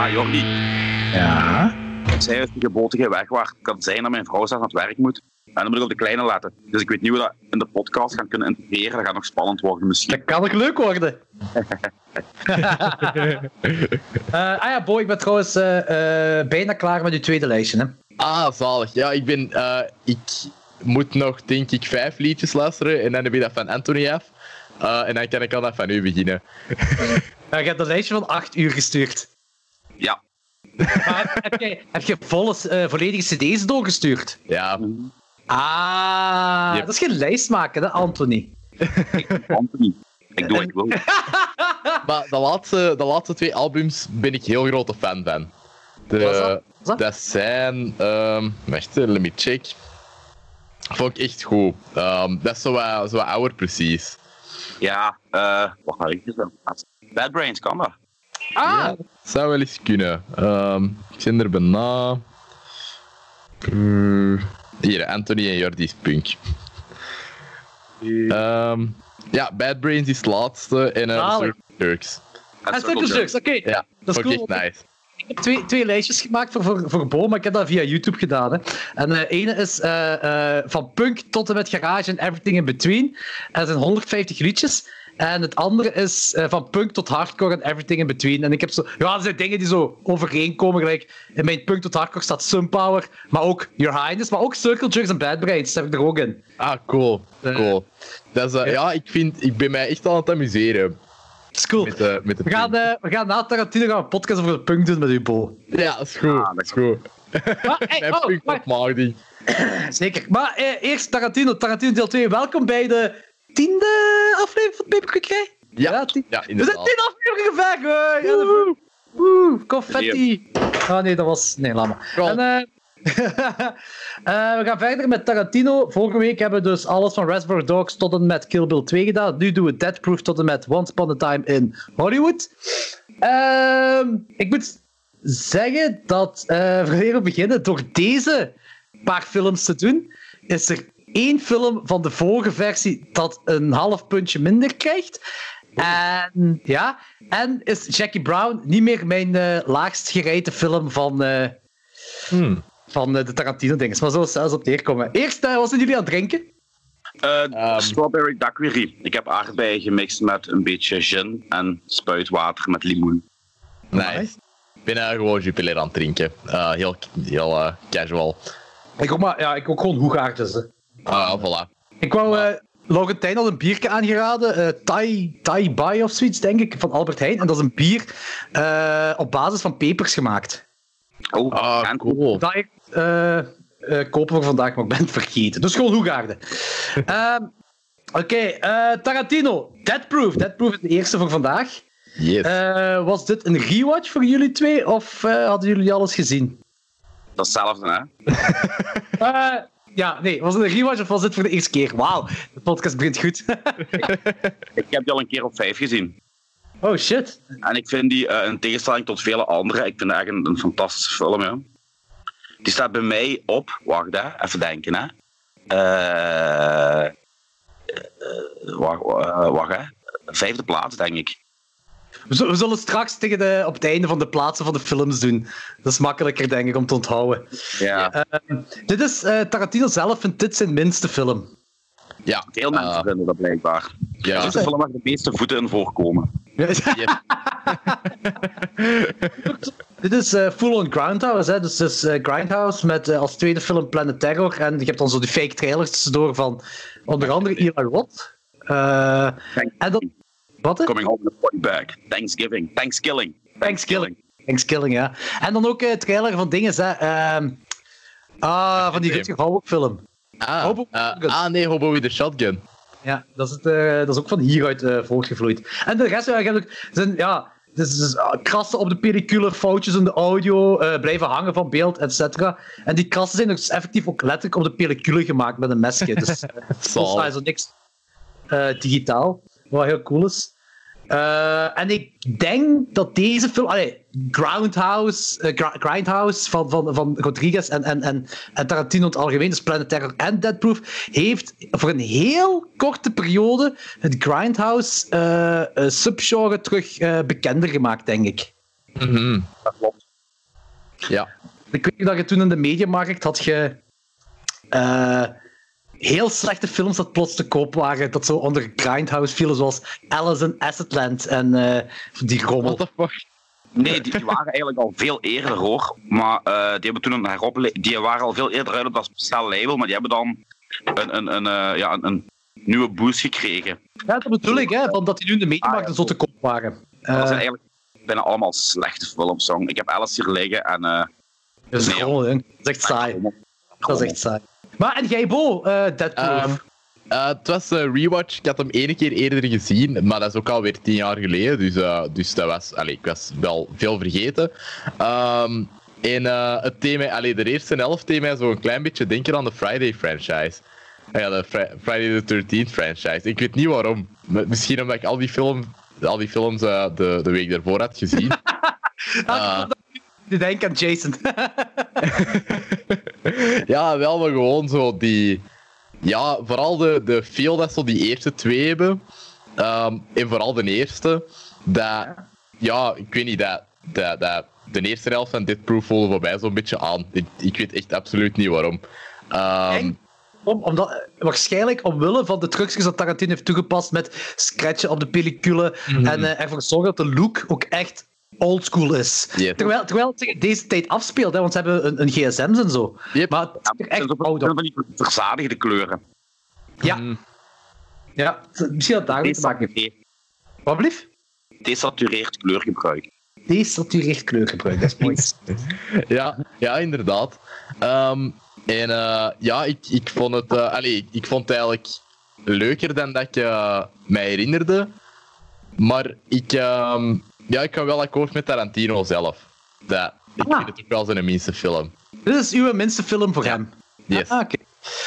Ja, Jordi. Ja? Zij is die gebotige weg waar het kan zijn dat mijn vrouw zelf aan het werk moet. En dan moet ik op de kleine letten. Dus ik weet niet hoe we dat in de podcast gaan kunnen integreren. Dat gaat nog spannend worden misschien. Dat kan nog leuk worden. Bo, ik ben trouwens bijna klaar met uw tweede lijstje. Hè? Ah, zalig. Ja, ik moet nog, denk ik, 5 liedjes luisteren. En dan heb ik dat van Anthony af. En dan kan ik al dat van u beginnen. Je hebt een lijstje van 8 uur gestuurd. Ja. Maar heb je volledige cd's doorgestuurd? Ja. Yep. Dat is geen lijst maken, hè, Anthony? Anthony. Ik doe wat ik wil. Maar de laatste 2 albums ben ik heel grote fan van. Dat zijn... wacht, let me check. Vond ik echt goed. Dat is zo wat ouder precies. Ja, wat ga ik zeggen? Bad Brains, kan dat? Ja, zou wel eens kunnen. Ik zit er bijna... Hier, Anthony en Jordi's Punk. Ja, Bad Brains is het laatste en Circle Jerks. Circle Jerks, oké. Ja, dat is cool. Echt nice. Ik heb twee lijstjes gemaakt voor Bo, maar ik heb dat via YouTube gedaan. Hè. En de ene is van punk tot en met garage en everything in between. En dat zijn 150 liedjes. En het andere is van punk tot hardcore en everything in between. En ik heb zo... Ja, er zijn dingen die zo overeenkomen. Gelijk in mijn punk tot hardcore staat Sunpower, maar ook Your Highness, maar ook Circle Jerks en Bad Brains. Dat heb ik er ook in. Ah, cool. Dat is, ja, ik ben mij echt aan het amuseren. Dat is cool. Met we gaan na Tarantino een podcast over de punk doen met u, Bo. Ja, dat is goed. Dat is goed. Mijn punk-opmaagding. Zeker. Maar eerst Tarantino deel 2. Welkom bij de 10e aflevering van Paperclip. Ja, ja, inderdaad. We zijn 10 afleveringen weg. Woe, confetti. Oh nee, dat was... Nee, laat maar. We gaan verder met Tarantino. Vorige week hebben we dus alles van Reservoir Dogs tot en met Kill Bill 2 gedaan. Nu doen we Death Proof tot en met Once Upon a Time in Hollywood. Ik moet zeggen dat, voor we beginnen, door deze paar films te doen, is er 1 film van de vorige versie dat een half puntje minder krijgt. En is Jackie Brown niet meer mijn laagst gereide film van de Tarantino-dinges. Maar zo zelfs op neerkomen. Eerst, wat zijn jullie aan het drinken? Strawberry daiquiri. Ik heb aardbeien gemixt met een beetje gin en spuitwater met limoen. Nice. Ik ben gewoon Jupiler aan het drinken. Heel casual. Ik ook gewoon hoegaartjes. Voilà. Ik wou... Laurentijn had een biertje aangeraden, Thai Bai of zoiets, denk ik, van Albert Heijn. En dat is een bier op basis van pepers gemaakt. Cool. Dat ik kopen voor vandaag, maar ik ben het vergeten. Dus gewoon hoegaarden. Oké, Tarantino, Death Proof. Death Proof is de eerste voor vandaag. Yes. Was dit een rewatch voor jullie twee, of hadden jullie alles gezien? Dat is hetzelfde, hè? Ja, nee. Was het een rewatch of was dit voor de eerste keer? Wauw, de podcast begint goed. Ik heb die al een keer op 5 gezien. Oh, shit. En ik vind die, in tegenstelling tot vele andere, ik vind het echt een fantastische film, ja. Die staat bij mij op... Wacht, hè. Even denken, hè. Wacht, hè. 5e plaats, denk ik. We zullen straks op het einde van de plaatsen van de films doen. Dat is makkelijker, denk ik, om te onthouden. Ja. Dit is Tarantino zelf, vindt dit zijn minste film. Ja, veel mensen vinden dat blijkbaar. Ja. Dat is de film waar de meeste voeten in voorkomen. Yep. Dit is Full on Grindhouse, hè. Dus het is Grindhouse met als tweede film Planet Terror. En je hebt dan zo die fake trailers tussendoor van onder andere Eli Roth. En dat... Wat? Coming home in a body bag. Thanksgiving. Thanksgiving, ja. En dan ook trailer van dingen, hè. Van die Rutger Hauer film. Nee, Hobo with the Shotgun. Ja, dat is ook van hieruit voortgevloeid. En de rest zijn, dus krassen op de pellicule, foutjes in de audio, blijven hangen van beeld, etc. En die krassen zijn dus effectief ook letterlijk op de pellicule gemaakt met een mesje. Dus er is niks digitaal, wat heel cool is. En ik denk dat deze film... Grindhouse van Rodriguez en Tarantino in het algemeen, dus Planet Terror en Death Proof, heeft voor een heel korte periode het Grindhouse subgenre terug bekender gemaakt, denk ik. Mm-hmm. Dat klopt. Ja. Ik weet dat je toen in de mediamarkt had je heel slechte films dat plots te koop waren, dat zo onder Grindhouse vielen, zoals Alice in Assetland en die rommel. What the fuck? Nee, die waren eigenlijk al veel eerder hoor. Maar die hebben toen die waren al veel eerder uit op dat speciaal label, maar die hebben dan een nieuwe boost gekregen. Ja, dat bedoel ik, hè, van dat die nu in de mediamarkt zo te koop waren. Dat zijn eigenlijk bijna allemaal slechte films. Ik heb Alice hier liggen en... dat is gewoon, hè. Dat is echt saai. Dat is echt saai. Maar en jij, Bo, Death Proof? Het was een rewatch. Ik had hem 1 keer eerder gezien, maar dat is ook alweer 10 jaar geleden. Dus dat was... ik was wel veel vergeten. En het thema... de eerste helft deed mij zo een klein beetje denken aan de Friday franchise. Ja, de Friday the 13th franchise. Ik weet niet waarom. Misschien omdat ik al die films de week daarvoor had gezien. Ik denk aan Jason. Ja, wel, maar gewoon zo die... Ja, vooral de feel dat zo die eerste 2 hebben. En vooral de eerste. Dat... Ja, ik weet niet, dat de eerste helft van Death Proof voelde voor mij zo'n beetje aan. Ik weet echt absoluut niet waarom. Waarschijnlijk omwille van de trucjes dat Tarantino heeft toegepast met scratchen op de pellicule en ervoor zorgen dat de look ook echt oldschool is. Yep. Terwijl het zich deze tijd afspeelt, hè, want ze hebben een gsm's en zo. Yep. Maar het is echt oud op. Van die verzadigde kleuren. Ja. Ja, misschien dat daarmee te maken heeft. Wat blieft? Desatureerd kleurgebruik. Desatureerd kleurgebruik, dat is mooi. Ja, inderdaad. Ik vond het... ik vond het eigenlijk leuker dan dat ik mij herinnerde. Maar ik kan wel akkoord met Tarantino zelf. Ik vind het ook wel zijn minste film. Dit is uw minste film voor hem? Yes. Oké.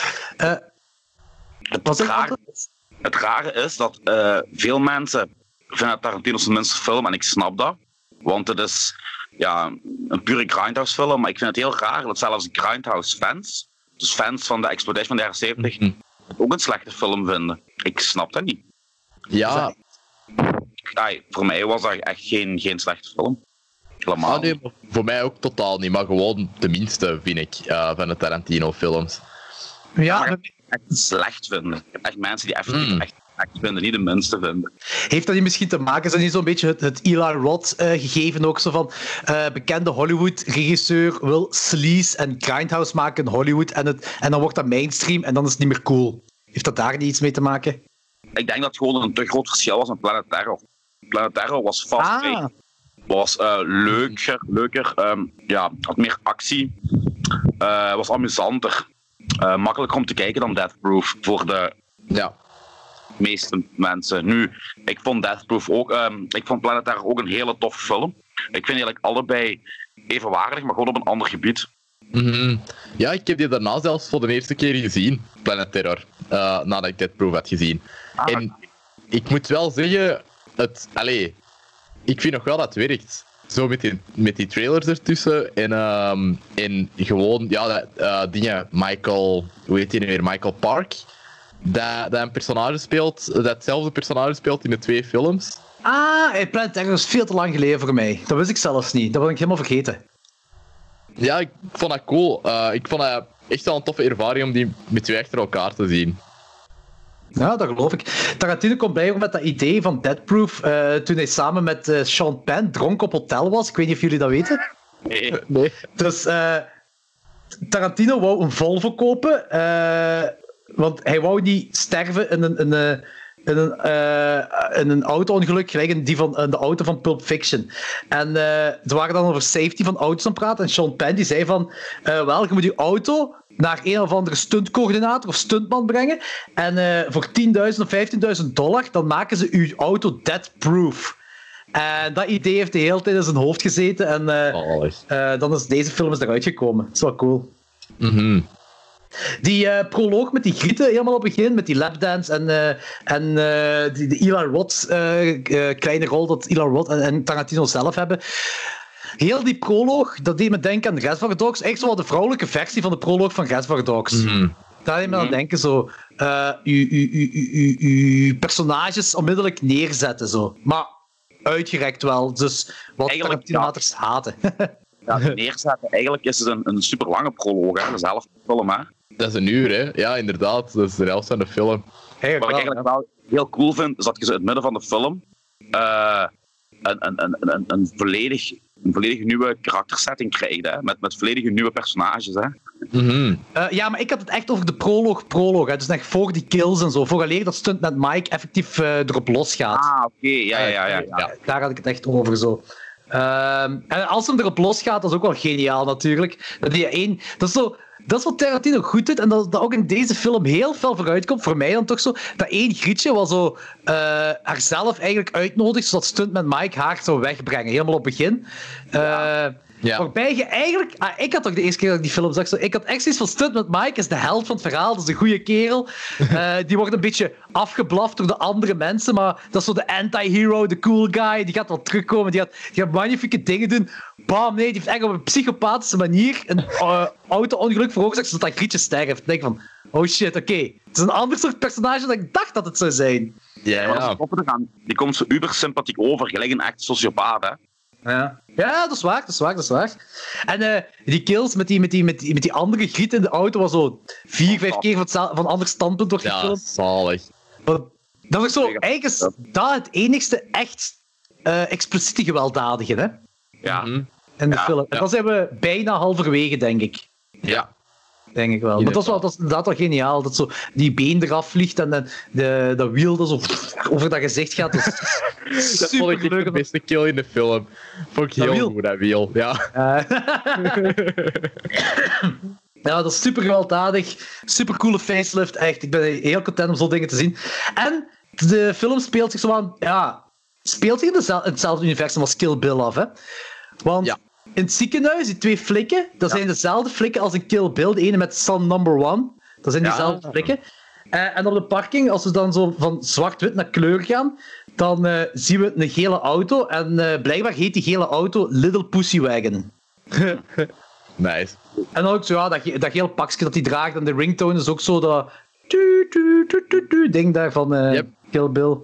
Het rare is dat veel mensen vinden Tarantino zijn minste film, en ik snap dat. Want het is een pure Grindhouse film, maar ik vind het heel raar dat zelfs Grindhouse fans, dus fans van de exploitation van de jaren 70, het ook een slechte film vinden. Ik snap dat niet. Ja. Voor mij was dat echt geen slechte film. Helemaal. Nee, voor mij ook totaal niet, maar gewoon de minste, vind ik, van de Tarantino-films. Ja, echt slecht vinden. Ik heb echt mensen die effectief echt vinden, niet de minste vinden. Heeft dat niet misschien te maken? Is dat niet zo'n beetje het Eli Roth gegeven ook zo van bekende Hollywood-regisseur wil sleaze en grindhouse maken in Hollywood en dan wordt dat mainstream en dan is het niet meer cool. Heeft dat daar niet iets mee te maken? Ik denk dat het gewoon een te groot verschil was met Planet Terror. Planet Terror was fast-paced, was leuker, had meer actie, was amusanter, makkelijker om te kijken dan Death Proof voor de meeste mensen. Nu, ik vond Death Proof ook, ik vond Planet Terror ook een hele toffe film. Ik vind eigenlijk allebei evenwaardig, maar gewoon op een ander gebied. Mm-hmm. Ja, ik heb die daarna zelfs voor de eerste keer gezien, Planet Terror, nadat ik Death Proof had gezien. En ik moet wel zeggen, ik vind nog wel dat het werkt. Zo met die trailers ertussen en gewoon, dingen, Michael, hoe heet hij nu weer, Michael Park, dat een personage speelt, dat hetzelfde personage speelt in de 2 films. Planet Terror is veel te lang geleden voor mij. Dat wist ik zelfs niet, dat was ik helemaal vergeten. Ja, ik vond dat cool. Ik vond dat echt wel een toffe ervaring om die met 2 achter elkaar te zien. Ja, dat geloof ik. Tarantino komt blijkbaar met dat idee van Death Proof toen hij samen met Sean Penn dronken op hotel was. Ik weet niet of jullie dat weten. Nee. Dus Tarantino wou een Volvo kopen, want hij wou niet sterven in een auto-ongeluk, gelijk die van de auto van Pulp Fiction. En ze waren dan over safety van auto's aan het praten. En Sean Penn die zei van, je moet je auto naar een of andere stuntcoördinator of stuntman brengen. En voor $10.000 of $15.000, dan maken ze uw auto death-proof. En dat idee heeft de hele tijd in zijn hoofd gezeten. En dan is deze film eruit gekomen. Dat is wel cool. Mm-hmm. Die proloog met die grieten helemaal op het begin, met die lapdance en de Eli Roth kleine rol dat Eli Roth en Tarantino zelf hebben. Heel die proloog, dat deed me denken aan Reservoir Dogs. Echt zo wat de vrouwelijke versie van de proloog van Reservoir Dogs. Mm-hmm. Daar deed me aan denken, zo. Uw personages onmiddellijk neerzetten, zo. Maar uitgerekt wel, dus wat Tarantino-haters haten. neerzetten. Eigenlijk is het een super lange proloog, hè. Dat is de helft van de film, hè. Dat is een uur, hè? Ja, inderdaad. Dat is de helft van de film. Wat ik eigenlijk wel heel cool vind, is dat je zo in het midden van de film een volledig nieuwe karaktersetting krijgt, hè? Met volledige nieuwe personages. Hè? Mm-hmm. Ja, maar ik had het echt over de proloog. Hè? Dus echt voor die kills en zo. Vooraleer dat stunt met Mike effectief erop losgaat. Ah, oké. Ja. Daar had ik het echt over zo. En als hem erop losgaat, dat is ook wel geniaal natuurlijk. Dat is wat Tarantino goed doet en dat ook in deze film heel veel vooruitkomt. Voor mij dan toch zo. Dat één grietje was zo haarzelf eigenlijk uitnodigt, zodat stunt met Mike haar zou wegbrengen. Helemaal op het begin. Waarbij je eigenlijk... ik had toch de eerste keer dat ik die film zag, ik had echt zoiets van stunt met Mike is de held van het verhaal, dat is de goede kerel. Die wordt een beetje afgeblaft door de andere mensen, maar dat is zo de anti-hero, de cool guy, die gaat wel terugkomen, die gaat magnifieke dingen doen. Bam, nee, die heeft echt op een psychopathische manier een auto-ongeluk veroorzaakt, zodat dat grietje sterft. Ik denk van, oh shit, oké. Het is een ander soort personage dan ik dacht dat het zou zijn. Ja. Die komt zo uber sympathiek over, gelijk een echt sociopaat, hè. Ja, dat is waar. En die kills met die andere griet in de auto was zo 4-5 keer van een ander standpunt wordt gefilmd. Ja, zalig. Dat is zo, eigenlijk is dat het enigste echt expliciete gewelddadige, hè? Ja. In de film. En dan zijn we bijna halverwege, denk ik. Ja. Denk ik wel. Maar dat is inderdaad wel geniaal. Dat zo die been eraf vliegt en dat wiel dat zo over dat gezicht gaat. Dat vond ik de beste kill in de film. Vond ik heel goed, dat wiel. Ja. Ja, dat is super gewelddadig. Super coole facelift, echt. Ik ben heel content om zo'n dingen te zien. En de film speelt zich zo aan... Ja, speelt zich in hetzelfde universum als Kill Bill af, hè. Want... Ja. In het ziekenhuis, die twee flikken, dat zijn dezelfde flikken als in Kill Bill. De ene met Son Number 1. Dat zijn diezelfde flikken. En op de parking, als we dan zo van zwart-wit naar kleur gaan, dan zien we een gele auto. En blijkbaar heet die gele auto Little Pussy Wagon. Nice. En dan ook zo, ja, dat gele pakje dat hij draagt. En de ringtone is ook zo dat... ding daar van Kill Bill.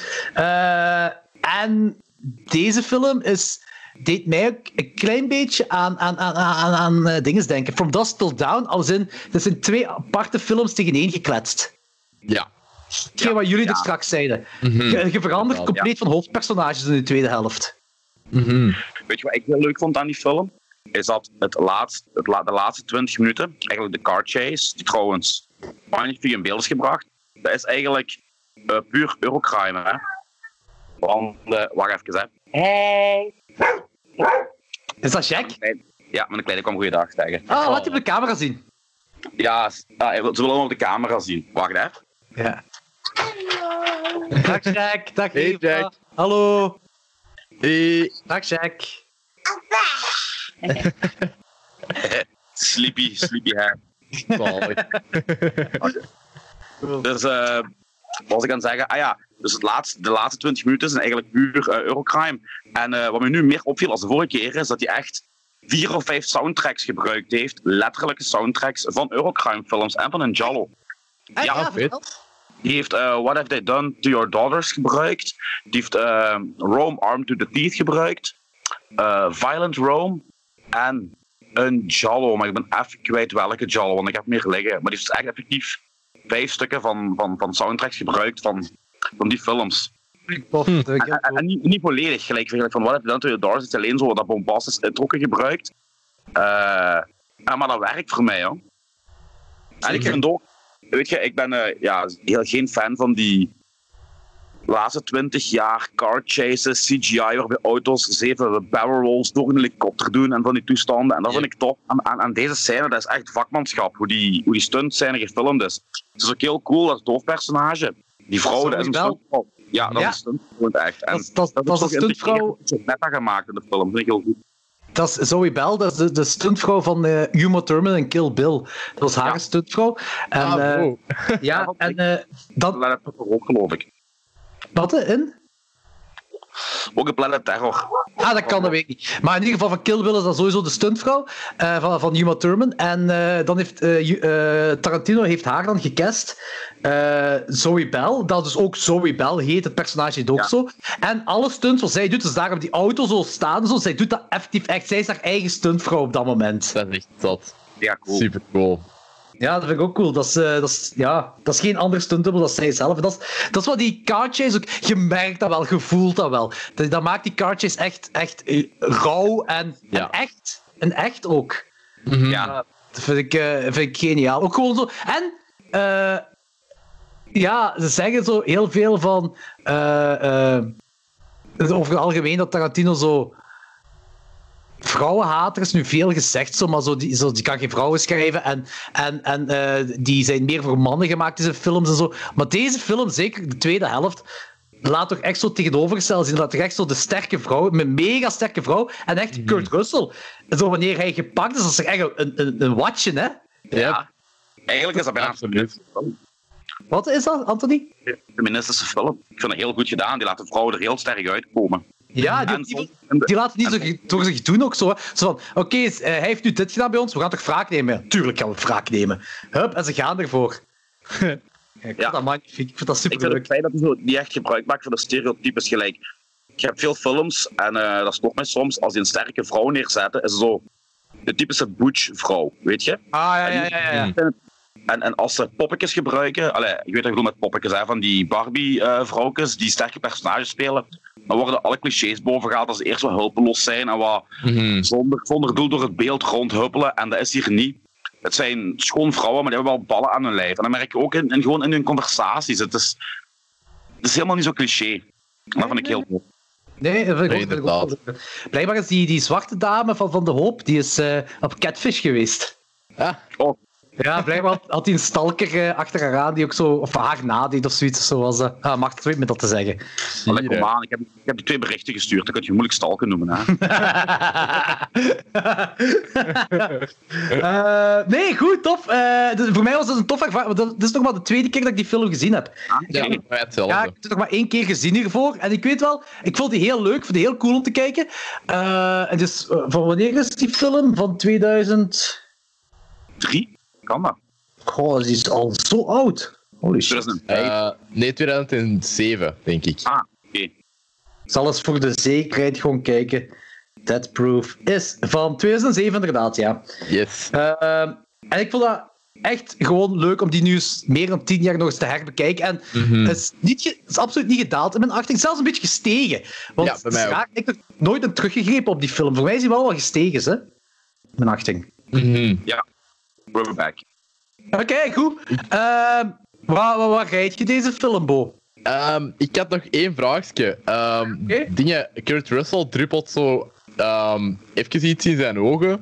En deze film deed mij ook een klein beetje aan dingen denken. From Dusk Till Dawn, als in, dat zijn twee aparte films tegeneen gekletst. Ja. Hetgeen wat jullie er straks zeiden. Mm-hmm. Je verandert compleet van hoofdpersonages in de tweede helft. Mm-hmm. Weet je wat ik heel leuk vond aan die film? Is dat de laatste 20 minuten, eigenlijk de car chase, die trouwens magnifiek in beeld is gebracht, dat is eigenlijk puur Eurocrime, hè? Want, wacht even, hè. Hey! Is dat Jack? Ja, met een kleine kwam goeiedag zeggen. Laat je op de camera zien. Ja, ze willen hem op de camera zien. Wacht even. Ja. Dag Jack, dag hey, Eva. Jack. Hallo. Hey. Dag Jack. Sleepy hair. Dus, wat was ik aan het zeggen? Dus de laatste 20 minuten zijn eigenlijk puur Eurocrime. En wat me nu meer opviel als de vorige keer, is dat hij echt 4 of 5 soundtracks gebruikt heeft. Letterlijke soundtracks van Eurocrime films en van een Giallo. Die heeft What Have They Done to Your Daughters gebruikt. Die heeft Rome Armed to the Teeth gebruikt. Violent Rome. En een Giallo, maar ik ben even kwijt welke Giallo, want ik heb meer liggen. Maar die heeft echt effectief 5 stukken van soundtracks gebruikt van die films. En niet volledig, gelijk van What Have You Done to Your Daughters, het is alleen zo dat bombastisch introkken gebruikt. Maar dat werkt voor mij, hoor. En ik vind ook, weet je, ik ben heel geen fan van die laatste 20 jaar car chases, CGI, waarbij auto's 7 barrel rolls door een helikopter doen en van die toestanden. En dat vind ik tof. Aan deze scène, dat is echt vakmanschap, hoe die stuntscène gefilmd is. Het is ook heel cool dat het hoofdpersonage, die vrouw, dat is een stuntvrouw. Ja, dat is een stuntvrouw, echt. En dat is een stuntvrouw. Meta gemaakt in de film, dat vind ik heel goed. Dat is Zoe Bell, dat is de stuntvrouw van Uma Thurman en Kill Bill. Dat was haar stuntvrouw. En, dat ook, geloof ik. Wat in? Ook een Planet Terror. Ah, dat kan, dat weet ik niet. Maar in ieder geval van Kill Bill is dat sowieso de stuntvrouw van Uma Thurman. En dan heeft Tarantino heeft haar dan gecast. Zoe Bell, dat dus ook Zoe Bell heet, het personage heet ook zo. En alle stunts wat zij doet, dus daar op die auto zo staan, zo, zij doet dat effectief echt. Zij is haar eigen stuntvrouw op dat moment. Dat is echt zot. Ja, cool. Super cool. Ja, dat vind ik ook cool. Dat is geen andere stuntdubbel, dat is zij zelf. Dat is wat die car chase ook... Je merkt dat wel, je voelt dat wel. Dat maakt die car chase echt rauw en echt ook. Mm-hmm. Ja. Dat vind ik geniaal. Ook gewoon zo... En... ze zeggen zo heel veel van... over het algemeen dat Tarantino zo... Vrouwenhater is nu veel gezegd, zo, maar die kan geen vrouwen schrijven en die zijn meer voor mannen gemaakt, deze films en zo. Maar deze film, zeker de tweede helft, laat toch echt zo tegenovergesteld zien. Laat toch echt zo de sterke vrouw, een mega sterke vrouw, en echt Kurt Russell. Zo wanneer hij gepakt is, dat is echt een watje, hè? Ja. Eigenlijk is dat bijna absoluut. Wat is dat, Anthony? De feministische film. Ik vind het heel goed gedaan. Die laat de vrouwen er heel sterk uitkomen. Ja, die laten niet zo door zich doen ook zo. Hè. Zo van, oké, hij heeft nu dit gedaan bij ons, we gaan toch wraak nemen? Ja, tuurlijk gaan we wraak nemen. Hup, en ze gaan ervoor. Ik vind dat magnifiek, ik vind dat superleuk. Ik vind het fijn dat hij zo niet echt gebruik maakt van de stereotypes gelijk. Je hebt veel films, en dat stopt mij soms, als die een sterke vrouw neerzetten, is het zo de typische butch-vrouw, weet je? Ja. En als ze poppetjes gebruiken, je weet wat ik bedoel met poppetjes, hè, van die Barbie-vrouwtjes die sterke personages spelen, dan worden alle clichés bovengehaald als ze eerst wat hulpeloos zijn en wat zonder doel door het beeld rondhuppelen. En dat is hier niet. Het zijn schoon vrouwen, maar die hebben wel ballen aan hun lijf. En dat merk je ook gewoon in hun conversaties. Het is helemaal niet zo cliché. Dat vind ik heel tof. Nee, dat vind ik ook. Blijkbaar is die zwarte dame van De Hoop, die is op Catfish geweest. Ja. Oh. Ja, blijkbaar had hij een stalker achter haar aan die ook zo, of haar nadeed of zoiets. Zoals, mag het weet met dat te zeggen. Allee, kom aan, ik heb die 2 berichten gestuurd, dat kun je moeilijk stalken noemen. Hè? Nee, goed, tof. Voor mij was het een tof ervaring. Dit is nog maar de tweede keer dat ik die film gezien heb. Ja, hetzelfde. Ja, ik heb het nog maar 1 keer gezien hiervoor. En ik weet wel, ik vond die heel leuk, ik vond die heel cool om te kijken. En dus, van wanneer is die film? Van 2003? Kan dat? Goh, die is al zo oud. Holy shit. 2005? Nee, 2007, denk ik. Ah, oké. Ik zal eens voor de zekerheid gewoon kijken. Death Proof is van 2007 inderdaad, ja. Yes. En ik vond dat echt gewoon leuk om die nu eens meer dan 10 jaar nog eens te herbekijken. En het is absoluut niet gedaald in mijn achting. Zelfs een beetje gestegen. Want bij mij ook. ik heb nooit een teruggegrepen op die film. Voor mij is die wel gestegen, hè? Mijn achting. Ja. We're back. Oké, goed. Waar rijd je deze film, Bo? Ik had nog 1 vraagje. Dingen, Kurt Russell druppelt zo even iets in zijn ogen.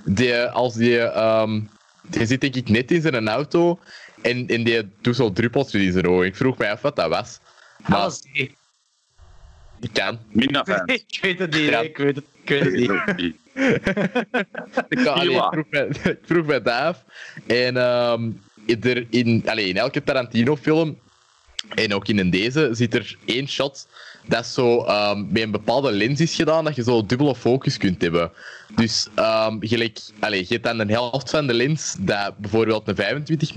Die zit denk ik net in zijn auto en die doet zo druppeltjes in zijn ogen. Ik vroeg mij af wat dat was. Maar ik kan. Mina-fans. Ik weet het niet, ik weet het niet. Ik vroeg mij dat af. En in elke Tarantino-film, en ook in deze, zit er 1 shot dat zo met een bepaalde lens is gedaan, dat je zo dubbele focus kunt hebben. Dus je hebt dan een helft van de lens dat bijvoorbeeld een 25...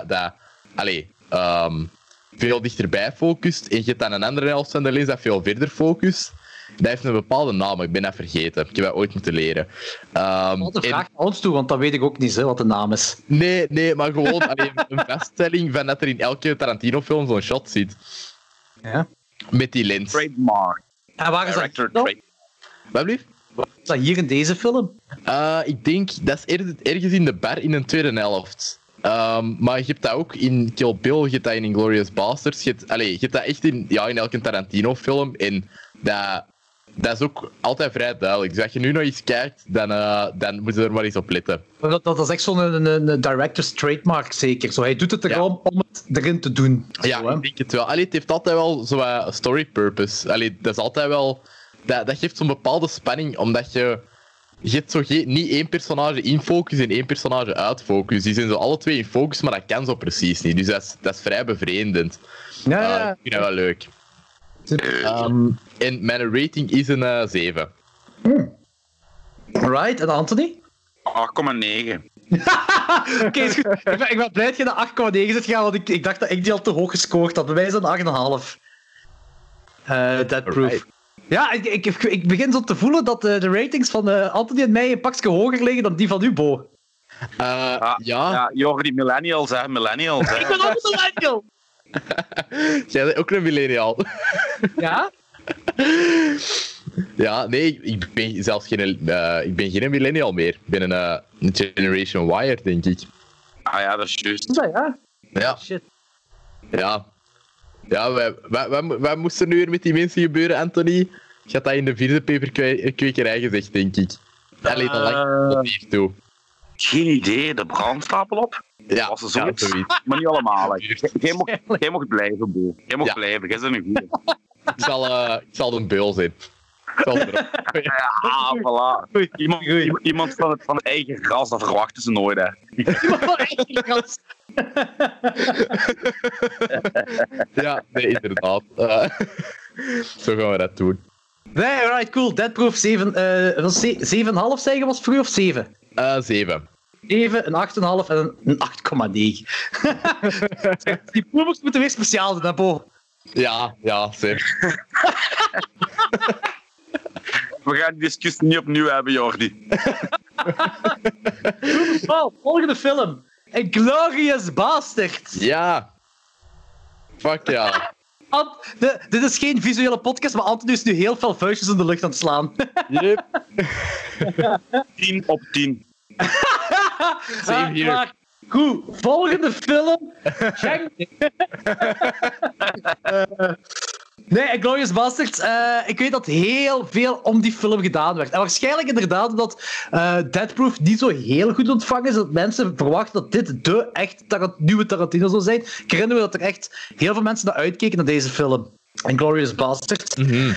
veel dichterbij focust, en je hebt dan een andere helft van de lens dat veel verder focust. Dat heeft een bepaalde naam, ik ben dat vergeten. Ik heb dat ooit moeten leren. Vraag naar ons toe, want dat weet ik ook niet, wat de naam is. Nee, maar gewoon een vaststelling van dat er in elke Tarantino-film zo'n shot zit. Ja. Met die lens. Trademark. En waar is Director dat? Wat blieft? Is dat hier in deze film? Ik denk, dat is ergens in de bar in een tweede helft. Maar je hebt dat ook in Kill Bill, je hebt dat in Inglourious Basterds, je hebt dat echt in elke Tarantino-film. En dat is ook altijd vrij duidelijk. Dus als je nu nog eens kijkt, dan moet je er maar eens op letten. Dat is echt zo'n director's trademark, zeker. Zo, hij doet het erom om het erin te doen. Ja, ik denk het wel. Het heeft altijd wel zo'n story purpose. Dat is altijd wel... Dat geeft zo'n bepaalde spanning, omdat je hebt zo niet 1 personage in focus en 1 personage uit focus. Die zijn zo alle 2 in focus, maar dat kan zo precies niet. Dus dat is vrij bevreemdend. Ja. Ik vind dat wel leuk. En mijn rating is een 7. Alright, en Anthony? 8,9. Oké, is goed. Ik ben blij dat je naar 8,9 zit gegaan, want ik dacht dat ik die al te hoog gescoord had. Bij mij is het een 8,5. Dead Proof. Right. Ja, ik begin zo te voelen dat de ratings van Anthony en mij een pakje hoger liggen dan die van u, Bo. Ja. Jordi, millennials, hè. Millennials, hè. Ik ben ook een millennial! Jij bent ook een millennial. Ja? Ja, nee, ik ben zelfs geen millennial meer. Ik ben een Generation Y, denk ik. Ah ja, dat is juist. Ja. Shit. Ja. Ja, wij moesten nu weer met die mensen gebeuren, Anthony? Je had dat in de 4e peperkwekerij gezegd, denk ik. Alleen dat lang tot hier toe. Geen idee, de brandstapel op? Ja, was er zoiets. Maar niet allemaal. Jij mocht blijven, Bo. Jij mocht blijven, jij bent een goeie. Ik zal een beul zijn. Ja, voilà. Iemand van het eigen ras, dat verwachten ze nooit, hè. Iemand van het eigen ras. Ja, nee, inderdaad. Zo gaan we dat doen. Nee, alright, cool. Dead Proof 7,5 zeggen was vroeg of 7? 7. 7, een 8,5 en een 8,9. Die proefers moeten weer speciaal zijn, hè, Bo? Ja, zeker. We gaan die discussie niet opnieuw hebben, Jordi. Volgende film. Inglourious Basterds. Ja. Fuck ja. Dit is geen visuele podcast, maar Anthony is nu heel veel vuistjes in de lucht aan het slaan. Yep. 10 op 10. Same here. Goed, volgende film. Nee, Inglourious Basterds. Ik weet dat heel veel om die film gedaan werd. En waarschijnlijk inderdaad dat Dead Proof niet zo heel goed ontvangen is. Dat mensen verwachten dat dit de echt nieuwe Tarantino zou zijn. Ik herinner me dat er echt heel veel mensen naar uitkeken naar deze film. Inglourious Basterds. Mm-hmm.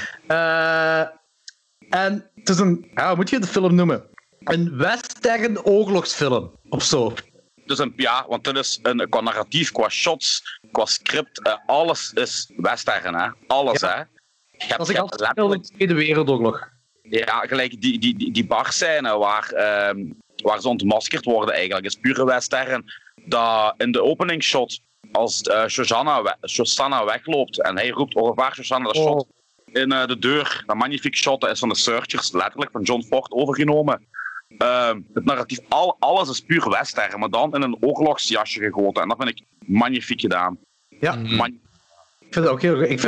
En het is een... Ja, hoe moet je de film noemen? Een western oorlogsfilm, of zo. Dus want het is qua narratief, qua shots, qua script, alles is western, hè. Alles, hè. Dat is altijd de Tweede Wereldoorlog. Ja, gelijk die barscène waar ze ontmaskerd worden eigenlijk, is pure western. Dat in de opening shot, als Shosanna wegloopt en hij roept over Shosanna, dat shot in de deur, dat magnifiek shot, dat is van de Searchers, letterlijk van John Ford overgenomen. Het narratief, alles is puur western, maar dan in een oorlogsjasje gegoten. En dat vind ik magnifiek gedaan. Ja, ik vind het ook heel goed.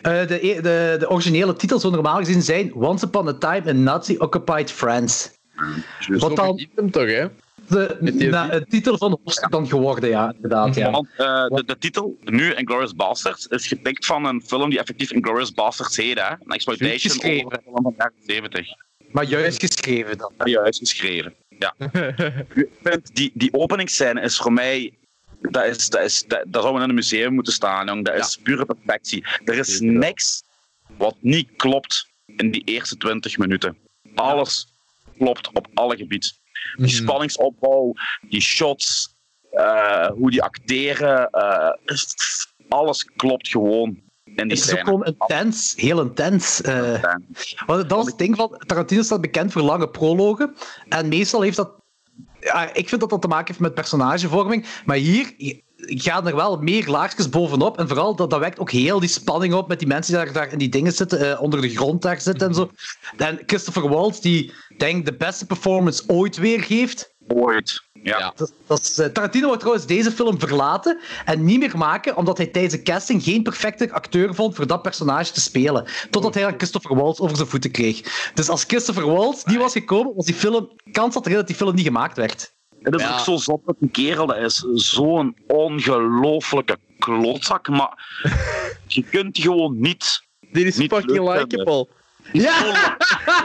De originele titel zou normaal gezien zijn Once Upon a Time in Nazi-occupied France. Wat dan toch, hè? De titel van de hoofdstuk dan geworden, ja, inderdaad. Ja. Want de titel, nu Inglourious Basterds, is gepikt van een film die effectief Inglourious Basterds heet, hè? Een exploitation over de film van de jaren 70. Maar juist geschreven dan. Ja, juist geschreven, ja. Ik vind, die openingsscène is voor mij... Dat zou in een museum moeten staan, jong. Dat is pure perfectie. Er is niks wat niet klopt in die eerste 20 minuten. Alles klopt op alle gebieden. Die spanningsopbouw, die shots, hoe die acteren, alles klopt gewoon. Het is ook gewoon intens, heel intens. Dat was het ding van... Tarantino staat bekend voor lange prologen. En meestal heeft dat... ik vind dat dat te maken heeft met personagevorming. Maar hier gaan er wel meer laagjes bovenop. En vooral, dat wekt ook heel die spanning op met die mensen die daar in die dingen zitten, onder de grond daar zitten en zo. En Christopher Waltz, die denk de beste performance ooit weergeeft. Ooit. Ja. Tarantino wou trouwens deze film verlaten en niet meer maken, omdat hij tijdens de casting geen perfecte acteur vond voor dat personage te spelen. Totdat hij Christopher Waltz over zijn voeten kreeg. Dus als Christopher Waltz niet was gekomen, was die film... Kans had erin dat die film niet gemaakt werd. Het is ook zo zot dat een kerel, dat is zo'n ongelooflijke klotzak, maar je kunt die gewoon niet... Dit is niet fucking likeable. Ja!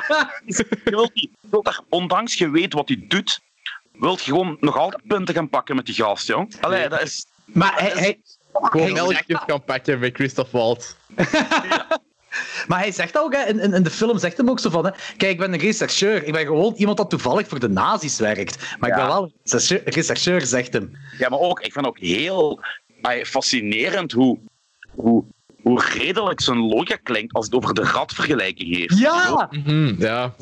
Je wilt daar, ondanks je weet wat hij doet, wilt je gewoon nog altijd punten gaan pakken met die gast, jong. Allee, dat is... Maar hij gewoon melkjes gaan pakken met Christoph Waltz. Maar hij zegt ook, hè, in de film zegt hem ook zo van, hè, kijk, ik ben een rechercheur. Ik ben gewoon iemand dat toevallig voor de nazi's werkt. Maar ik ben wel een rechercheur, zegt hem. Ja, maar ook, ik vind ook heel fascinerend hoe hoe redelijk zijn logica klinkt als het over de ratvergelijking heeft. Ja! Ja.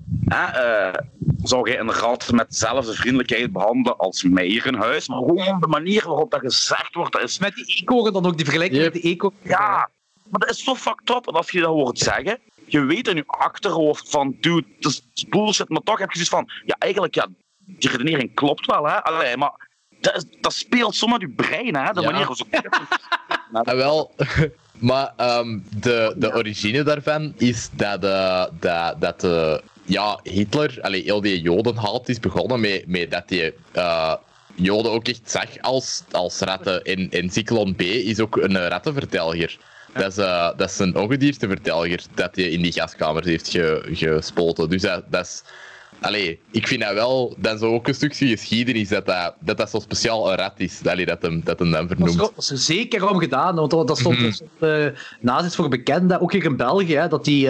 Zou je een rat met dezelfde vriendelijkheid behandelen als mij hier in huis? Maar gewoon de manier waarop dat gezegd wordt, dat is... Met die eekhoorn dan ook, die vergelijking met die eekhoorn. Ja, maar dat is zo fucked up. En als je dat hoort zeggen, je weet in je achterhoofd van, dude, dat is bullshit, maar toch heb je zoiets van, ja, eigenlijk, ja, die redenering klopt wel, hè. Allee, maar dat speelt zo met je brein, hè, de manier waarop zo... Wel... Maar de origine daarvan is dat Hitler, heel die jodenhaat is begonnen met dat die joden ook echt zag als ratten. En Zyklon B is ook een rattenvertelger. Ja. Dat is een ongediertevertelger dat hij in die gaskamers heeft gespoten. Dus dat is... ik vind dat wel, dat is ook een stukje geschiedenis dat zo speciaal een rat is, dat hem dan vernoemt. Dat is zeker om gedaan, want dat stond nazi's voor bekend, ook hier in België, hè, dat die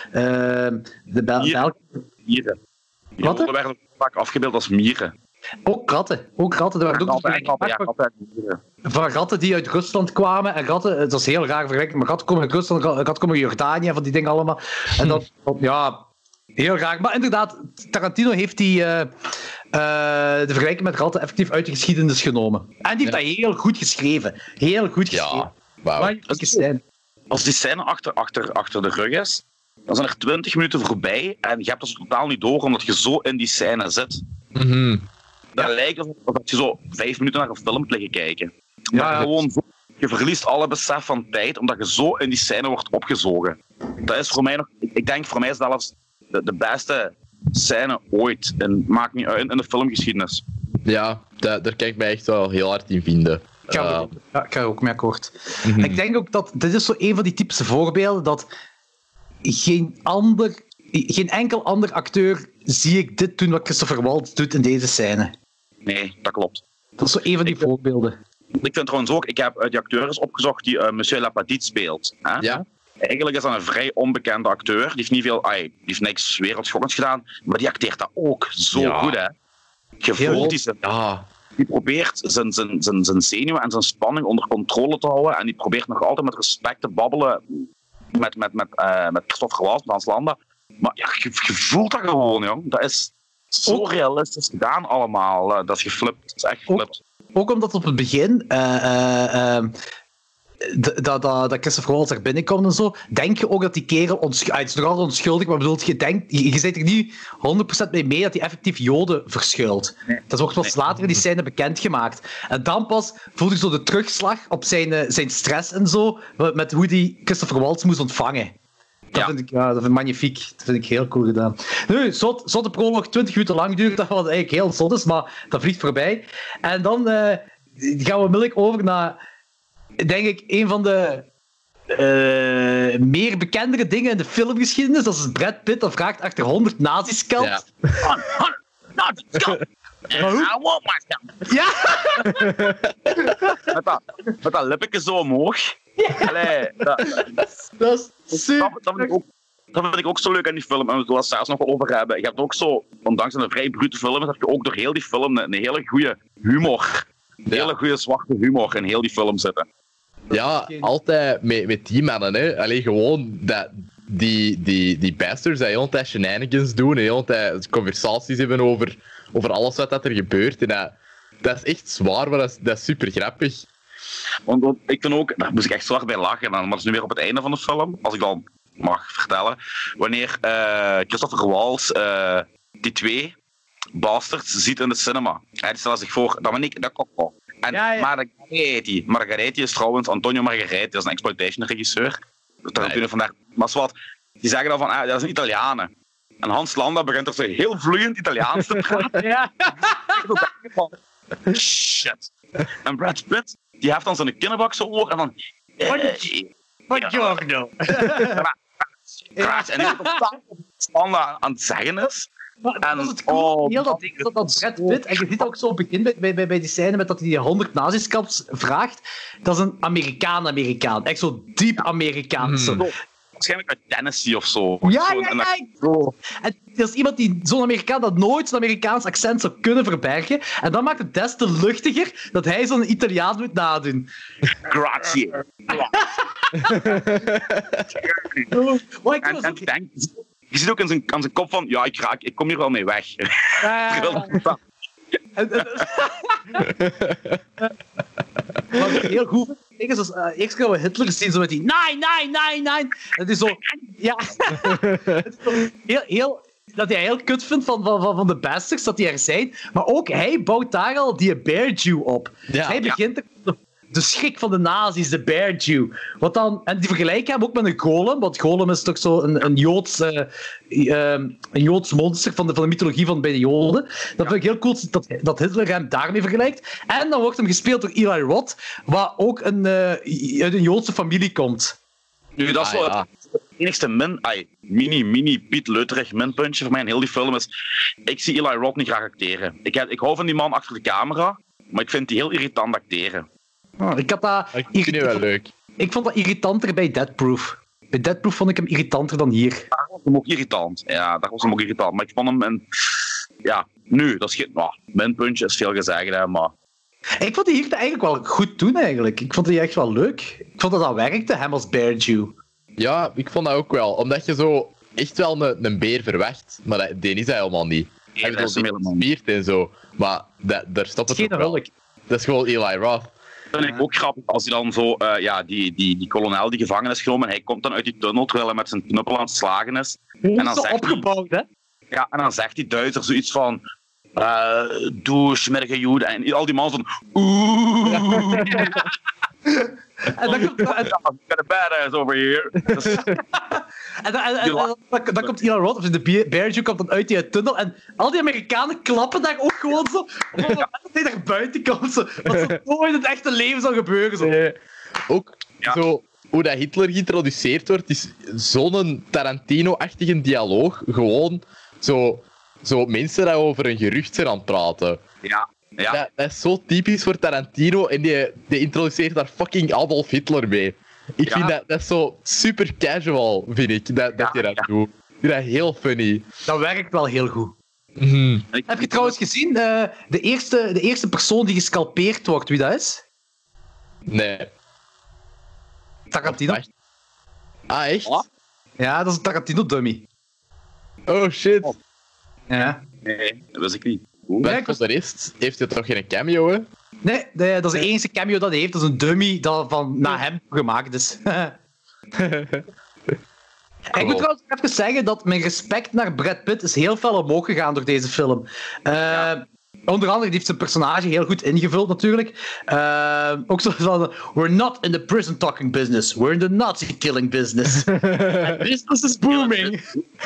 mieren. Wat? Die werden vaak afgebeeld als mieren. Ook ratten. Er waren ook van ratten die uit Rusland kwamen. En ratten, dat is heel raar vergelijking, maar ratten komen uit Rusland, ratten komen uit Jordanië, van die dingen allemaal. En dat ja... Heel raar. Maar inderdaad, Tarantino heeft de vergelijking met ratten effectief uit de geschiedenis genomen. En die heeft dat heel goed geschreven. Heel goed geschreven. Ja, wauw. Als die scène achter de rug is, dan zijn er 20 minuten voorbij en je hebt dat totaal niet door, omdat je zo in die scène zit. Dat lijkt alsof je zo 5 minuten naar een film moet liggen kijken. Maar gewoon zo, je verliest alle besef van tijd, omdat je zo in die scène wordt opgezogen. Dat is voor mij nog... Ik denk voor mij zelfs de beste scène ooit. En maakt niet uit in de filmgeschiedenis. Ja, daar kan ik mij echt wel heel hard in vinden. Ik ga er ook mee akkoord. Ik denk ook dat dit is zo een van die typische voorbeelden dat geen enkel ander acteur zie ik dit doen wat Christopher Waltz doet in deze scène. Nee, dat klopt. Dat is zo een van die voorbeelden. Ik vind trouwens ook, ik heb uit die acteurs opgezocht die Monsieur Lapadite speelt. Hè? Ja. Eigenlijk is dat een vrij onbekende acteur. Die heeft niet veel, die heeft niks wereldschokkends gedaan, maar die acteert dat ook zo goed, hè. Je voelt die probeert zijn zenuwen en zijn spanning onder controle te houden en die probeert nog altijd met respect te babbelen met Christopher Waltz, met Hans Landa. Maar ja, je voelt dat gewoon, jong. Dat is zo realistisch gedaan allemaal. Dat is geflipt. Dat is echt geflipt. Ook omdat op het begin... dat Christopher Waltz er binnenkomt en zo, denk je ook dat die kerel het is nogal onschuldig, maar bedoelt, je zit er niet 100% mee dat hij effectief Joden verschuilt. Nee. Dat wordt pas later in die scène bekendgemaakt. En dan pas voel je zo de terugslag op zijn stress en zo, met hoe die Christopher Waltz moest ontvangen. Dat vind ik magnifiek. Dat vind ik heel cool gedaan. Nu, zotte prolog 20 minuten lang duurt, dat wat eigenlijk heel zot is, maar dat vliegt voorbij. En dan gaan we onmiddellijk over naar, denk ik, een van de meer bekendere dingen in de filmgeschiedenis. Dat is Brad Pitt dat vraagt achter 100 nazi's kant. Ja. 100 nazi's I want myself. Ja! met dat lippetje zo omhoog. Ja. Allee, dat is super. Dat vind ik ook zo leuk aan die film. En we zullen het straks nog wel over hebben. Je hebt ook zo, ondanks een vrij brute film, heb je ook door heel die film een hele goede humor. Een hele goede zwarte humor in heel die film zitten. Ja, altijd met die mannen, hè. Allee, gewoon dat die bastards die heel de tijd shenanigans doen en heel de tijd conversaties hebben over alles wat er gebeurt. En dat is echt zwaar, maar dat is super grappig. Want ik vind ook, daar moest ik echt zwart bij lachen, maar dat is nu weer op het einde van de film, als ik dan mag vertellen, wanneer Christopher Waltz die twee bastards ziet in de cinema. Hij stelt zich voor, dat ben ik, dat kokko. En Margaretti is trouwens Antonio Margaretti, dat is een exploitation regisseur. Maar wat, die zeggen dan van, dat is een Italianen. En Hans Landa begint er zo heel vloeiend Italiaans te praten. Ja. Shit. En Brad Pitt, die heeft dan zijn kinderbak zo oor en dan... Buongiorno. En die is totaal Landa aan het zeggen is. En dat is het cool, heel dat ding, dat Brad Pitt, en je ziet ook zo op het begin bij die scène met dat hij die 100 naziskaps vraagt, dat is een Amerikaan. Echt zo diep Amerikaans. waarschijnlijk uit Tennessee of zo. Ja. En dat is iemand die zo'n Amerikaan dat nooit zo'n Amerikaans accent zou kunnen verbergen. En dat maakt het des te luchtiger dat hij zo'n Italiaan moet nadoen. Grazie. Je ziet ook aan zijn kop van, ja, ik kom hier wel mee weg. Wat ik heel goed vind, is als eerst gaan we Hitler zien zo met die 9. Het is zo, ja. Het is zo heel, dat hij heel kut vindt van de bastards, dat die er zijn. Maar ook hij bouwt daar al die Bear Jew op. Dus hij begint de schrik van de nazi's, de Bear Jew. En die vergelijken hem ook met een golem, want golem is toch zo een Joods monster van de mythologie van bij de Joden. Dat vind ik heel cool dat Hitler hem daarmee vergelijkt. En dan wordt hem gespeeld door Eli Roth, wat ook uit een Joodse familie komt. Nu, dat is wel het enigste mini Piet Leuterig minpuntje voor mij in heel die film is, ik zie Eli Roth niet graag acteren. Ik hou van die man achter de camera, maar ik vind die heel irritant acteren. Ik vind het wel leuk. Ik vond dat irritanter bij Death Proof. Bij Death Proof vond ik hem irritanter dan hier. Daar was hem ook irritant. Ja, daar was hem ook irritant. Maar ik vond hem... dat is geen... minpuntje is veel gezegd, hè, maar... Ik vond die hier eigenlijk wel goed doen, eigenlijk. Ik vond die echt wel leuk. Ik vond dat werkte, hem als Bear Jew. Ja, ik vond dat ook wel. Omdat je zo echt wel een beer verwacht. Maar die is hij helemaal niet. Nee, dat is hem helemaal niet. Spiert en zo. Maar daar stopt het ook wel. Dat is gewoon Eli Roth. Dat vind ik ook grappig, als hij dan zo, die kolonel die gevangen is genomen, en hij komt dan uit die tunnel terwijl hij met zijn knuppel aan het slagen is. En dan zegt opgebouwd, hè? Ja, en dan zegt die Duitser zoiets van, doe smerige Joden, en al die mannen van, oeh. En dan komt... got a badass over here. En dan komt Eli Roth, of de Bear Jew komt dan uit die tunnel, en al die Amerikanen klappen daar ook gewoon zo, dat hij daar buiten komt, zo, wat zo nooit in het echte leven zal gebeuren. Zo. Ook zo, hoe dat Hitler geïntroduceerd wordt, is zo'n Tarantino-achtige dialoog, gewoon zo mensen die over een gerucht zijn aan het praten. Ja. Dat is zo typisch voor Tarantino en die introduceert daar fucking Adolf Hitler mee. Ik vind dat is zo super casual, vind ik, dat je dat doet. Ik vind dat heel funny. Dat werkt wel heel goed. Mm-hmm. Heb je trouwens gezien, de eerste persoon die gescalpeerd wordt, wie dat is? Nee. Tarantino. Ah, echt? Ja, dat is een Tarantino-dummy. Oh, shit. Ja. Nee, dat wist ik niet. Voor de rest heeft hij toch geen cameo, hè? Nee, dat is de enige cameo dat hij heeft. Dat is een dummy dat na hem gemaakt is. Ik moet trouwens even zeggen dat mijn respect naar Brad Pitt is heel fel omhoog gegaan door deze film. Onder andere, die heeft zijn personage heel goed ingevuld natuurlijk. Ook zo van, we're not in the prison talking business, we're in the Nazi killing business. And business is booming.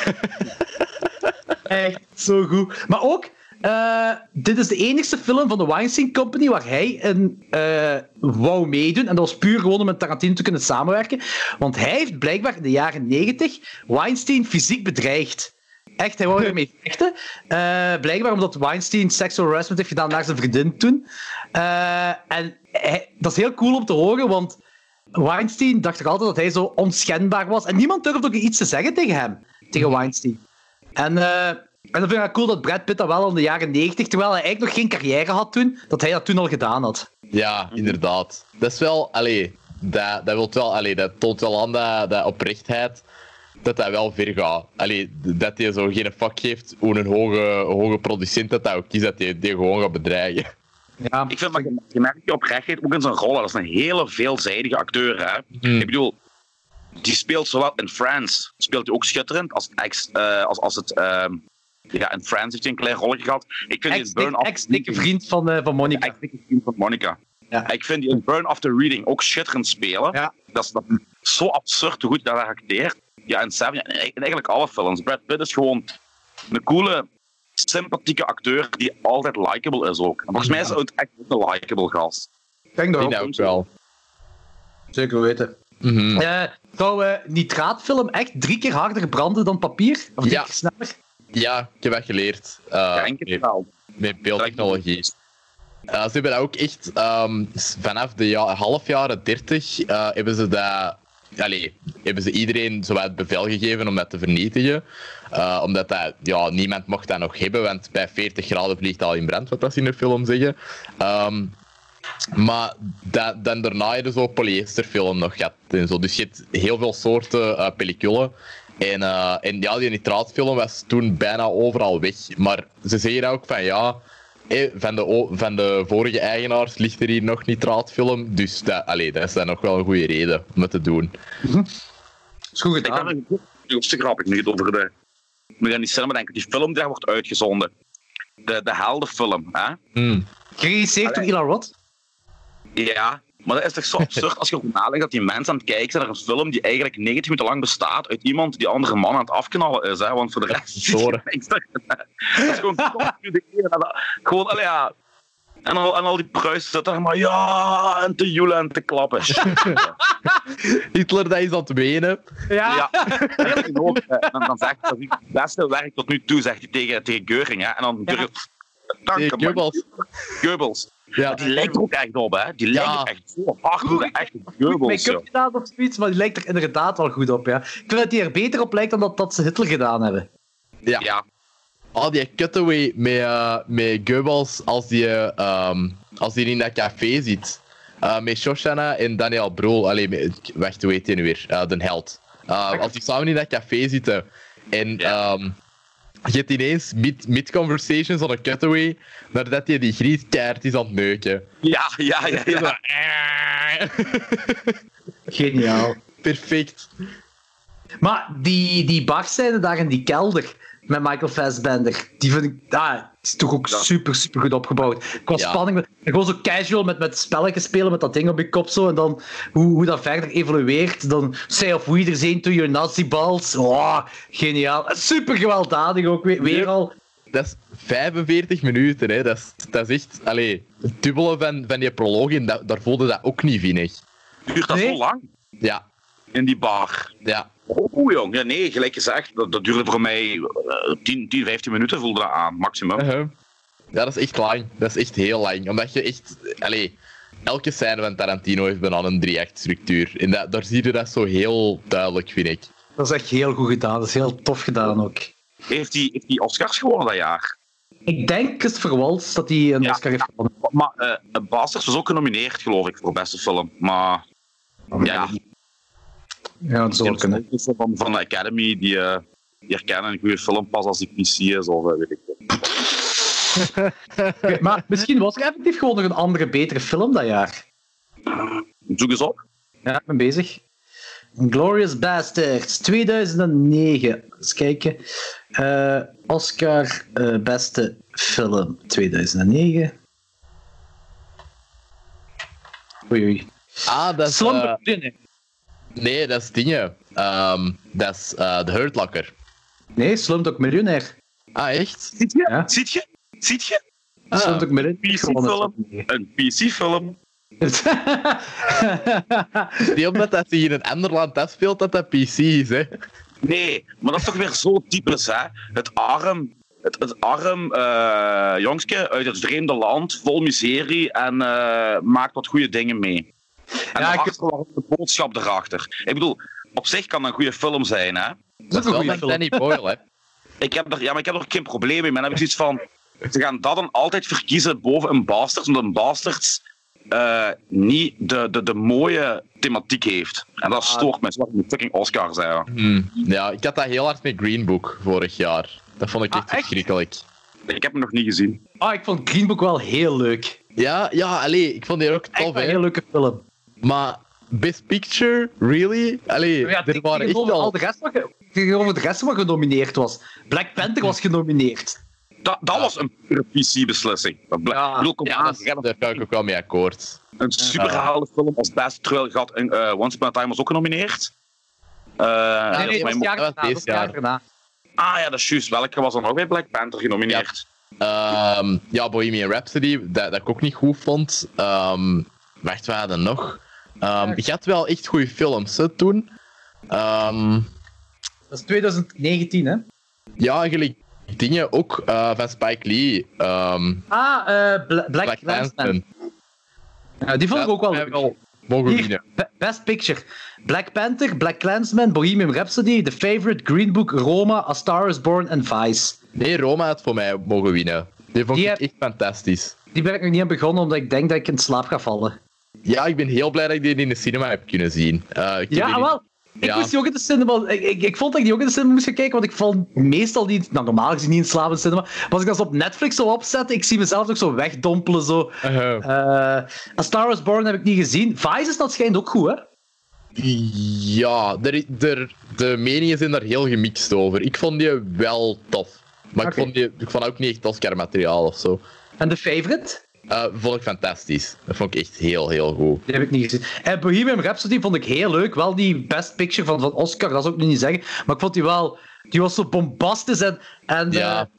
Echt zo goed. Maar ook, dit is de enigste film van de Weinstein Company waar hij in wou meedoen. En dat was puur gewoon om met Tarantino te kunnen samenwerken. Want hij heeft blijkbaar in de jaren 90 Weinstein fysiek bedreigd. Echt, hij wou ermee vechten. Blijkbaar omdat Weinstein sexual harassment heeft gedaan naar zijn vriendin toen. En dat is heel cool om te horen, want Weinstein dacht toch altijd dat hij zo onschendbaar was. En niemand durfde ook iets te zeggen tegen hem. Tegen Weinstein. En dan vind ik het cool dat Brad Pitt dat wel in de jaren 90, terwijl hij eigenlijk nog geen carrière had toen, dat hij dat toen al gedaan had. Ja, inderdaad. Dat is wel, dat toont wel aan dat oprechtheid, dat wel ver gaat. Dat hij zo geen fuck geeft hoe een hoge producent dat ook is, dat hij gewoon gaat bedreigen. Ja. Ik vind dat je merkt die oprechtheid ook in zijn rollen. Dat is een hele veelzijdige acteur, hè. Ik bedoel, die speelt zowel in Friends, speelt hij ook schitterend, als het... in Friends heeft hij een klein rolletje gehad. Ik vind die in ex-dikke vriend van Monica. Ex-dikke vriend van Monica. Ja. Ik vind die in Burn After Reading ook schitterend spelen. Ja. Dat is zo absurd hoe goed dat hij acteert. Ja, in Seven, en eigenlijk alle films. Brad Pitt is gewoon een coole, sympathieke acteur die altijd likable is ook. En volgens mij is hij echt een likable gast. Ik denk dat ook wel. Zeker weten. Zou nitraatfilm echt 3 keer harder branden dan papier? Of 3 keer sneller? Ja, ik heb dat geleerd. Met beeldtechnologie. Ze hebben dat ook echt vanaf de halfjaren 30 hebben ze dat hebben ze iedereen zo het bevel gegeven om dat te vernietigen. Omdat niemand mocht dat nog hebben, want bij 40 graden vliegt al in brand, wat dat ze in de film zeggen. Maar dan daarna heb je zo polyesterfilm nog gehad en zo. Dus je hebt heel veel soorten pelliculen. En die nitraatfilm was toen bijna overal weg. Maar ze zeggen ook van de vorige eigenaars ligt er hier nog nitraatfilm. Dus dat is dan nog wel een goede reden om het te doen. Is goed gedaan. Ik heb een stuk grappig niet over de... Moet je aan die cinema denken, die film die wordt uitgezonden. De heldenfilm, hè? Geregisseerd door Eli Roth? Ja, maar dat is toch zo absurd als je erover nadenkt dat die mensen aan het kijken zijn naar een film die eigenlijk 90 minuten lang bestaat uit iemand die andere man aan het afknallen is, hè? Want voor de rest... Dat is gewoon gewoon, ja... En al die pruisen zitten er maar en te joelen en te klappen. Hitler, dat is aan het wenen. Ja. Dan zegt hij, dat is het beste werk tot nu toe, zegt hij tegen Göring. Hè? En dan Goebbels. Ja. Die lijkt er ook echt op, hè. Die lijkt er echt zo hard op. Echt Goebbels. Make-up gedaan of zoiets, maar die lijkt er inderdaad wel goed op, ja. Ik vind dat die er beter op lijkt dan dat ze Hitler gedaan hebben. Ja. Die cutaway met Goebbels als die in dat café zit. Met Shoshana en Daniel Brühl. Wacht, hoe heet die nu weer? De held. Als die samen in dat café zitten. En je hebt ineens mid-conversation zo'n cutaway, nadat hij die Griet keihard is aan het neuken. Ja. Geniaal. Perfect. Maar die barscène daar in die kelder met Michael Fassbender, die vind ik... is toch ook super, super goed opgebouwd. Qua spanning, en gewoon zo casual met spelletjes spelen, met dat ding op je kop zo, en dan hoe dat verder evolueert. Dan say of we er zijn to your Nazi balls. Oh, geniaal. Super gewelddadig ook, weer al. Dat is 45 minuten, hè. Dat is echt... het dubbele van die proloog, en daar voelde dat ook niet, vind ik. Duurt dat zo lang? Ja. In die bar? Ja. Oh jong, ja, nee, gelijk gezegd, dat duurde voor mij 10, 15 minuten, voelde dat aan, maximum. Ja, dat is echt lang. Dat is echt heel lang. Omdat je echt... elke scène van Tarantino heeft bijna een 3-act structuur. En daar zie je dat zo heel duidelijk, vind ik. Dat is echt heel goed gedaan. Dat is heel tof gedaan ook. Heeft hij Oscars gewonnen dat jaar? Ik denk Christopher Waltz dat hij een Oscar heeft gewonnen. Maar Bastards was ook genomineerd, geloof ik, voor beste film. Maar... Ja, dat zou kunnen. Van de Academy, die herkennen een goede film pas als die PC is, of weet ik wat. Okay, maar misschien was er effectief gewoon nog een andere, betere film dat jaar. Zoek eens op. Ja, ik ben bezig. Inglourious Basterds, 2009. Eens kijken. Oscar beste film, 2009. Oei. Dat is... Nee, dat is dingen. Dat is The Hurt Locker. Nee, Slumdog Millionaire. Echt? Ziet je? Ja. Ziet je? Slumdog Millionaire. Een PC-film. Niet omdat dat zich in een ander land afspeelt dat dat PC is, hè? Nee, maar dat is toch weer zo typisch, hè? Het arm jongske uit het vreemde land, vol miserie en maakt wat goede dingen mee. En de boodschap erachter. Ik bedoel, op zich kan dat een goede film zijn, hè? Dat is wel met Danny Boyle, hè? Ik heb er ook geen probleem mee. Maar dan heb ik zoiets van... Ze gaan dat dan altijd verkiezen boven een Bastards, omdat een Bastards niet de mooie thematiek heeft. En dat stoort mij. Zoals een fucking Oscar zijn. Ja, ik had dat heel hard met Green Book vorig jaar. Dat vond ik echt verschrikkelijk. Ik heb hem nog niet gezien. Ik vond Green Book wel heel leuk. Ja, ik vond die ook tof, echt een heel leuke film. Maar Best Picture? Really? Er waren echt al... Tegenover de rest wat genomineerd was. Black Panther was genomineerd. Dat was een pure PC-beslissing. Daar kan ik ook wel mee akkoord. Een supergehaald film als best, terwijl gaat Once Upon a Time was ook genomineerd. Nee, dat was het jaar daarna. Ah ja, dat is juist. Welke was dan ook bij Black Panther genomineerd? Bohemian Rhapsody, dat ik ook niet goed vond. Wacht, wat hadden nog? Je had wel echt goede films hè, toen. Dat is 2019, hè? Ja, eigenlijk dingen ook van Spike Lee. Black Klansman. Die vond ik ook wel leuk. Mogen winnen. Best Picture. Black Panther, Black Klansman, Bohemian Rhapsody, The Favourite, Green Book, Roma, A Star is Born en Vice. Nee, Roma had voor mij mogen winnen. Die vond ik echt fantastisch. Die ben ik nog niet aan begonnen, omdat ik denk dat ik in slaap ga vallen. Ja, ik ben heel blij dat ik die in de cinema heb kunnen zien. Ik moest die ook in de cinema... Ik vond dat ik die ook in de cinema moest gaan kijken, want ik val meestal niet... Nou, normaal gezien niet in slaap in de cinema. Maar als ik dat zo op Netflix zo opzet, ik zie mezelf ook zo wegdompelen. Zo. A Star is Born heb ik niet gezien. Vice is dat schijnt ook goed, hè? Ja, de meningen zijn daar heel gemixt over. Ik vond die wel tof. Maar ik vond ook niet echt Oscar-materiaal of zo. En The Favourite? Vond ik fantastisch. Dat vond ik echt heel, heel goed. Die heb ik niet gezien. En Bohemian Rhapsody vond ik heel leuk. Wel die Best Picture van Oscar, dat zou ik nu niet zeggen. Maar ik vond die wel... Die was zo bombastisch en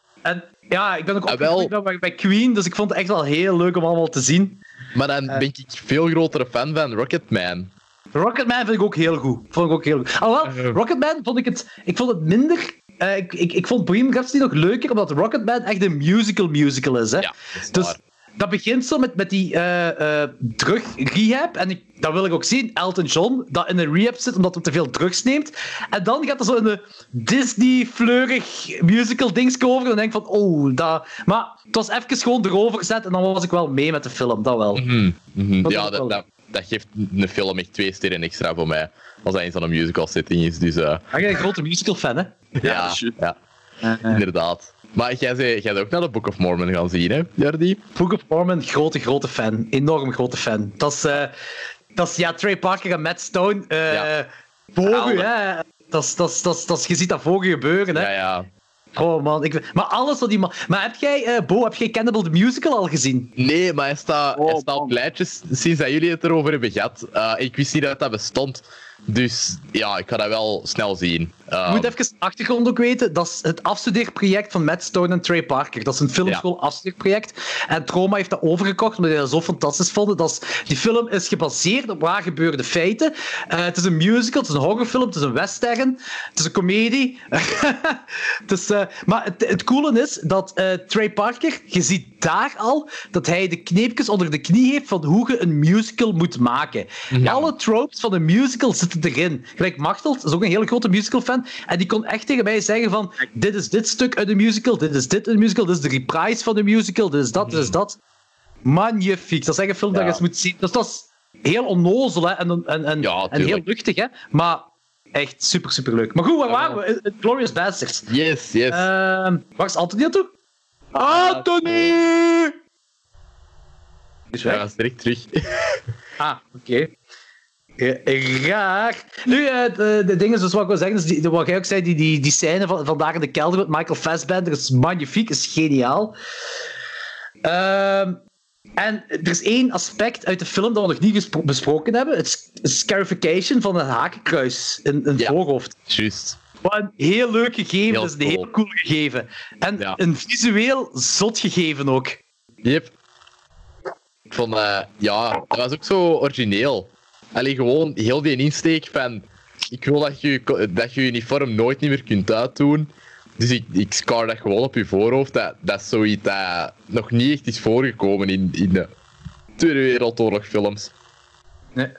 ik ben ook opgegroeid bij Queen, dus ik vond het echt wel heel leuk om allemaal te zien. Maar dan ben ik veel grotere fan van Rocketman. Rocketman vind ik ook heel goed. Rocketman vond ik vond het minder... Ik vond Bohemian Rhapsody nog leuker, omdat Rocketman echt een musical is. Hè? Ja, dus dat begint zo met die drug-rehab. En dat wil ik ook zien. Elton John, dat in een rehab zit omdat hij te veel drugs neemt. En dan gaat er zo een Disney-fleurig musical-dings over. En dan denk ik van, dat... Maar het was even gewoon erover gezet en dan was ik wel mee met de film, dat wel. Ja, dat geeft een film echt 2 sterren extra voor mij. Als hij in zo'n musical setting is. Dus, jij bent een grote musical-fan, hè? Ja, inderdaad. Maar jij bent ook naar de Book of Mormon gaan zien, hè, Jardi? Book of Mormon, grote fan. Enorm grote fan. Dat is Trey Parker en Matt Stone. Voor u, hè. Je ziet dat voor je gebeuren, hè. Ja. Oh man, maar alles wat die man... Maar heb jij Cannibal the Musical al gezien? Nee, maar hij staat op lijstjes sinds dat jullie het erover hebben gehad. Ik wist niet dat bestond. Dus ja, ik ga dat wel snel zien. Je moet even de achtergrond ook weten. Dat is het afstudeerproject van Matt Stone en Trey Parker. Dat is een filmschool afstudeerproject. En Troma heeft dat overgekocht omdat hij dat zo fantastisch vond. Die film is gebaseerd op waar gebeurde feiten. Het is een musical, het is een horrorfilm, het is een western, het is een komedie. Maar het coole is dat Trey Parker, je ziet daar al dat hij de kneepjes onder de knie heeft van hoe je een musical moet maken. Ja. Alle tropes van een musical zitten erin. Gelijk Machteld is ook een hele grote musicalfan. En die kon echt tegen mij zeggen van dit is dit stuk uit de musical, dit is dit uit de musical, dit is de reprise van de musical, dit is dat, dit is dat. Magnifiek. Dat is echt een film dat je eens moet zien. Dus dat is heel onnozel hè? En heel luchtig, hè? Maar echt super leuk. Maar goed, waar waren we? Glorious Bastards. Yes. Waar is Anthony naartoe? Anthony! Is weg? Ja, is direct terug. Oké. Raar. Nu, de dingen zoals wat ik wil zeggen, dus wat jij ook zei, die scène van vandaag in de kelder met Michael Fassbender is magnifiek, is geniaal. En er is 1 aspect uit de film dat we nog niet besproken hebben. Het scarification van een hakenkruis in het voorhoofd. Juist. Wat een heel leuk gegeven, dat is een heel cool gegeven. En een visueel zot gegeven ook. Yep. Ik vond, dat was ook zo origineel. Alleen gewoon heel die insteek van... Ik wil dat je uniform nooit niet meer kunt uitdoen. Dus ik scar dat gewoon op je voorhoofd. Dat is zoiets dat nog niet echt is voorgekomen in de Tweede Wereldoorlog films. Nee.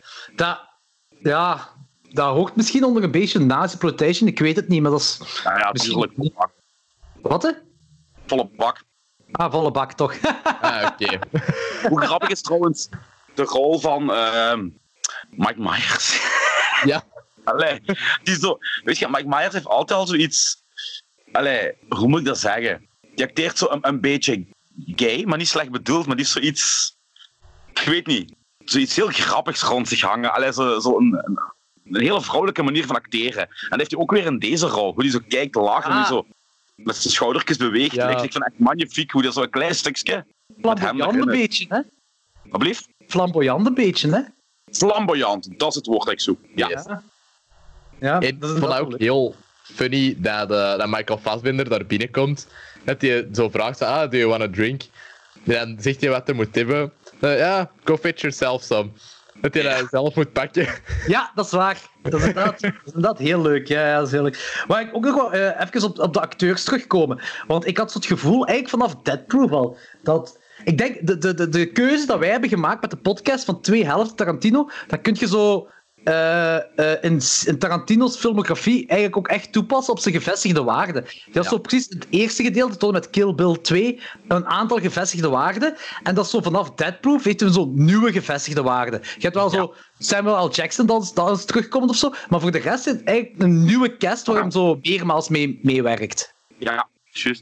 Dat hoort misschien onder een beetje nazi-protection. Ik weet het niet, maar dat is... misschien niet. Wat, hè? Volle bak. Volle bak, toch. Oké. Hoe grappig is trouwens de rol van Mike Myers? Ja. Allee, die zo... Weet je, Mike Myers heeft altijd al zoiets... Allee, hoe moet ik dat zeggen? Die acteert zo een beetje gay, maar niet slecht bedoeld, maar die is zoiets... Ik weet niet. Zoiets heel grappigs rond zich hangen. Allee, zo een hele vrouwelijke manier van acteren. En dat heeft hij ook weer in deze rol. Hoe hij zo kijkt, lacht en hoe hij zo met zijn schoudertjes beweegt. Ja. Ik vind echt magnifiek hoe hij zo een klein stukje... Flamboyant een beetje, hè? Wat blieft? Flamboyant een beetje, hè? Flamboyant, dat is het woord dat ik zoek. Ja. Yes. Ik vond het ook heel funny dat Michael Fassbender daar binnenkomt. Dat hij zo vraagt, do you want a drink? En dan zegt hij wat hij moet hebben. Go fetch yourself some. Dat hij dat zelf moet pakken. Ja, dat is waar. Dat is inderdaad heel leuk. Ja, dat is heel leuk. Maar ik ook nog wel even op de acteurs terugkomen. Want ik had zo het gevoel, eigenlijk vanaf Death Proof al, dat... Ik denk, de keuze dat wij hebben gemaakt met de podcast van 2 helften Tarantino, dat kun je zo in Tarantino's filmografie eigenlijk ook echt toepassen op zijn gevestigde waarden. Dat is zo precies het eerste gedeelte, tot en met Kill Bill 2, een aantal gevestigde waarden. En dat is zo vanaf Death Proof heeft hij zo'n nieuwe gevestigde waarden. Je hebt wel zo Samuel L. Jackson dat eens terugkomt of zo, maar voor de rest is het eigenlijk een nieuwe cast waar hij zo meermaals meewerkt. Ja, juist.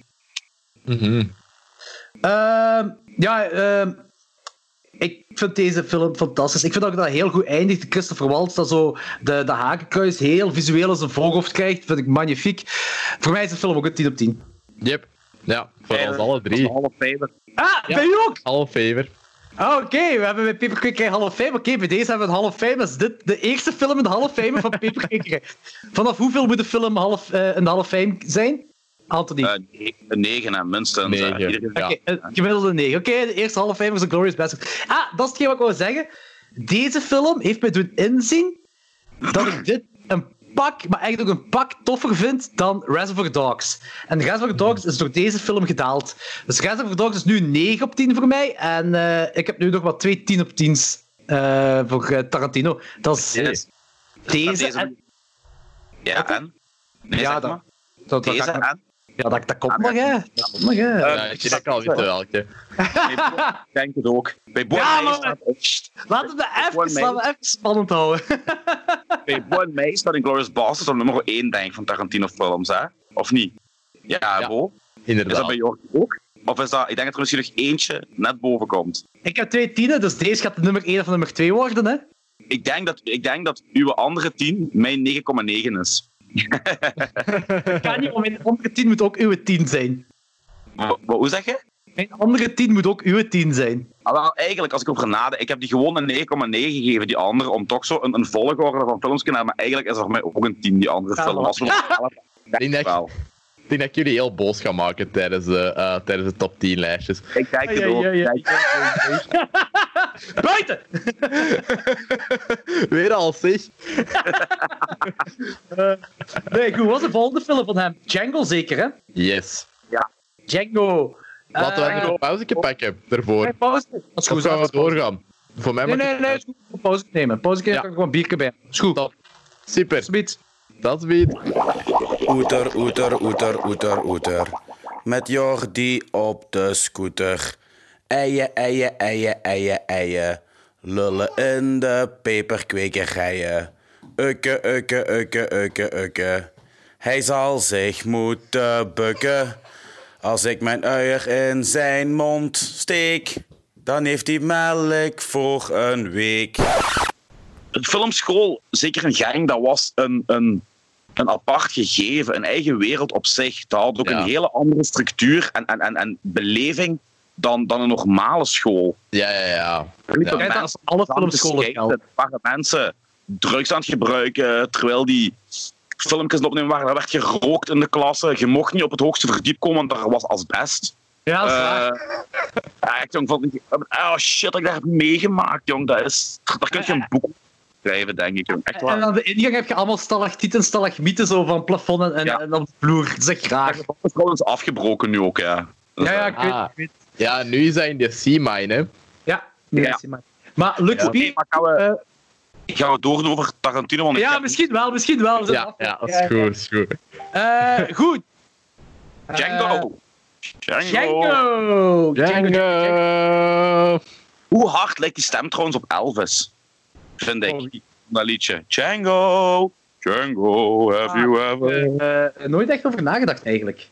Ik vind deze film fantastisch. Ik vind ook dat het heel goed eindigt. Christopher Waltz dat zo de hakenkruis heel visueel in zijn voorhoofd krijgt. Vind ik magnifiek. Voor mij is de film ook een 10 op 10. Yep. Ja, voor ons alle 3. Hall of Famer. Ah, ben je ook? Hall of Famer. Oké, we hebben bij Paperquick Hall of Fame. Oké, bij deze hebben we een Hall of Fame. Dat is dit de eerste film in de Hall of Fame van Paperquick. Vanaf hoeveel moet de film in de Hall of Fame zijn? Anthony? Een 9, minstens. 9, Oké, gemiddelde 9. Oké, de eerste Hall of Fame is een Glorious Bastard. Dat is hetgeen wat ik wou zeggen. Deze film heeft mij doen inzien dat ik dit maar eigenlijk ook een pak toffer vind dan Reservoir Dogs. En Reservoir Dogs is door deze film gedaald. Dus Reservoir Dogs is nu 9 op 10 voor mij. En ik heb nu nog wat 2 10 op 10's voor Tarantino. Dat is deze. Ja, en? Nee, ja, deze en? Ja, dat komt nog, hè. Dat komt nog, hè. Ja, ik denk al niet welke. Ik denk het ook. Bij Boy Laten we even spannend houden. Bij Boy May staat Inglourious Basterds op nummer 1, denk ik, van Tarantino-films, hè? Of niet? Ja, Bo. Inderdaad. Is dat bij Jorg ook? Of is dat... Ik denk dat er misschien nog eentje net boven komt. Ik heb 2 10'en, dus deze gaat de nummer 1 of de nummer 2 worden, hè? Ik denk dat uw andere 10 mijn 9,9 is. Kan niet, want mijn andere 10 moet ook uw 10 zijn. Hoe zeg je? Mijn andere 10 moet ook uw 10 zijn. Wel, eigenlijk, als ik over nadenk, ik heb die gewoon een 9,9 gegeven, die andere, om toch zo een volgorde van films te hebben, maar eigenlijk is er voor mij ook een 10, die andere film. Als we Ik denk dat jullie heel boos gaan maken tijdens de top 10 lijstjes. Ik kijk het ook. Buiten! Weer al, zeg. Nee, goed, wat was de volgende film van hem? Django zeker, hè? Yes. Ja. Django. Laten we even een pauze pakken daarvoor. Nee, pauze. Dat is goed. Gaan we doorgaan. Voor mij nee, is goed. Een pauze nemen. Pauze kan ik gewoon een biertje bij. Is goed. Top. Super. Dat is beet. Oeter. Met Jordi op de scooter. Eien. Lullen in de peperkwekerijen. Ukke. Hij zal zich moeten bukken. Als ik mijn uier in zijn mond steek, dan heeft hij melk voor een week. De filmschool, zeker een gang, dat was een apart gegeven, een eigen wereld op zich. Dat had ook een hele andere structuur en beleving dan een normale school. Ja. Dat als alle filmscholen geldt. Er waren mensen drugs aan het gebruiken, terwijl die filmpjes opnemen waren. Er werd gerookt in de klasse. Je mocht niet op het hoogste verdiep komen, want er was asbest. Ja, dat is waar. Oh shit, dat ik daar heb meegemaakt, jong. Daar kun je een boek schrijven, denk ik. Echt waar. En aan de ingang heb je allemaal stalactieten en stalagmieten zo van het plafond en op de vloer. Dat is echt graag. Dat is trouwens afgebroken nu ook, ja. Ja, ik weet. Ja, nu is hij in de C-mine, hè. Ja, nu is hij maar. Maar Lux P... Gaan we doordoen over Tarantino? Want misschien wel. Ja, dat is goed. Goed. Django. Hoe hard lijkt die stem trouwens op Elvis? Vind ik. Dat liedje. Django, have you ever... Nooit echt over nagedacht, eigenlijk.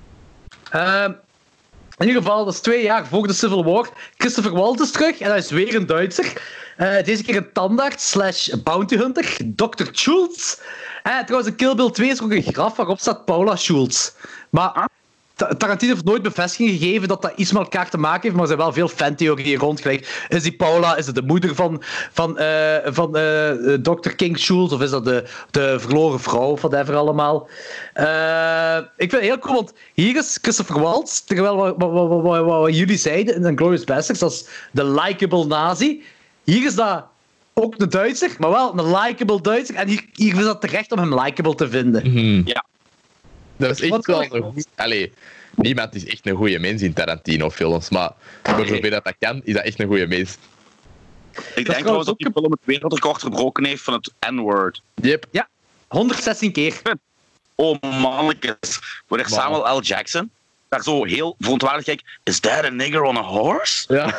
In ieder geval, dat is 2 jaar voor de Civil War. Christopher Waltz is terug en hij is weer een Duitser. Deze keer een tandarts / bounty hunter, Dr. Schultz. Trouwens, in Kill Bill 2 is er ook een graf waarop staat Paula Schultz. Maar Tarantino heeft nooit bevestiging gegeven dat dat iets met elkaar te maken heeft, maar er zijn wel veel fantheorieën rond. Gelijk, is die Paula, is het de moeder van Dr. King Schultz, of is dat de verloren vrouw, of whatever allemaal. Ik vind het heel cool, want hier is Christopher Waltz, terwijl wat jullie zeiden in Inglourious Basterds, dat is de likable nazi. Hier is dat ook een Duitser, maar wel een likable Duitser, en hier is dat terecht om hem likable te vinden. Mm-hmm. Ja. Dat is echt wel een goed... Allee, niemand is echt een goede mens in Tarantino-films, maar voor zover dat kan, is dat echt een goede mens. Ik denk trouwens dat die film het wereldrecord verbroken heeft van het N-word. Yep. Ja, 116 keer. Oh mannetjes. Voor Samuel L. Jackson. Daar zo heel verontwaardigd kijkt. Is that a nigger on a horse? Ja.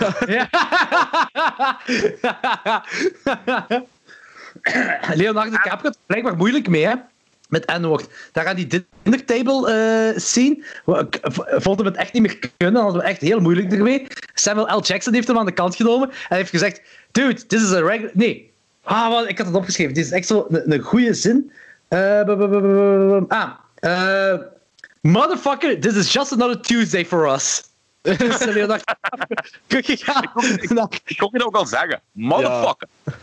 Leonardo DiCaprio had er blijkbaar moeilijk mee, hè? Met N-woord. Daar aan die dinner table scene vond hem het echt niet meer kunnen. Dan hadden we echt heel moeilijk ermee. Samuel L. Jackson heeft hem aan de kant genomen en heeft gezegd: Dude, this is a regular... Nee. Ik had het opgeschreven. Dit is echt zo een goede zin. Motherfucker, this is just another Tuesday for us. Ik kon het ook al zeggen. Motherfucker. Ja.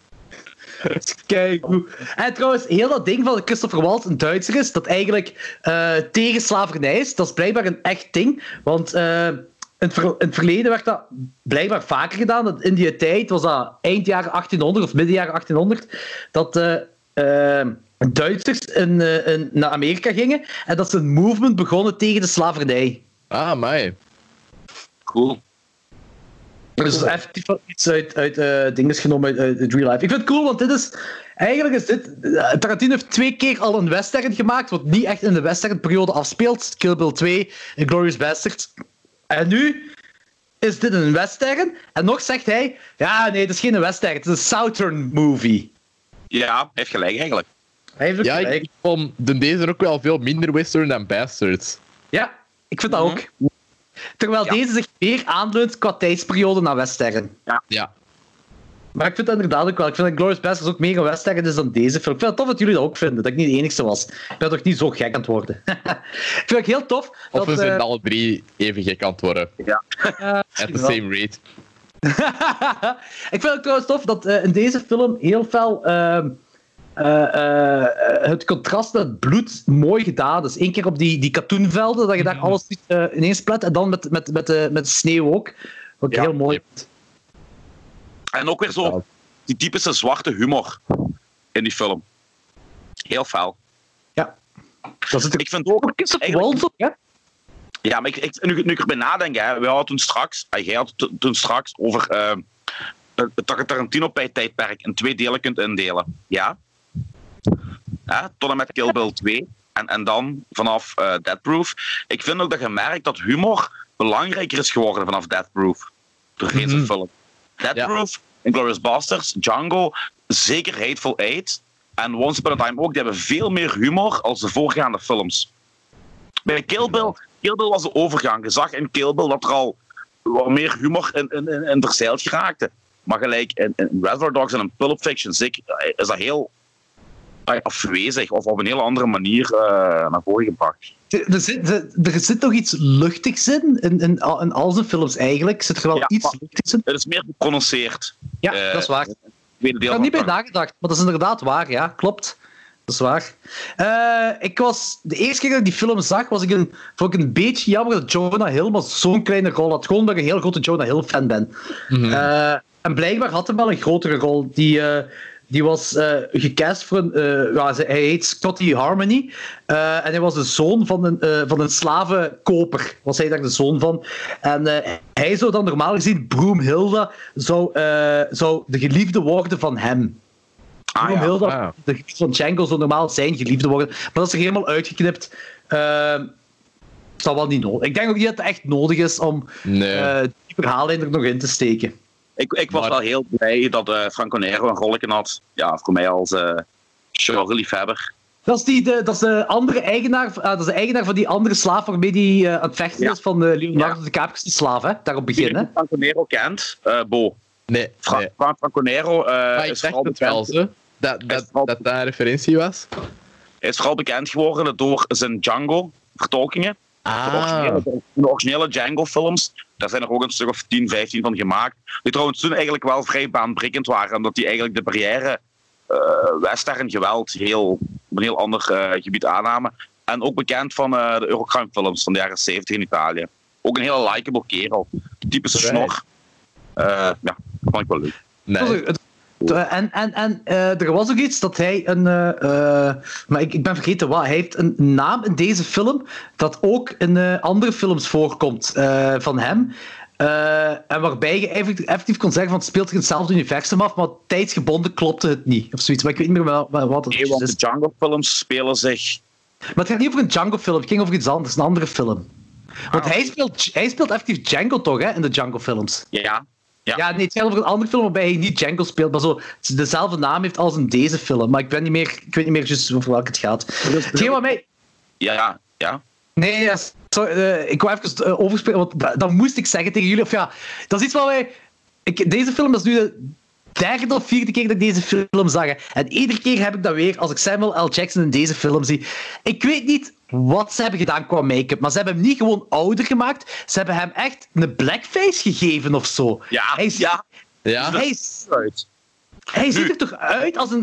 Kijk hoe. En trouwens, heel dat ding van Christopher Waltz, een Duitser is, dat eigenlijk tegen slavernij is, dat is blijkbaar een echt ding. Want in het verleden werd dat blijkbaar vaker gedaan. In die tijd was dat eind jaren 1800 of midden jaren 1800, dat Duitsers naar Amerika gingen en dat ze een movement begonnen tegen de slavernij. Ah, mij. Cool. Dus effectief iets uit dingen genomen uit real life. Ik vind het cool, want eigenlijk is dit... Tarantino heeft 2 keer al een western gemaakt, wat niet echt in de westernperiode afspeelt. Kill Bill 2, Inglourious Basterds. En nu is dit een western. En nog zegt hij, ja, nee, het is geen western, het is een southern movie. Ja, hij heeft gelijk eigenlijk. Hij heeft gelijk. Ik vond deze ook wel veel minder western dan Bastards. Ja, ik vind dat ook. Terwijl deze zich meer aanleunt qua tijdsperiode naar western. Ja. Maar ik vind dat inderdaad ook wel. Ik vind dat Inglourious Basterds ook mega western is dan deze film. Ik vind het tof dat jullie dat ook vinden, dat ik niet de enigste was. Ik ben toch niet zo gek aan het worden. Ik vind het heel tof. Of we zijn alle 3 even gek aan het worden. Ja. At the same rate. Ik vind het trouwens tof dat in deze film heel veel het contrast met bloed mooi gedaan is. 1 keer op die katoenvelden, dat je daar alles ineens plet. En dan met de sneeuw ook. Ook heel mooi. En ook weer zo die typische zwarte humor in die film. Heel fel. Ja. Dat is ik vind ook... Ja, ja, maar nu ik erbij nadenk, hè, jij had toen straks over dat je Tarantino bij het tijdperk in 2 delen kunt indelen. Ja? Tot en met Kill Bill 2 en dan vanaf Death Proof. Ik vind ook dat je merkt dat humor belangrijker is geworden vanaf Death Proof. Door deze film. Death Proof, Inglourious Basterds, Django, zeker Hateful Eight en Once Upon a Time ook. Die hebben veel meer humor als de voorgaande films. Bij Kill Bill was de overgang. Je zag in Kill Bill dat er al wat meer humor in verzeild geraakte. Maar gelijk in Reservoir Dogs en in Pulp Fiction is dat heel afwezig of op een hele andere manier naar voren gebracht. Er zit toch iets luchtigs in al zijn films eigenlijk. Zit er wel iets luchtigs in? Het is meer geprononceerd. Ja, dat is waar. Ik had niet bij nagedacht, maar dat is inderdaad waar. Ja, klopt. Dat is waar. De eerste keer dat ik die film zag, vond ik een beetje jammer dat Jonah Hill maar zo'n kleine rol had. Gewoon omdat ik een heel grote Jonah Hill fan ben. En blijkbaar had hij wel een grotere rol. Die was gecast voor hij heet Scotty Harmony. En hij was de zoon van een slavenkoper. Was hij daar de zoon van. En hij zou dan normaal gezien, Broomhilda, zou de geliefde worden van hem. Broomhilda, de geliefde van Django, zou normaal zijn geliefde worden. Maar dat is er helemaal uitgeknipt. Dat is wel niet nodig. Ik denk ook niet dat het echt nodig is om die verhalen er nog in te steken. Ik was wel heel blij dat Franco Nero een rolletje had. Ja, voor mij als genreliefhebber. Dat is de andere eigenaar, dat is de eigenaar van die andere slaaf waarmee die aan het vechten is van Leonardo DiCaprio, die slaaf, hè? Daarop beginnen. Wie Franco Nero kent, Bo. Nee. Franco Nero is vooral bekend. Dat een referentie was. Hij is vooral bekend geworden door zijn Django-vertolkingen. De originele Django-films, daar zijn er ook een stuk of 10, 15 van gemaakt. Die trouwens toen eigenlijk wel vrij baanbrekend waren, omdat die eigenlijk de barrière western geweld op een heel ander gebied aannamen. En ook bekend van de Eurocrime-films van de jaren 70 in Italië. Ook een hele likable kerel. Typische snor. Ja, vond ik wel leuk. Nee. En er was ook iets dat hij maar ik ben vergeten wat. Hij heeft een naam in deze film dat ook in andere films voorkomt van hem. En waarbij je effectief kon zeggen van het speelt zich in hetzelfde universum af, maar tijdsgebonden klopte het niet. Of zoiets. Maar ik weet niet meer wat het is. Want de Django-films spelen zich... Maar het gaat niet over een Django-film, het ging over iets anders, een andere film. Want hij speelt effectief Django toch, hè, in de Django-films? Ja. Ja, nee, het gaat over een andere film waarbij hij niet Django speelt, maar zo dezelfde naam heeft als in deze film. Maar ik weet niet meer juist over welke het gaat. Geen wat mij... Ja. Nee, ja, sorry, ik wou even overspelen, want dat moest ik zeggen tegen jullie. Of ja, dat is iets wat wij... Deze film, dat is nu de derde of vierde keer dat ik deze film zag. En iedere keer heb ik dat weer, als ik Samuel L. Jackson in deze film zie. Ik weet niet wat ze hebben gedaan qua make-up, maar ze hebben hem niet gewoon ouder gemaakt. Ze hebben hem echt een blackface gegeven of zo. Ja. Hij ziet er toch uit als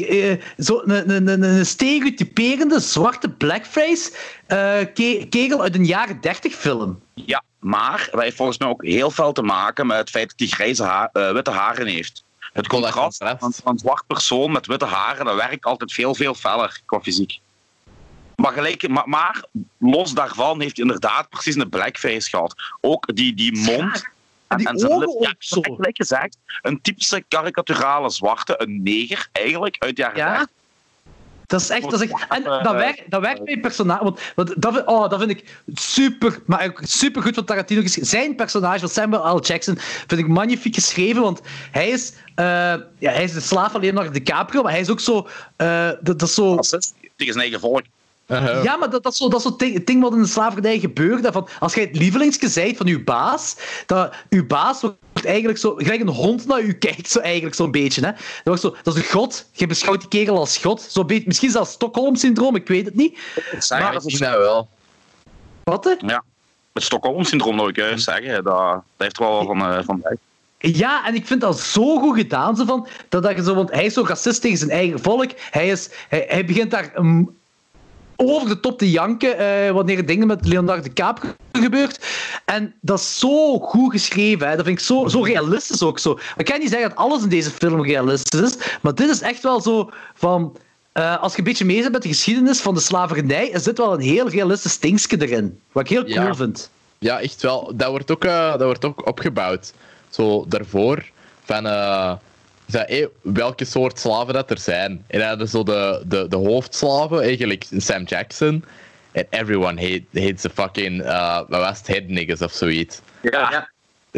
een stereotyperende zwarte blackface kerel uit een jaren 30 film. Ja, maar wij heeft volgens mij ook heel veel te maken met het feit dat hij grijze witte haren heeft. Het contrast van een zwart persoon met witte haren, dat werkt altijd veel feller qua fysiek. Maar los daarvan heeft hij inderdaad precies een blackface gehad. Ook die mond... En zijn ogen ook zo. Gelijk gezegd, een typische karikaturale zwarte, een neger eigenlijk, uit de jaren 30. Dat is echt... En dat werkt bij een personage... Want dat vind ik super... Maar ook super goed van Tarantino geschreven. Zijn personage van Samuel L. Jackson vind ik magnifiek geschreven, want hij is de slaaf alleen naar DiCaprio, maar hij is ook zo... dat is zo... Racist tegen zijn eigen volk. Ja, maar dat is zo'n ding wat in de slavernij gebeurde. Van, als jij het lievelingske bent van je baas, dat uw baas wordt eigenlijk zo... Gelijk een hond naar u kijkt, zo eigenlijk zo'n beetje. Hè. Dat is een god. Je beschouwt die kerel als god. Misschien is dat Stockholm-syndroom, ik weet het niet. Maar dat is nou wel. Wat? Ja, het Stockholm-syndroom zou ik juist zeggen. Dat heeft er wel van bij. Ja, en ik vind dat zo goed gedaan. Zo van, want hij is zo racist tegen zijn eigen volk. Hij begint daar... over de top te janken wanneer er dingen met Leonardo DiCaprio gebeurt. En dat is zo goed geschreven. Hè. Dat vind ik zo realistisch ook zo. Ik kan niet zeggen dat alles in deze film realistisch is, maar dit is echt wel zo van... als je een beetje mee bent met de geschiedenis van de slavernij, is dit wel een heel realistisch dingetje erin. Wat ik heel cool vind. Ja, echt wel. Dat wordt ook opgebouwd. Zo daarvoor van... welke soort slaven dat er zijn. En dan hadden zo de hoofdslaven, eigenlijk Sam Jackson. En everyone hates the fucking West Head niggas of zoiets. Ja.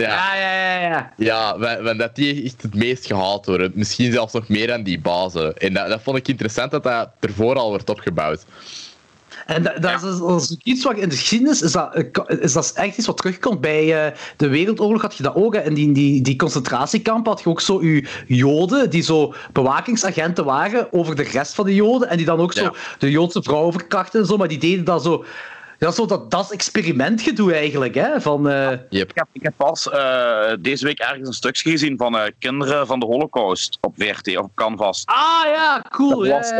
Ja, dat die echt het meest gehaald worden. Misschien zelfs nog meer dan die bazen. En dat vond ik interessant dat ervoor al wordt opgebouwd. En dat is iets wat in de geschiedenis is dat echt iets wat terugkomt. Bij de Wereldoorlog had je dat ook. En die concentratiekampen had je ook zo je Joden die zo bewakingsagenten waren over de rest van de Joden. En die dan ook zo de Joodse vrouwen verkrachten en zo. Maar die deden dat zo... Ja, zo dat experimentgedoe eigenlijk. Hè, van, Ik heb pas deze week ergens een stukje gezien van kinderen van de Holocaust op VRT, of op Canvas. Ah ja, cool. Dat was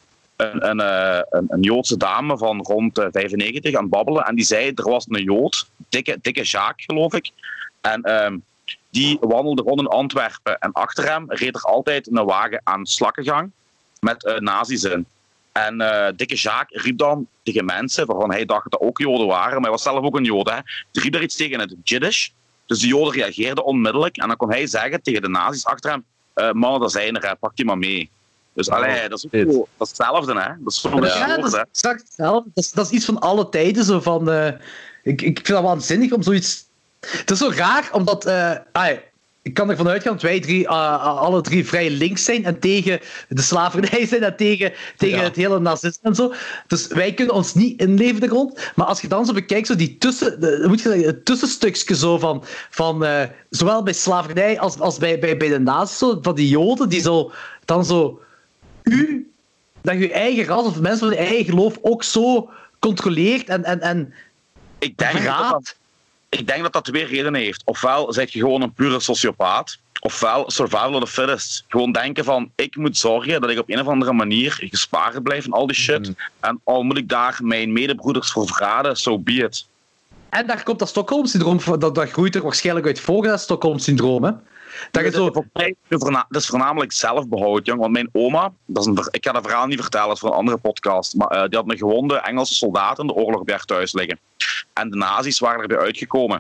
een Joodse dame van rond 95 aan het babbelen. En die zei, er was een Jood, dikke Jacques geloof ik. En die wandelde rond in Antwerpen. En achter hem reed er altijd een wagen aan slakkengang met nazi's in. En dikke Jacques riep dan tegen mensen, waarvan hij dacht dat ook Joden waren, maar hij was zelf ook een Jood. Hè. Die riep er iets tegen in het Jiddisch. Dus de Joden reageerden onmiddellijk. En dan kon hij zeggen tegen de nazi's achter hem, mannen, dat zijn er, pak die maar mee. Dus dat is ook hetzelfde, hè? Dat is dat is exact hetzelfde. Dat is iets van alle tijden. Zo van, ik vind dat waanzinnig om zoiets... Het is zo raar, omdat... ik kan ervan uitgaan dat wij alle drie vrij links zijn en tegen de slavernij zijn en tegen het hele nazisme en zo. Dus wij kunnen ons niet inleven er rond. Maar als je dan zo bekijkt, zo die tussenstukje zo van zowel bij slavernij als bij de nazi's, zo, van die Joden, die zo dan zo... dat je eigen ras of mensen van je eigen geloof ook zo controleert en ik denk dat dat twee redenen heeft. Ofwel zeg je gewoon een pure sociopaat, ofwel survival of the fittest. Gewoon denken van, ik moet zorgen dat ik op een of andere manier gespaard blijf van al die shit. En al moet ik daar mijn medebroeders voor verraden, so be it. En daar komt dat Stockholm-syndroom, dat groeit er waarschijnlijk uit voort, dat Stockholm-syndroom, hè? Dat is voornamelijk zelfbehoud, jong. Want mijn oma, ik ga dat verhaal niet vertellen, dat is voor een andere podcast, maar die had een gewonde Engelse soldaat in de oorlog bij haar thuis liggen. En de nazi's waren erbij uitgekomen.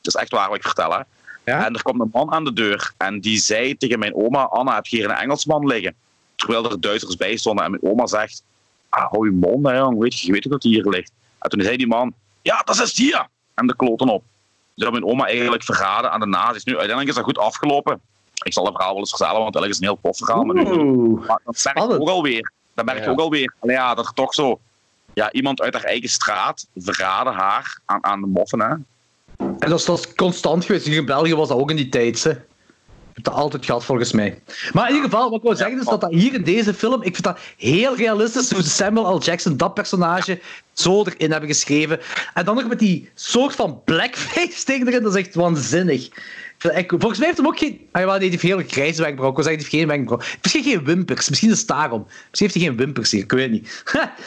Dat is echt waar wat ik vertel, hè. Ja? En er komt een man aan de deur en die zei tegen mijn oma, Anna, heb je hier een Engelsman liggen? Terwijl er Duitsers bij stonden en mijn oma zegt, hou je mond, hè, jong. Je weet toch dat hij hier ligt? En toen zei die man, ja, dat is hier! En de kloten op. Dus dat mijn oma eigenlijk verraden aan de nazi's. Nu, uiteindelijk is dat goed afgelopen. Ik zal het verhaal wel eens vertellen, want eigenlijk is het een heel tof verhaal. Maar dat merk je ook alweer. Dat merk je ook alweer. Ja, dat er toch zo... Ja, iemand uit haar eigen straat verraden haar aan de moffen, hè. En dat is constant geweest. Hier in België was dat ook in die tijd, hè. Ik heb dat altijd gehad, volgens mij. Maar in ieder geval, wat ik wil zeggen is dat hier in deze film... Ik vind dat heel realistisch hoe Samuel L. Jackson dat personage zo erin hebben geschreven. En dan nog met die soort van blackface tegen erin. Dat is echt waanzinnig. Volgens mij heeft hem ook geen... nee, die heeft heel grijze wenkbrauw. Ik wil zeggen, die heeft geen wenkbrauw. Misschien geen wimpers. Misschien is het daarom. Misschien heeft hij geen wimpers hier. Ik weet niet.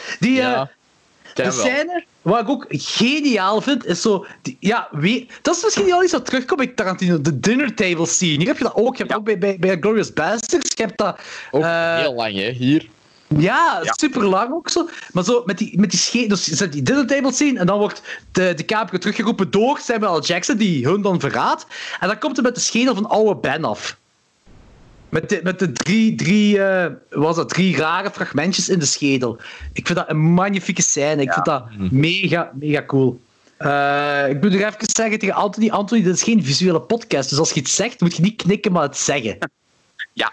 De scène, wat ik ook geniaal vind, is zo... dat is misschien al iets dat terugkomt bij Tarantino. De dinner table scene. Hier heb je dat ook. Je hebt ook bij Glorious Bastards. Je hebt dat... Ook heel lang, hè, hier. Ja, super lang ook zo. Maar zo met die schedel. Dus je zet die dinner table scene en dan wordt de DiCaprio teruggeroepen door Samuel L. Jackson, die hun dan verraadt. En dan komt hij met de schedel van oude Ben af. Met de drie rare fragmentjes in de schedel. Ik vind dat een magnifieke scène. Ik vind dat mega, mega cool. Ik moet nog even zeggen tegen Anthony. Anthony, dit is geen visuele podcast. Dus als je iets zegt, moet je niet knikken, maar het zeggen. Ja.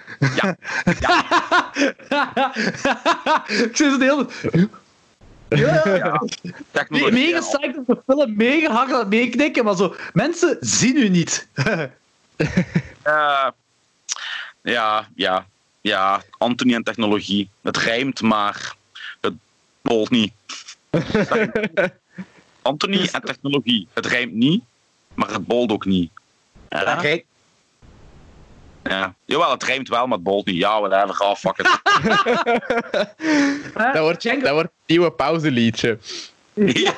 Ik zeg het heel... Ja. Mega psyched op de film, mega hard aan het meeknikken, maar zo... Mensen zien u niet. Ja, Anthony en technologie. Het rijmt, maar het bolt niet. Anthony en technologie. Het rijmt niet, maar het bolt ook niet. Ja. Jawel, het rijmt wel, maar het bolt niet. Ja, whatever, fuck it. Dat wordt een nieuwe pauzeliedje. Ja.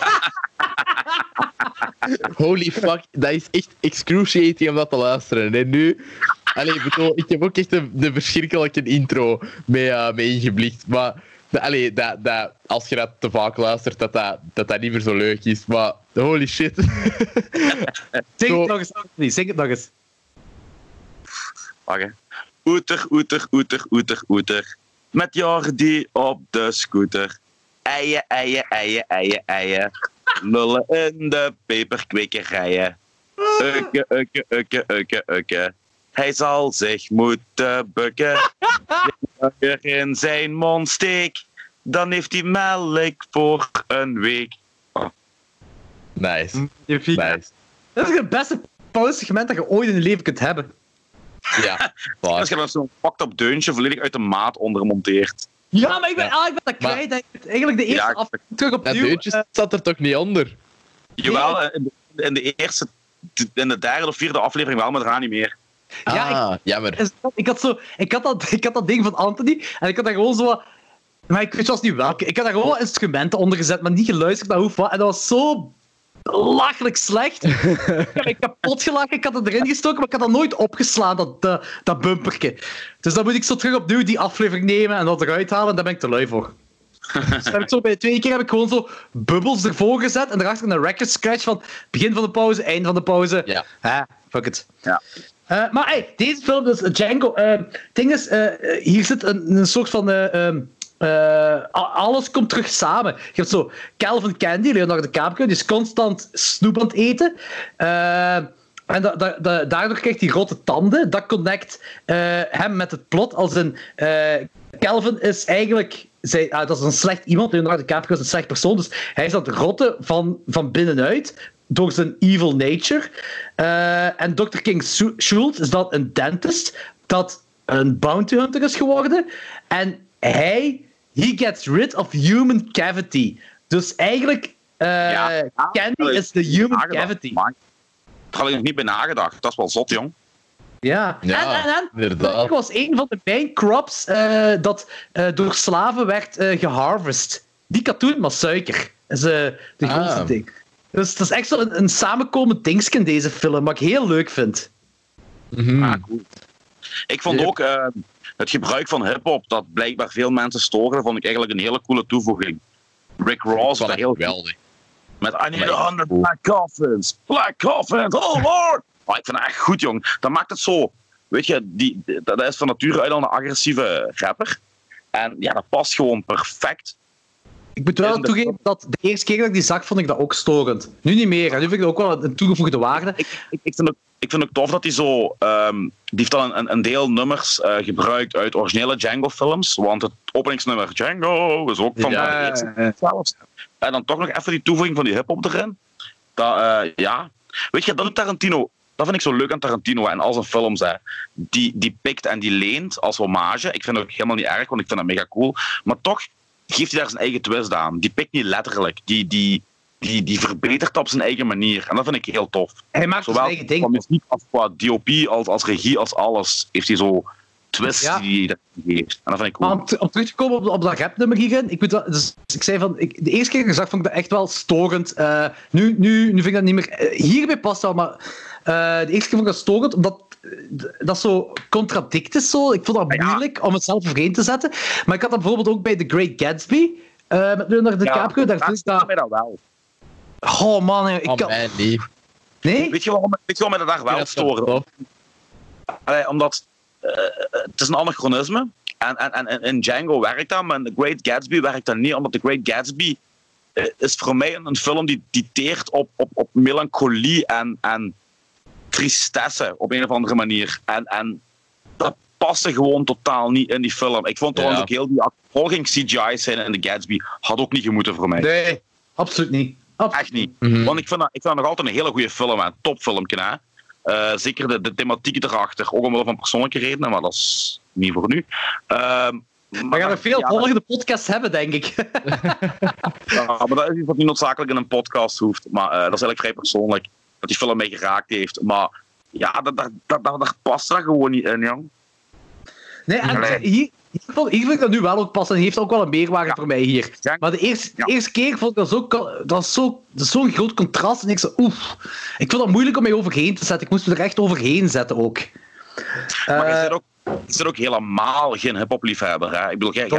Holy fuck, dat is echt excruciating om dat te luisteren. En nu... ik heb ook echt een verschrikkelijke intro mee ingeblikt. Maar als je dat te vaak luistert, dat niet meer zo leuk is. Maar holy shit. Zing het nog eens, Anthony. Zing het nog eens. Wacht, hè. Oeter, oeter, oeter, oeter, oeter. Met Jordi op de scooter. Eien, eien, eien, eien, eien. Lullen in de peperkwekerijen. Ukke, ukke, ukke, ukke, ukke. Hij zal zich moeten bukken. Als in zijn mond steek, dan heeft hij melk voor een week. Oh. Nice. Dat is het beste pauzesegment dat je ooit in je leven kunt hebben. Ja, als je dan zo'n fucked up deuntje volledig uit de maat ondermonteert. Ja, maar ik ben dat kwijt. Eigenlijk de eerste aflevering terug opnieuw... Dat deuntje zat er toch niet onder? Jawel, in de derde of vierde aflevering wel, maar daarna niet meer. Ja, jammer. Ik had dat ding van Anthony en ik had daar gewoon zo wat... Maar ik weet zelfs niet welke. Ik had daar gewoon wat instrumenten onder gezet, maar niet geluisterd naar hoeveel. En dat was zo lachelijk slecht. Ik heb me kapot gelachen, ik had het erin gestoken, maar ik had dat nooit opgeslaan, dat bumperke. Dus dan moet ik zo terug opnieuw die aflevering nemen en dat eruit halen en daar ben ik te lui voor. Dus heb ik zo bij de tweede keer heb ik gewoon zo bubbels ervoor gezet en daarachter een record scratch van begin van de pauze, einde van de pauze. Ja. Fuck it. Ja. Maar hey, deze film, dus Django, het ding is, hier zit een soort van... alles komt terug samen. Je hebt zo Calvin Candy, Leonardo DiCaprio, die is constant snoep aan het eten. En daardoor krijgt hij rotte tanden. Dat connect hem met het plot. Als een Calvin is eigenlijk... dat is een slecht iemand. Leonardo DiCaprio is een slecht persoon. Dus hij is aan het rotten van binnenuit. Door zijn evil nature. En Dr. King Schultz is dat een dentist. Dat een bounty hunter is geworden. En he gets rid of human cavity. Dus eigenlijk... Candy is de human cavity. Daar had ik nog niet bij nagedacht. Dat is wel zot, jong. Ja. En inderdaad. was een van de main crops dat door slaven werd geharvest. Die katoen, maar suiker. Dat is de grootste ding. Dus dat is echt zo een samenkomend dingetje in deze film, wat ik heel leuk vind. Cool. Ik vond ook het gebruik van hip-hop, dat blijkbaar veel mensen storen, vond ik eigenlijk een hele coole toevoeging. Rick Ross was heel geweldig. Met I need 100 black coffins. Black coffins, oh lord! Oh, ik vind dat echt goed, jong. Dat maakt het zo... Weet je, dat is van nature uit al een agressieve rapper. En ja, dat past gewoon perfect. Ik moet wel toegeven dat de eerste keer dat ik die zag, vond ik dat ook storend. Nu niet meer. En nu vind ik dat ook wel een toegevoegde waarde. Ik vind ook tof dat hij zo... die heeft dan een deel nummers gebruikt uit originele Django-films. Want het openingsnummer Django is ook van de eerste zelfs. En dan toch nog even die toevoeging van die hip-hop erin. Ja... Weet je, dat doet Tarantino... Dat vind ik zo leuk aan Tarantino en al zijn films. Hè. Die pikt en die leent als hommage. Ik vind het ook helemaal niet erg, want ik vind dat mega cool. Maar toch geeft hij daar zijn eigen twist aan. Die pikt niet letterlijk. Die verbetert op zijn eigen manier. En dat vind ik heel tof. Hij maakt zowel zijn eigen ding. qua muziek als qua DOP, als regie, als alles. Heeft hij zo twists die hij geeft. En dat vind ik cool. Maar om terug te komen op dat rapnummer hierin. Ik zei van... de eerste keer dat ik zag, vond ik dat echt wel storend. Nu vind ik dat niet meer... hierbij past wel, maar... de eerste keer vond ik dat storend, omdat dat zo contradict is. Zo. Ik vond dat moeilijk om het zelf overeen te zetten. Maar ik had dat bijvoorbeeld ook bij The Great Gatsby. Met Leonardo DiCaprio. Daar vind ik dat... dat wel. Oh man, ik kan... Nee. Nee? Weet je waarom mij dat daar wel storen? Omdat het is een anachronisme. En in Django werkt dat, maar in The Great Gatsby werkt dat niet. Omdat The Great Gatsby is voor mij een film die teert op melancholie en tristesse op een of andere manier. En dat paste gewoon totaal niet in die film. Ik vond trouwens ook heel die achtervolging CGI-scène in The Gatsby had ook niet gemoeten voor mij. Nee, absoluut niet. Echt niet. Want ik vind dat nog altijd een hele goede film, een topfilmpje. Hè. Zeker de thematiek erachter, ook omwille van persoonlijke redenen, maar dat is niet voor nu. We gaan nog veel volgende podcasts hebben, denk ik. Ja, maar dat is iets wat niet noodzakelijk in een podcast hoeft. Maar dat is eigenlijk vrij persoonlijk. Dat die film mij geraakt heeft. Maar ja, dat past daar gewoon niet in, jong. Nee, en hier vind ik dat nu wel ook passen. En heeft ook wel een meerwaarde voor mij hier. Maar de eerste keer vond ik dat zo'n groot contrast. En ik zo, ik vond dat moeilijk om mij overheen te zetten. Ik moest me er echt overheen zetten ook. Maar je zit ook helemaal geen hip-hop-liefhebber, hè? Ik bedoel, jij...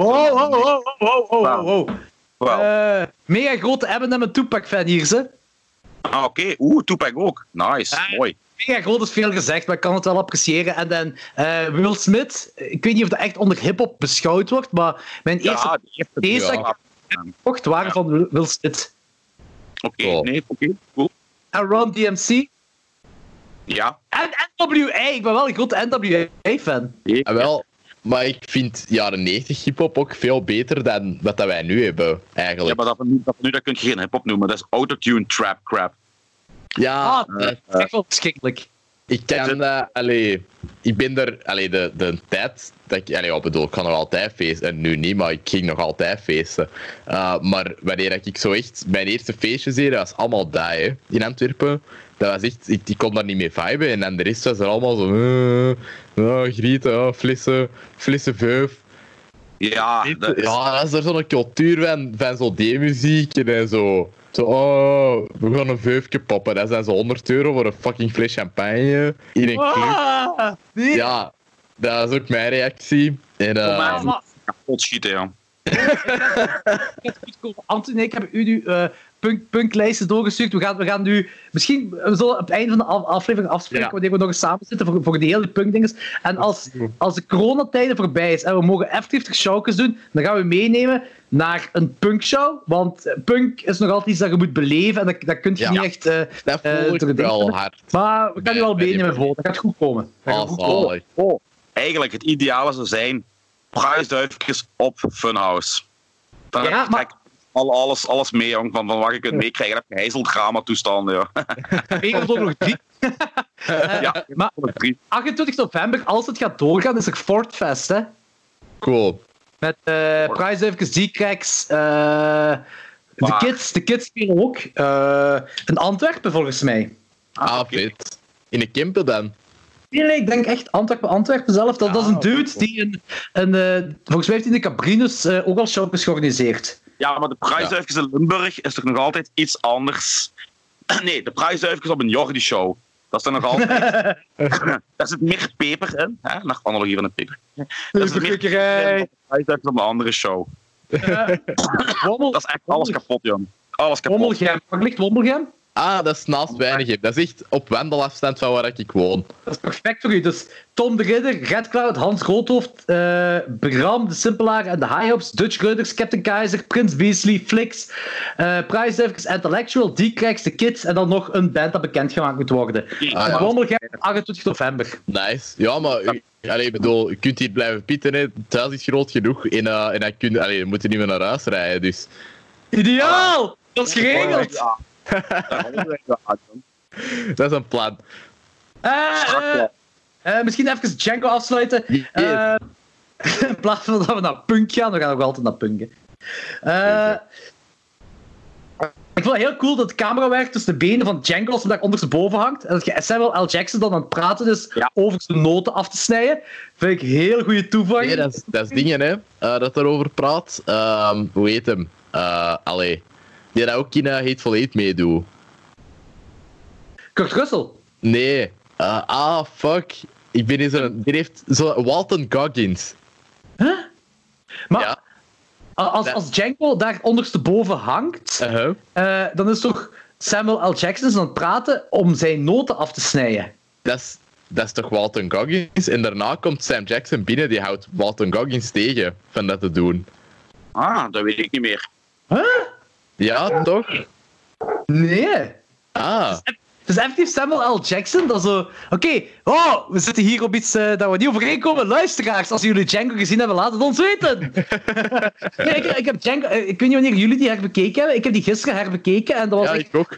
Mega grote Eminem en Tupac-fan hier, ze. Ah, oké. Tupac ook. Nice. Mooi. Mega groot is veel gezegd, maar ik kan het wel appreciëren. En dan Will Smith. Ik weet niet of dat echt onder hip-hop beschouwd wordt, maar mijn eerste gekocht waren van Will Smith. Oké, cool. En Run DMC. Ja. En NWA. Ik ben wel een grote NWA-fan. Wel, maar ik vind jaren 90 hip-hop ook veel beter dan wat dat wij nu hebben, eigenlijk. Ja, maar dat kun je geen hip-hop noemen. Dat is autotune trap crap. Ja, dat is echt wel verschrikkelijk. Ik kan dat, ik ben er, de tijd dat ik bedoel, ik kan nog altijd feesten, en nu niet, maar ik ging nog altijd feesten. Maar wanneer ik zo echt, mijn eerste feestjes hier, dat was allemaal dat, hè, in Antwerpen. Dat was echt, ik kon daar niet mee viben, en dan de rest was er allemaal zo, grieten, flessen veuf. Ja, dat is er zo'n cultuur van zo D-muziek en zo. We gaan een veufje poppen. Dat zijn zo €100 voor een fucking fles champagne in een club. Nee. Ja, dat is ook mijn reactie. En, kapot schieten, ja. Anthony, ik heb u nu punklijsten doorgestuurd. We gaan nu... Misschien we zullen op het einde van de aflevering afspreken wanneer we nog eens samen zitten voor de hele punkdinges. En als de coronatijden voorbij is en we mogen effectief showjes doen, dan gaan we meenemen naar een punkshow. Want punk is nog altijd iets dat je moet beleven en dat kun je niet echt... dat voel ik wel hard. Maar we gaan nu wel meenemen voor. Dat gaat goed komen. Eigenlijk, het ideale zou zijn prijsduifjes op Funhouse. Dan trek alles mee, jong, van wat je kunt meekrijgen. Dan heb je heizeldrama-toestanden, ja. Wereldorlog nog 3. Maar 28 november, als het gaat doorgaan, is er Fortfest, hè? Cool. Met prijsduifjes, D-cracks, de kids spelen ook. In Antwerpen, volgens mij. Vet. In de Kempen dan? Nee, ik denk echt Antwerpen zelf. Dat is een dude die volgens mij heeft hij in de Cabrinus ook al showjes georganiseerd. Ja, maar de prijsduifjes in Limburg is toch nog altijd iets anders. Nee, de prijsduifjes op een Jordi-show. Dat is er nog altijd... Daar zit meer peper in, hè? Naar analogie van een peper. Daar zit meer peper in dan de prijsduifjes op een andere show. Dat is echt alles kapot, Jan. Alles kapot. Womblegem. Waar ligt Womblegem? Ah, dat is naast Weinigem. Dat is echt op wandelafstand van waar ik woon. Dat is perfect voor u. Dus Tom de Ridder, Red Cloud, Hans Groothoofd, Bram de Simpelaar en de Highhops, Dutch Rudders, Captain Keizer, Prins Beasley, Flix, Prijsdivers, Intellectual, D-Cracks, The Kids en dan nog een band dat bekendgemaakt moet worden. Womblegem, 28 november. Nice. Ja, maar ik bedoel, je kunt hier blijven pitten. Hè. Het huis is groot genoeg en je moet er niet meer naar huis rijden. Dus. Ideaal! Dat is geregeld! Dat is een plan. Misschien even Django afsluiten. In plaats van dat we naar punk gaan, we gaan nog altijd naar punk. Ik vond het heel cool dat de camera werkt tussen de benen van Django als hij daar ondersteboven hangt. En dat Samuel L. Jackson dan aan het praten is over zijn noten af te snijden. Vind ik een heel goede toevoeging. Nee, dat is dingen, hè. Dat daarover praat. Hoe heet hem? Die daar ook in Hateful Eight meedoet. Kurt Russell? Nee. Fuck. Ik ben in zo'n... Die heeft zo Walton Goggins. Huh? Maar ja. als Django daar ondersteboven hangt, dan is toch Samuel L. Jackson aan het praten om zijn noten af te snijden? Dat is toch Walton Goggins? En daarna komt Sam Jackson binnen, die houdt Walton Goggins tegen van dat te doen. Dat weet ik niet meer. Huh? Ja, toch? Nee. Dus effectief Samuel L. Jackson, dat zo... Oké, we zitten hier op iets dat we niet overeenkomen. Luisteraars, als jullie Django gezien hebben, laat het ons weten. Nee, ik heb Django... Ik weet niet wanneer jullie die herbekeken hebben. Ik heb die gisteren herbekeken en dat was ik ook.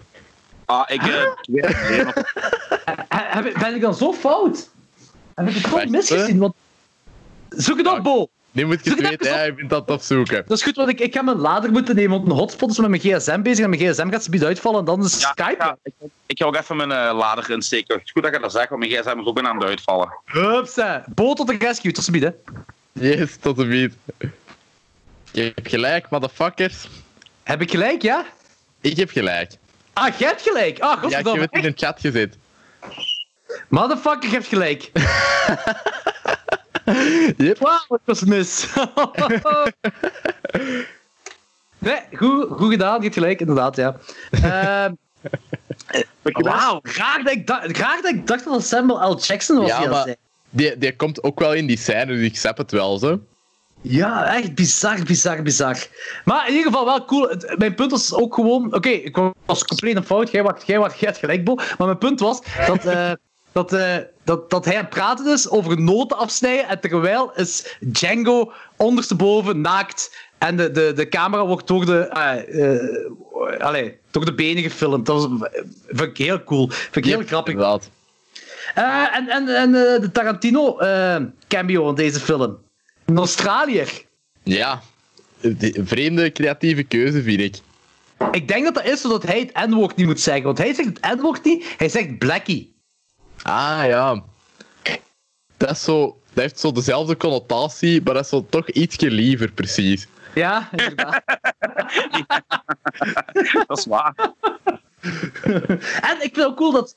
Ben ik dan zo fout? Heb ik het gewoon misgezien? Want... Zoek het op, Bo. Nu moet je het weten, je bent dat opzoeken. Dat is goed, want ik ga mijn lader moeten nemen, want een hotspot is met mijn gsm bezig en mijn gsm gaat ze uitvallen en dan is Skype. Ik ga ook even mijn lader insteken. Het is goed dat je dat zegt, want mijn gsm is ook bijna aan het uitvallen. Hupsa. Bo tot de rescue, tot ziens, hè. Yes, tot de beat. Je hebt gelijk, motherfuckers. Heb ik gelijk, ja? Ik heb gelijk. Jij hebt gelijk. Ja, ik heb het in een chat gezet. Motherfucker, je hebt gelijk. Yep. Wauw, het was mis. Nee, goed gedaan, je hebt gelijk, inderdaad, ja. Wauw, graag dat ik dacht dat het Samuel L. Jackson was. Ja, maar die komt ook wel in die scène, dus ik snap het wel, zo. Ja, echt bizar. Maar in ieder geval wel cool. Mijn punt was ook gewoon... Oké, ik was compleet een fout. Jij had gelijk, Bo. Maar mijn punt was dat hij aan het praten is over noten afsnijden en terwijl is Django ondersteboven naakt en de camera wordt door de benen gefilmd. Dat vind ik heel cool. Vind ik heel grappig. En de Tarantino cameo in deze film. Een Australiër. Ja, vreemde creatieve keuze, vind ik. Ik denk dat is zodat hij het N-woord niet moet zeggen, want hij zegt het N-woord niet, hij zegt Blackie. Ja. Dat heeft zo dezelfde connotatie, maar dat is zo toch ietsje liever, precies. Ja, inderdaad. Dat is waar. En ik vind ook cool dat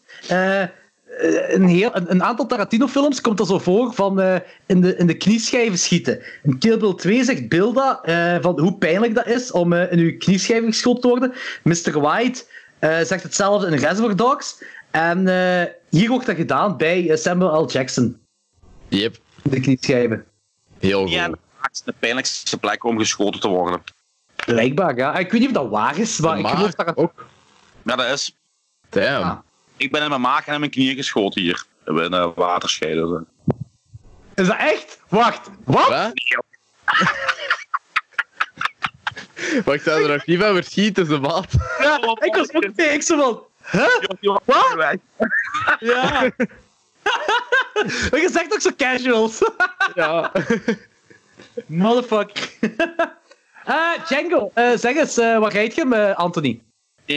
een aantal Tarantino-films komt er zo voor van in de knieschijven schieten. In Kill Bill 2 zegt Bilda van hoe pijnlijk dat is om in uw knieschijven geschoten te worden. Mr. White zegt hetzelfde in Reservoir Dogs. En hier wordt dat gedaan bij Samuel L. Jackson. Yep. De knieschijven. Heel goed. Ja, de pijnlijkste plek om geschoten te worden. Blijkbaar, ja. Ik weet niet of dat waar is, maar ik geloof dat... ook. Ja, dat is... Damn. Ah. Ik ben in mijn maag en in mijn knieën geschoten hier. In een waterscheiden. Is dat echt? Wacht, wat? Maar ik zou er nog niet van verschieten, ze maat. Ja, ik was ook mee. Ik zo van... Huh? Wat? Ja. Maar je zegt ook zo casuals. Ja. Motherfucker. Django, zeg eens, wat rijdt je hem, Anthony? 9.0.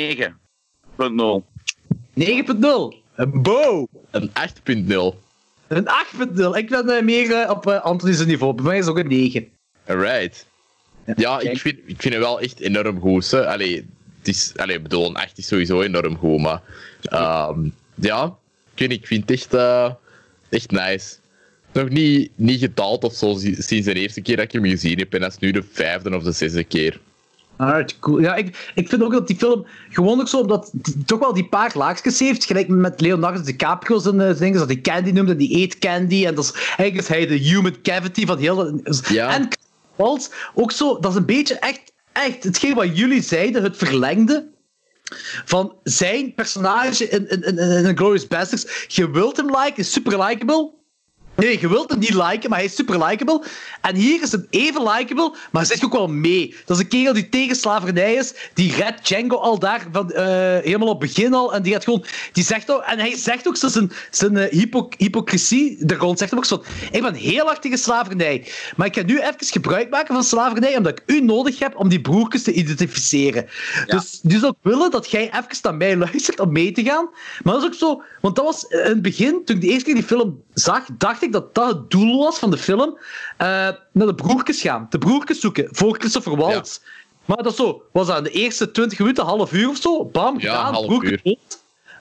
9.0. Een Bo. Een 8.0. Een 8.0. Ik ben meer op Anthony's niveau. Bij mij is ook een 9. Alright. Ja, ik vind het wel echt enorm goed. Hè. Ik bedoel, een 8 is sowieso enorm goed, maar... ja, ik vind het echt nice. Nog niet gedaald of zo sinds de eerste keer dat ik hem gezien heb. En dat is nu de 5e of de 6e keer. Alright, cool. Ja, ik vind ook dat die film gewoon ook zo, omdat die toch wel die paar laagjes heeft, gelijk met Leonardo DiCaprio zijn dingen, dat die candy noemde, die eet candy, en dat is, eigenlijk is hij de human cavity van heel... Ja. En Waltz, ook zo, dat is een beetje echt hetgeen wat jullie zeiden, het verlengde van zijn personage in Inglourious Basterds. Je wilt hem liken, is super likable. Nee, je wilt hem niet liken, maar hij is super likable. En hier is hem even likable, maar hij zit ook wel mee. Dat is een kerel die tegen slavernij is. Die redt Django al daar van, helemaal op het begin al. En die gaat gewoon... Die zegt ook, en hij zegt ook zijn hypocrisie. De grond zegt hem ook zo van... Ik ben heel hard tegen slavernij. Maar ik ga nu even gebruik maken van slavernij, omdat ik u nodig heb om die broertjes te identificeren. Ja. Dus die zou ik willen dat jij even naar mij luistert om mee te gaan. Maar dat is ook zo... Want dat was in het begin, toen ik de eerste keer die film zag, dacht ik dat dat het doel was van de film. Naar de broertjes gaan. De broertjes zoeken. Voor Christopher Waltz. Ja. Maar dat zo, was dat in de eerste 20 minuten, half uur of zo? Bam, gedaan. Broertjes dood.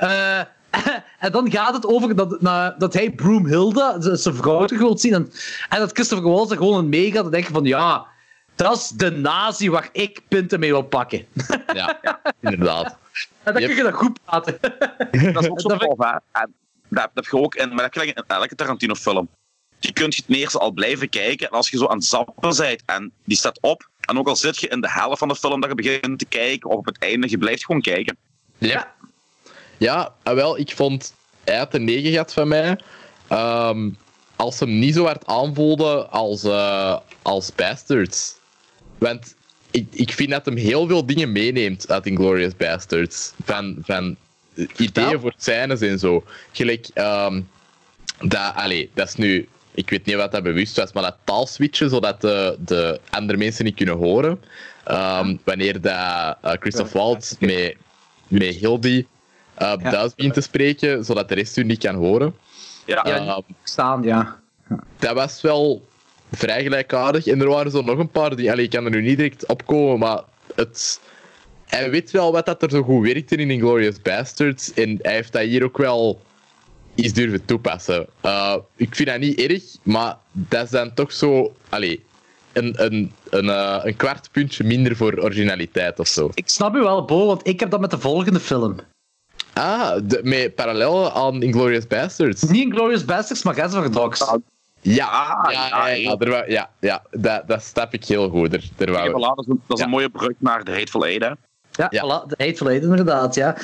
En dan gaat het over dat hij Broomhilda, zijn vrouw, terug wilt zien. En dat Christopher Waltz er gewoon een meegaat. Dan denk je van, ja, dat is de nazi waar ik punten mee wil pakken. Ja, inderdaad. En dan kun je dat goed praten. Dat is ook zo tof, hè. Dat heb je ook in elke Tarantino-film. Je kunt je het eerst al blijven kijken. En als je zo aan het zappen bent en die staat op, en ook al zit je in de helft van de film dat je begint te kijken, of op het einde, je blijft gewoon kijken. Ja. Ja, wel, ik vond... Hij had een 9 gehad van mij. Als hem niet zo hard aanvoelde als Bastards. Want ik vind dat hem heel veel dingen meeneemt uit Inglourious Basterds. Van ideeën voor scènes en zo. Gelijk, dat is nu... Ik weet niet wat dat bewust was, maar dat taalswitchen, zodat de andere mensen niet kunnen horen. Wanneer Christoph Waltz met Hildy Duits begint te spreken, zodat de rest u niet kan horen. Ja. Dat was wel vrij gelijkaardig. En er waren zo nog een paar die... ik kan er nu niet direct opkomen, maar hij weet wel wat dat er zo goed werkte in Inglourious Basterds. En hij heeft dat hier ook wel iets durven toepassen. Ik vind dat niet erg, maar dat is dan toch zo... een kwart puntje minder voor originaliteit of zo. Ik snap u wel, Bo, want ik heb dat met de volgende film. Met parallel aan Inglourious Basterds? Niet Inglourious Basterds, maar Reservoir Dogs. Dat snap ik heel goed. Dat is een mooie brug naar The Hateful Eight, hè? Ja, voilà, The Hateful Eight, inderdaad, ja.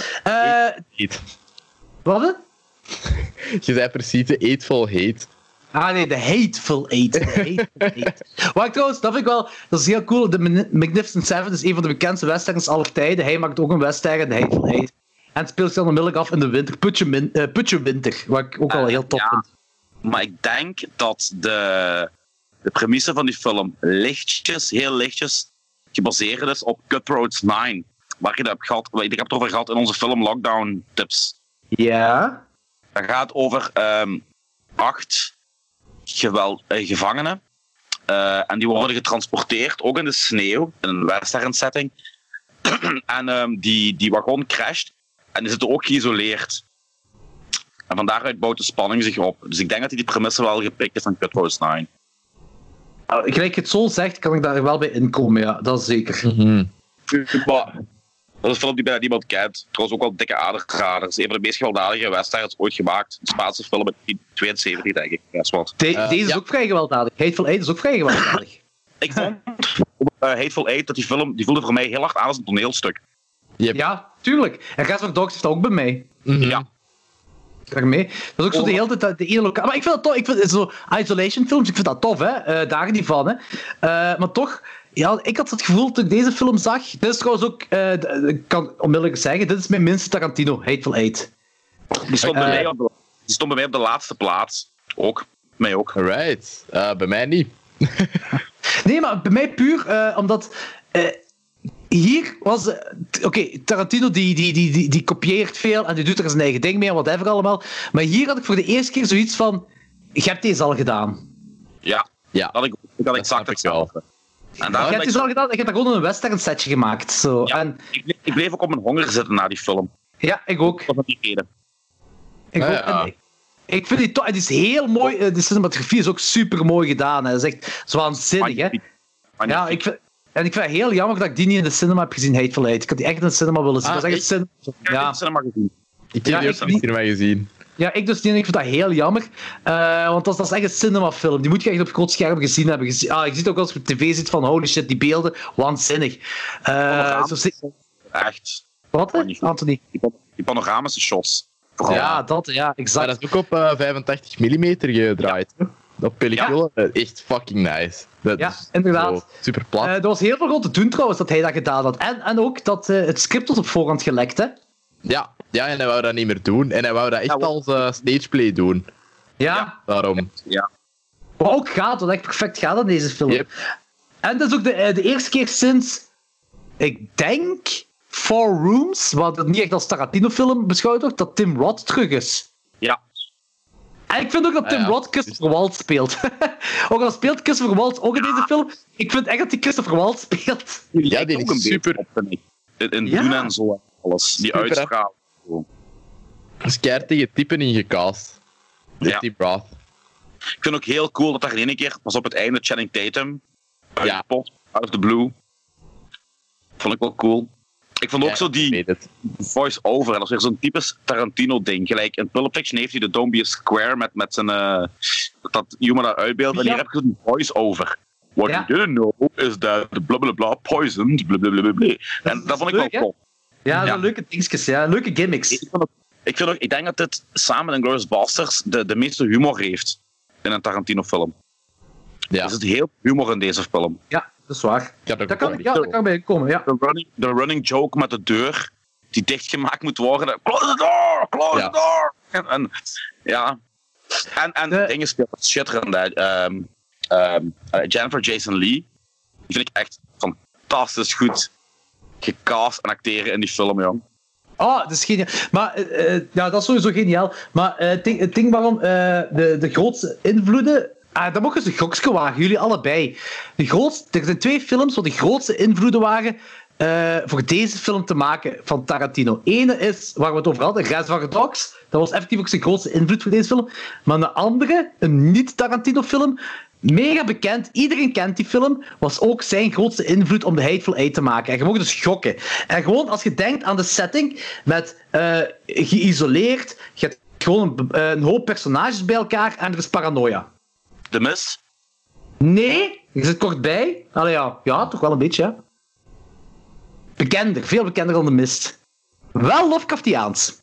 Wat? Je zei precies de Eightful Hate. Nee, The Hateful Eight. Maar trouwens, dat vind ik wel... Dat is heel cool. The Magnificent Seven is een van de bekendste westerns aller tijden. Hij maakt ook een western, The Hateful Eight. En het speelt zich dan onmiddellijk af in de winter. Putje Winter, wat ik ook wel heel tof vind. Maar ik denk dat de premisse van die film heel lichtjes gebaseerd is op Cutthroat 9. Waar ik heb het over gehad in onze film Lockdown Tips. Ja. Dat gaat over 8 gevangenen. En die worden getransporteerd, ook in de sneeuw, in een western setting. En die wagon crasht. En die zitten ook geïsoleerd. En van daaruit bouwt de spanning zich op. Dus ik denk dat hij die premisse wel gepikt heeft van Cutthroat 9. Gelijk je het zo zegt, kan ik daar wel bij inkomen, ja. Dat is zeker. Mm-hmm. Dat is een film die bijna niemand kent. Trouwens ook wel dikke aderdrader. Dat is een van de meest gewelddadige westerns ooit gemaakt. Een Spaanse film uit 1972, denk ik. Deze is ook vrij gewelddadig. Hateful Eight is ook vrij gewelddadig. Ik vond Hateful Eight dat die film die voelde voor mij heel hard aan als een toneelstuk. Yep. Ja, tuurlijk. En Reservoir Dogs heeft dat ook bij mij. Mm-hmm. Ja. Daarmee. Dat is ook zo de hele tijd de ene locatie. Maar ik vind dat tof. Ik vind zo isolation films, ik vind dat tof, hè. Daar niet van, hè. Maar toch, ja, ik had het gevoel toen ik deze film zag. Dit is trouwens ook, ik kan onmiddellijk zeggen, dit is mijn minste Tarantino, Hateful Eight. Die stond bij mij op de laatste plaats. Ook. Mij ook. Alright. Bij mij niet. Nee, maar bij mij puur omdat... hier was... Tarantino die kopieert veel en die doet er zijn eigen ding mee en whatever allemaal. Maar hier had ik voor de eerste keer zoiets van... Je hebt deze al gedaan. Ja. Dat had exact hetzelfde. Je hebt deze al gedaan en je hebt er gewoon een western setje gemaakt. Zo. Ja, en... ik bleef ook op mijn honger zitten na die film. Ja, ik ook. Dat was die reden. Ik vind die het is heel mooi. De cinematografie is ook super mooi gedaan. Hè. Dat is echt zo waanzinnig, hè? Ja, En ik vind het heel jammer dat ik die niet in de cinema heb gezien, Hateful Eight. Ik had die echt in de cinema willen zien. Ik heb het in de cinema gezien. Ik heb die ook niet in mij gezien. Ja, ik dus niet. Ik vind dat heel jammer. Want dat is echt een cinemafilm. Die moet je echt op groot scherm gezien hebben. Je ziet ook als je op tv zit van holy shit, die beelden, waanzinnig. Echt. Wat, Anthony? Die panoramische shots. Ja, exact. Maar dat is ook op 85 mm gedraaid. Dat pellicule, echt fucking nice. Dat is inderdaad. Super plat. Er was heel veel rond te doen trouwens dat hij dat gedaan had. En ook dat het script was op voorhand gelekt, hè? Ja, en hij wou dat niet meer doen. En hij wou dat echt als stageplay doen. Ja. Daarom. Ja. Wat ook gaat, wat echt perfect gaat in deze film. Yep. En dat is ook de eerste keer sinds, ik denk, Four Rooms, wat het niet echt als Tarantino-film beschouwd wordt, dat Tim Roth terug is. Ja. En ik vind ook dat Tim Roth Christopher Waltz speelt. Ook al speelt Christopher Waltz ook in deze film, ik vind echt dat hij Christopher Waltz speelt. Ja, die is super. In doen en zo. Alles. Die uitspraak. Er is keihard tegen typen ingecast. Ja. Tim Roth. Ik vind ook heel cool dat daar in één keer, pas op het einde, Channing Tatum uitgepopt, out of the blue. Vond ik wel cool. Ik vond ook zo die voice-over, dat is weer zo'n typisch Tarantino-ding. Gelijk in Pulp Fiction heeft hij de Don't Be a Square met zijn dat Yuma daar uitbeeldt. En hier heb je een voice-over. What you didn't know is that the blablabla poisoned blablabla. En dat vond ik wel cool. Ja, leuke dingetjes, leuke gimmicks. Ik denk dat dit samen met Inglourious Basterds de meeste humor heeft in een Tarantino-film. Ja. Er zit heel humor in deze film. Ja, dat is waar. Dat kan bij komen, ja. De running joke met de deur die dichtgemaakt moet worden. Close the door! Close the door! En de dingen speelt schitterend. Jennifer Jason Leigh, die vind ik echt fantastisch goed gecast en acteren in die film, jong. Oh, dat is geniaal. Maar dat is sowieso geniaal. Maar het ding waarom de grootste invloeden... dat mogen ze een gokje wagen, jullie allebei. Er zijn 2 films waar de grootste invloeden waren voor deze film te maken van Tarantino. Ene is, waar we het over hadden, Reservoir Dogs. Dat was effectief ook zijn grootste invloed voor deze film. Maar de andere, een niet-Tarantino-film, mega bekend, iedereen kent die film, was ook zijn grootste invloed om de Hateful Eight te maken. En je mag dus gokken. En gewoon als je denkt aan de setting, met geïsoleerd, je hebt gewoon een hoop personages bij elkaar en er is paranoia. The Mist? Nee, je zit kort bij. Allee, ja, toch wel een beetje, ja. Bekender, veel bekender dan The Mist. Wel Lovecraftiaans.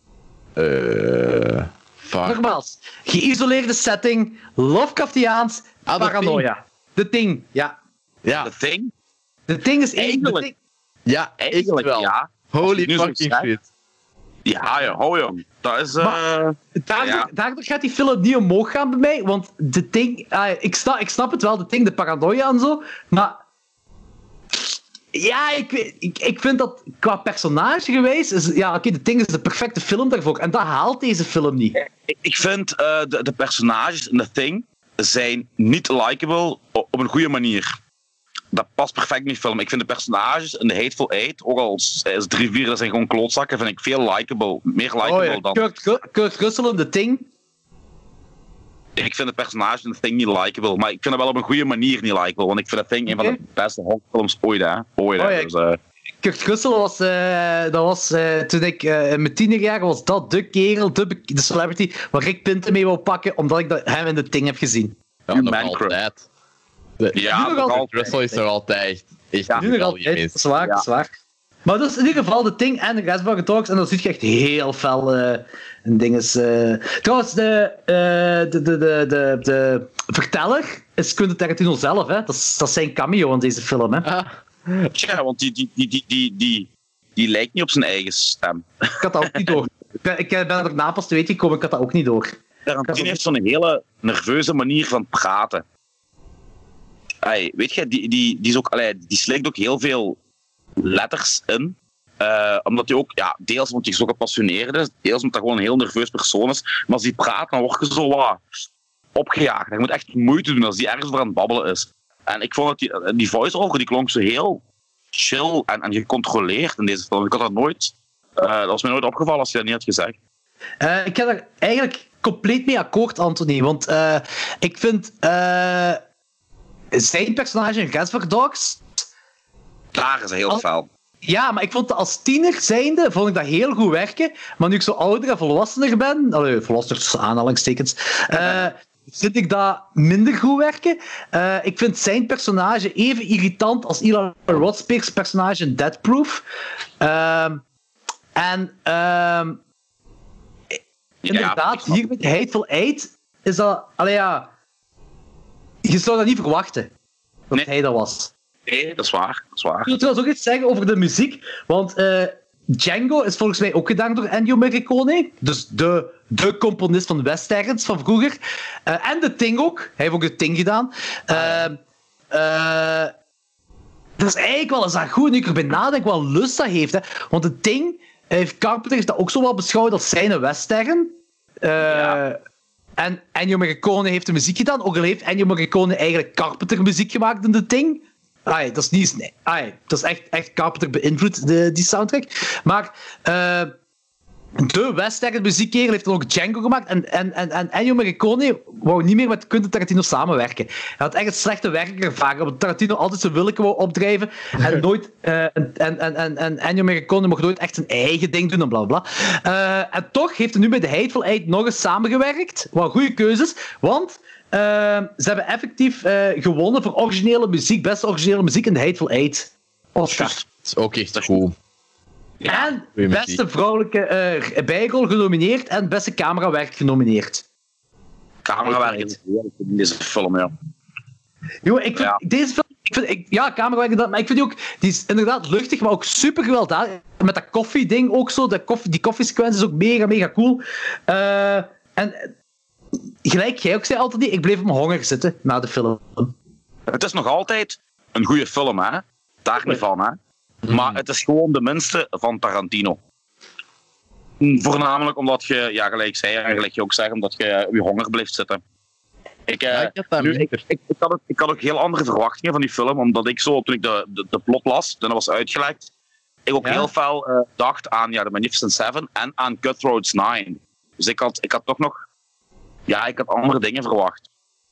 Nogmaals, geïsoleerde setting, Lovecraftiaans, paranoia. The Thing, ja. The Thing? The Thing is eigenlijk. Ja, eigenlijk wel. Ja. Holy fucking shit. Ja, hou jong. Dat is... Daardoor gaat die film niet omhoog gaan bij mij, want The Thing... ik snap het wel, The Thing, de paranoia en zo, maar... Ja, ik vind dat qua personage geweest... The Thing is de perfecte film daarvoor. En dat haalt deze film niet. Ik vind de personages in The Thing zijn niet likable op een goede manier. Dat past perfect in die film. Ik vind de personages in The Hateful Eight, ook al is 3/4 dat zijn gewoon klootzakken, vind ik veel likable. Meer likable dan... Kurt Russell in The Thing. Ik vind de personages in The Thing niet likable, maar ik vind het wel op een goede manier niet likable, want ik vind The Thing een van de beste horrorfilms ooit, hè. Dus, Kurt Russell was toen ik in mijn tienerjaren was dat de kerel, de celebrity waar Rick Pinten mee wou pakken, omdat ik hem in The Thing heb gezien. Ja, nog altijd. Russell is nog altijd echt nu nog altijd, dat is waar. Maar dus in ieder geval The Thing en Reservoir Dogs, en dan zie je echt heel fel dinges. Trouwens, de verteller is Quentin Tarantino zelf, hè. Dat is zijn cameo in deze film, hè. Ja, want die lijkt niet op zijn eigen stem. Ik had dat ook niet door. Ik ben er na pas te weten gekomen, ik had dat ook niet door. Tarantino heeft zo'n hele nerveuze manier van praten. Weet je, die slikt ook heel veel letters in. Omdat hij ook, deels omdat hij zo gepassioneerd is, deels omdat hij gewoon een heel nerveus persoon is. Maar als hij praat, dan word je zo wat opgejaagd. Je moet echt moeite doen als hij ergens voor aan het babbelen is. En ik vond dat die voice-over, die klonk zo heel chill en gecontroleerd in deze film. Ik had dat nooit... dat was mij nooit opgevallen als je dat niet had gezegd. Ik ga daar eigenlijk compleet mee akkoord, Anthony. Want ik vind... zijn personage in Reservoir Dogs Daar is hij heel fel. Ja, maar ik vond dat als tiener zijnde vond ik dat heel goed werken. Maar nu ik zo ouder en volwassener ben, volwassener tussen aanhalingstekens, vind ik dat minder goed werken. Ik vind zijn personage even irritant als Eli Roth's personage in Death Proof. Inderdaad, hier met Hateful Eight is dat... je zou dat niet verwachten, dat hij dat was. Nee, dat is waar. Ik wil trouwens ook iets zeggen over de muziek, want Django is volgens mij ook gedaan door Ennio Morricone, dus de componist van westerns van vroeger. En de Thing ook. Hij heeft ook de Thing gedaan. Dat is eigenlijk wel eens goed, nu ik erbij nadenk, wel lust dat heeft. Hè. Want de Thing heeft Carpenter dat ook zo wel beschouwd als zijn western. En Ennio Morricone heeft de muziek gedaan, ook al heeft Ennio Morricone eigenlijk Carpenter muziek gemaakt in de Thing. Dat is niet... dat is echt Carpenter beïnvloed, die soundtrack. Maar de western muziekkerel heeft dan ook Django gemaakt. En Ennio Morricone wou niet meer met Quentin Tarantino samenwerken. Hij had echt het slechte werk ervaren. Omdat Tarantino altijd zijn willeke wou opdrijven. En nooit... En Ennio Morricone mocht nooit echt zijn eigen ding doen en blablabla. En toch heeft hij nu met de Hateful Eight nog eens samengewerkt. Wat goede keuzes. Want... ze hebben effectief gewonnen voor originele muziek, beste originele muziek in de Hateful Eight. Oscar. Dat is ook echt goed. En beste vrouwelijke bijrol genomineerd en beste camerawerk genomineerd. Camerawerk is heerlijk in deze film, ja. Jo, ik vind deze film... camerawerk, maar ik vind die ook... Die is inderdaad luchtig, maar ook super gewelddadig. Met dat koffie-ding ook zo. Die koffiesequentie is ook mega, mega cool. En... Gelijk jij ook zei altijd niet, ik bleef op mijn honger zitten na de film. Het is nog altijd een goede film, hè? Daar niet van, hè? Maar het is gewoon de minste van Tarantino. Voornamelijk omdat je, gelijk zei en gelijk je ook zegt, omdat je op je honger blijft zitten. Ik had ook heel andere verwachtingen van die film, omdat ik zo, toen ik de plot las, toen dat was uitgelekt, ik ook heel veel dacht aan The Magnificent Seven en aan Cutthroat 9. Dus ik had toch nog... Ja, ik had andere dingen verwacht.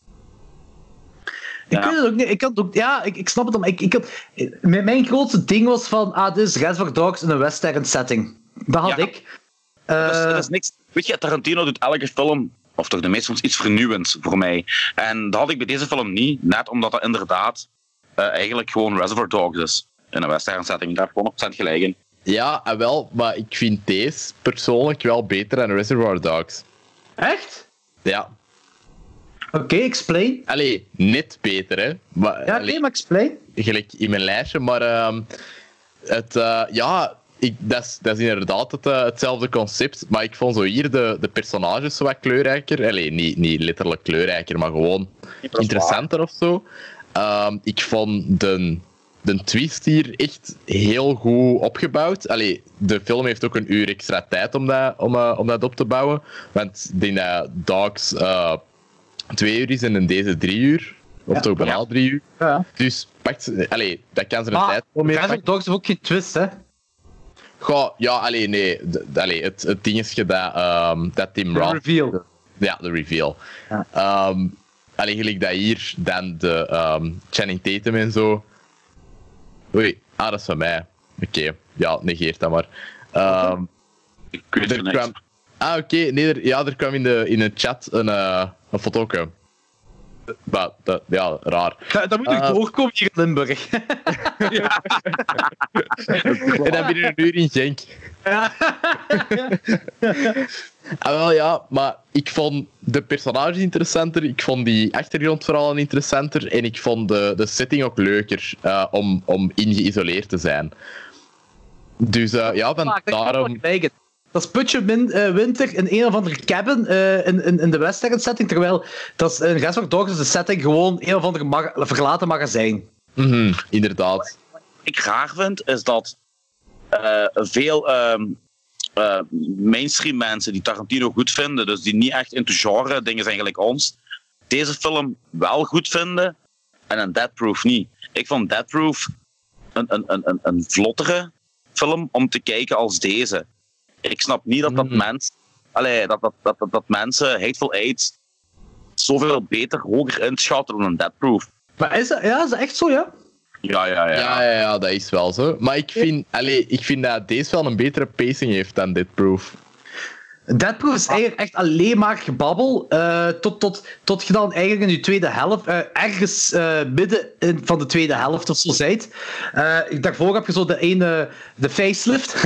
Ik weet het ook niet. Ik snap het dan. Mijn grootste ding was van... dit is Reservoir Dogs in een western setting. Dat had ik. Dat is niks. Weet je, Tarantino doet elke film... Of toch de meeste soms iets vernieuwends voor mij. En dat had ik bij deze film niet. Net omdat dat inderdaad... eigenlijk gewoon Reservoir Dogs is. In een western setting. Daar heb ik 100% gelijk in. Ja, wel. Maar ik vind deze persoonlijk wel beter dan Reservoir Dogs. Echt? Ja. Oké, explain. Allee, net beter, hè. Maar, maar explain. Gelijk in mijn lijstje, maar... dat is inderdaad hetzelfde concept, maar ik vond zo hier de personages zo wat kleurrijker. Allee, niet letterlijk kleurrijker, maar gewoon interessanter of zo. Ik vond de twist hier echt heel goed opgebouwd. Allee, de film heeft ook een uur extra tijd om dat op te bouwen. Want ik denk dat Dogs 2 uur is en deze 3 uur. Of toch bijna 3 uur. Ja. Dus dat kan ze een tijd voor meer pakken. Dogs heeft ook geen twist, hè? Goh, nee. Het ding is dat Tim Roth... De reveal. Ja, de reveal. Ja. Gelijk dat hier, dan de Channing Tatum en zo... Oei, dat is van mij. Oké, negeert dat maar. Ik weet het niet. Oké, nee, er kwam in de chat een fotoke. Raar. Dat moet nog doorkomen hier in Limburg. En dan binnen een uur in Genk. Maar ik vond de personages interessanter, ik vond die achtergrondverhalen interessanter en ik vond de setting ook leuker om ingeïsoleerd te zijn. Dus daarom... Dat is Putje Winter in een of andere cabin in de western setting, terwijl dat is in Reservoir Dogs is de setting gewoon een of andere verlaten magazijn. Inderdaad. Wat ik raar vind, is dat veel mainstream mensen die Tarantino goed vinden, dus die niet echt into genre dingen zijn gelijk ons, deze film wel goed vinden en een Death Proof niet. Ik vond Death Proof een vlottere film om te kijken als deze. Ik snap niet dat mensen Hateful Eight zoveel beter, hoger inschatten dan een Death Proof. Maar is dat echt zo, ja? Ja, dat is wel zo. Maar ik vind dat deze wel een betere pacing heeft dan Deathproof. Deathproof is eigenlijk echt alleen maar gebabbel. Tot je dan eigenlijk in je tweede helft, ergens midden van de tweede helft of zo zijt. Daarvoor heb je zo de facelift.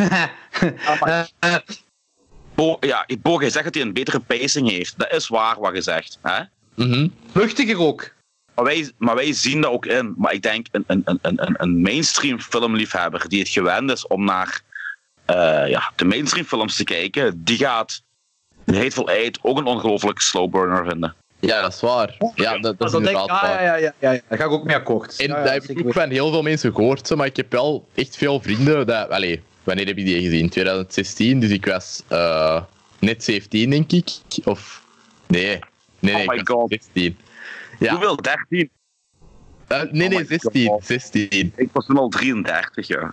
Bo, jij zegt dat hij een betere pacing heeft. Dat is waar wat je zegt. Hè? Luchtiger ook. Maar wij zien dat ook in. Maar ik denk, een mainstream filmliefhebber die het gewend is om naar de mainstream films te kijken, die gaat The Hateful Eight ook een ongelooflijk slow burner vinden. Ja, dat is waar. Ja, dat is inderdaad waar. Ja. Daar ga ik ook mee akkoord. En dat heb ik ook van heel veel mensen gehoord, maar ik heb wel echt veel vrienden dat... Wanneer heb ik die gezien? 2016, dus ik was net 17, denk ik. Of... Nee, oh my god. 16. Ja. Hoeveel? 13? Nee, 16. Ik was toen al 33, ja.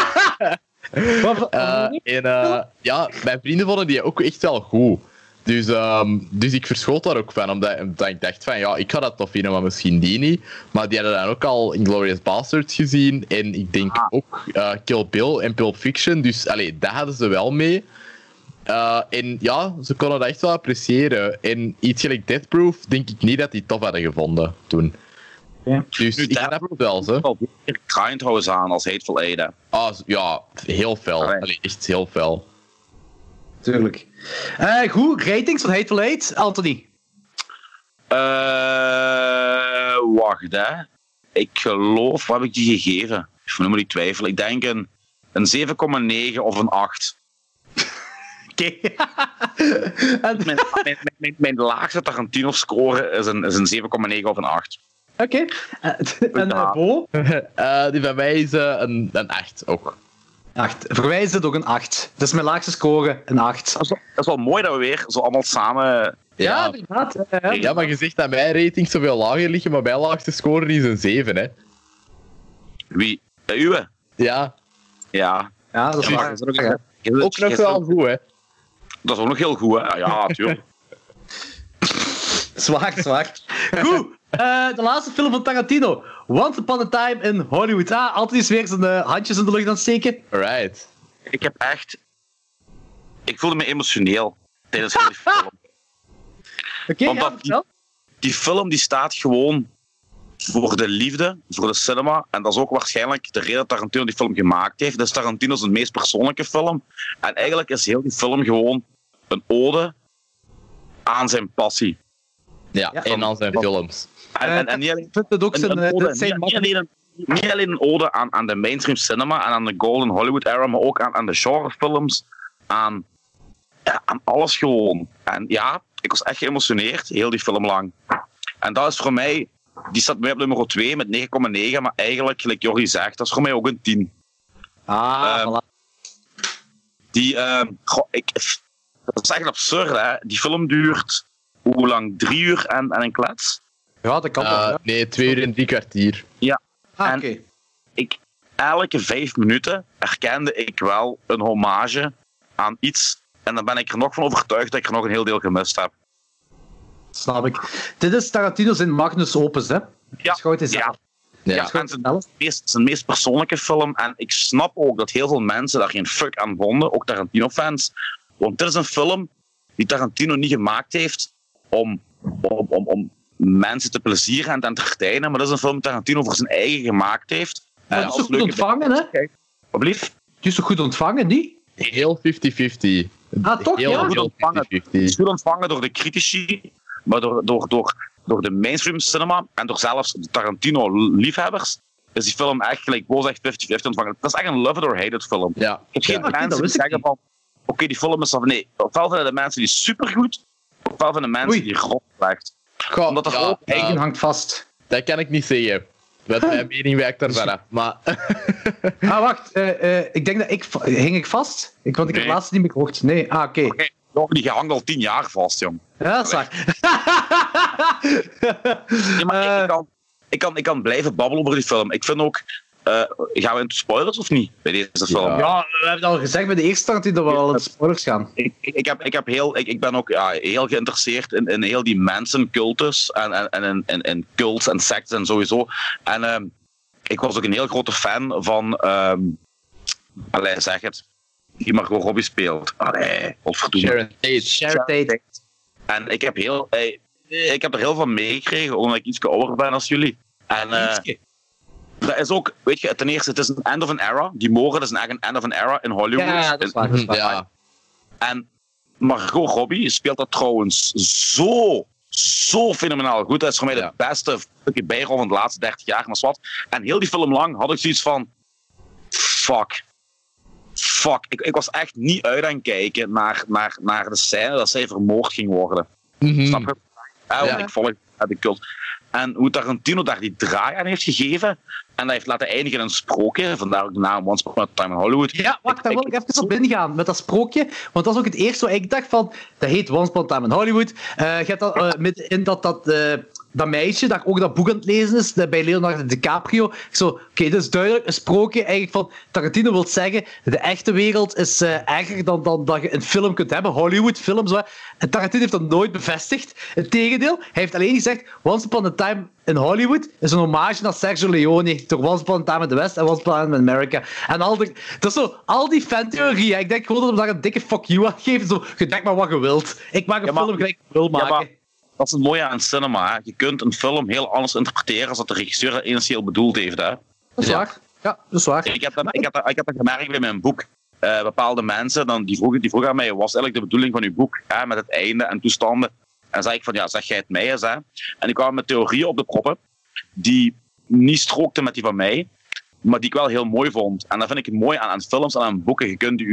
Mijn vrienden vonden die ook echt wel goed. Dus ik verschoot daar ook van, omdat ik dacht van, ik ga dat tof vinden, maar misschien die niet. Maar die hadden dan ook al Inglourious Basterds gezien, en ik denk ook Kill Bill en Pulp Fiction, dus dat hadden ze wel mee. En ja, ze konden dat echt wel appreciëren. En iets gelijk Deathproof denk ik niet dat die tof hadden gevonden toen. Ja. Dus ik snap het wel, zo. Wel weer Grindhouse aan als Hateful Eight. Ja, heel fel. Echt heel fel. Tuurlijk. Goed, ratings van Hateful Eight, Anthony? Wacht, hè. Ik geloof, wat heb ik die gegeven? Ik moet niet twijfelen. Ik denk een 7,9 of een 8. Oké. Mijn laagste Tarantino-score is een 7,9 of een 8. Oké. En Bo? Die bij mij is een 8 ook. 8. Voor mij is het ook een 8. Dat is mijn laagste score, een 8. Dat is wel mooi dat we weer zo allemaal samen... Ja, inderdaad. Ja, maar je zegt dat mijn ratings zoveel lager liggen, maar mijn laagste score is een 7, hè. Wie? Uwe? Ja. Ja, dat is waar. Ook nog wel goed, hè. Dat is ook nog heel goed, hè. Ja, natuurlijk. Zwaar. Goed. De laatste film van Tarantino. Once Upon a Time in Hollywood. Altijd is weer zijn handjes in de lucht aan het steken. Right. Ik voelde me emotioneel tijdens heel die film. Oké, die film die staat gewoon voor de liefde, voor de cinema. En dat is ook waarschijnlijk de reden dat Tarantino die film gemaakt heeft. Dat is Tarantino's meest persoonlijke film. En eigenlijk is heel die film gewoon een ode aan zijn passie. Ja, en aan zijn films. En niet alleen een ode aan de mainstream cinema en aan de golden Hollywood era, maar ook aan de genrefilms, aan alles gewoon. En ja, ik was echt geëmotioneerd, heel die film lang. En dat is voor mij, die staat bij mij op nummer 2 met 9,9, maar eigenlijk, gelijk Jordi zegt, dat is voor mij ook een 10. Voilà. Dat is echt absurd, hè. Die film duurt, hoe lang? 3 uur en een klets? Ja, dat kan wel. Ja. Nee, 2 uur en 3 kwartier. Ja. Oké. Elke 5 minuten herkende ik wel een hommage aan iets. En dan ben ik er nog van overtuigd dat ik er nog een heel deel gemist heb. Snap ik. Dit is Tarantino's in Magnus Opus, hè? Ja. En zijn meest persoonlijke film. En ik snap ook dat heel veel mensen daar geen fuck aan vonden, ook Tarantino-fans. Want dit is een film die Tarantino niet gemaakt heeft om mensen te plezieren en te entertainen, maar dat is een film die Tarantino voor zijn eigen gemaakt heeft. Maar het is toch goed ontvangen, hè? Wat blieft? Het is toch goed ontvangen, niet? Heel 50-50. Toch? Heel, ja? Goed ontvangen. Het is goed ontvangen door de critici, maar door de mainstream cinema en door zelfs de Tarantino-liefhebbers is die film echt, gelijk Bo zegt, 50-50 ontvangen. Dat is echt een love it or hate it film. Ja. Ik heb geen mensen die zeggen van, oké, die film is van, nee, ofwel vinden de mensen die supergoed, ofwel vinden de mensen die rot slecht. Omdat dat ook eigen hangt vast. Dat kan ik niet zeggen. Mijn mening wijkt daar vanaf. Maar... wacht. Ik denk dat hing ik vast? Want ik heb het laatst niet meer gehoord. Nee, oké. Die hangt al 10 jaar vast, jong. Ja, dat is waar. Ja, maar ik kan blijven babbelen over die film. Ik vind ook... gaan we into spoilers of niet bij deze film? Ja, we hebben het al gezegd bij de eerste start dat we al in spoilers gaan. Ik ben ook heel geïnteresseerd in heel die mensencultus en cults en secten en sowieso. En ik was ook een heel grote fan van... zeg het. Die Margot Robbie speelt. Sharon Tate. En ik heb er heel van meegekregen, omdat ik iets ouder ben als jullie. En dat is ook, weet je, ten eerste, het is een end of an era. Die moorden is echt een end of an era in Hollywood. Ja, dat is waar. Ja. En Margot Robbie speelt dat trouwens zo fenomenaal goed. Dat is voor mij de beste bijrol van de laatste 30 jaar. Maar wat. En heel die film lang had ik zoiets van... Fuck. Ik was echt niet uit aan het kijken naar de scène dat zij vermoord ging worden. Snap je? Want ik volg de cult. En hoe Tarantino daar die draai aan heeft gegeven en dat heeft laten eindigen in een sprookje, vandaar ook de naam Once Upon a Time in Hollywood. Ja, wacht, daar wil ik even op ingaan met dat sprookje, want dat is ook het eerste wat ik dacht van, dat heet Once Upon a Time in Hollywood. Je hebt dat in dat meisje dat ook dat boek aan het lezen is, bij Leonardo DiCaprio. Oké, dit is duidelijk een sprookje eigenlijk van Tarantino wil zeggen, de echte wereld is erger dan dat je een film kunt hebben, Hollywood-films. En Tarantino heeft dat nooit bevestigd. Integendeel, hij heeft alleen gezegd, Once Upon a Time in Hollywood is een hommage naar Sergio Leone door Once Upon a Time in the West en Once Upon a Time in America. En dat is zo, al die fantheorieën. Ik denk gewoon dat we daar een dikke fuck you aan geven. Zo, je denkt maar wat je wilt. Ik maak een film gelijk ik wil maken. Dat is het mooie aan cinema. Hè. Je kunt een film heel anders interpreteren als dat de regisseur dat initieel bedoeld heeft. Hè. Dat is waar. Ja, dat is waar. Ik heb dat gemerkt bij mijn boek. Bepaalde mensen die vroegen aan mij, wat was eigenlijk de bedoeling van uw boek? Hè, met het einde en toestanden. En dan zei ik van, ja, zeg jij het mij eens. Hè. En ik kwam met theorieën op de proppen die niet strookten met die van mij, maar die ik wel heel mooi vond. En dat vind ik het mooi aan films en aan boeken. Je kunt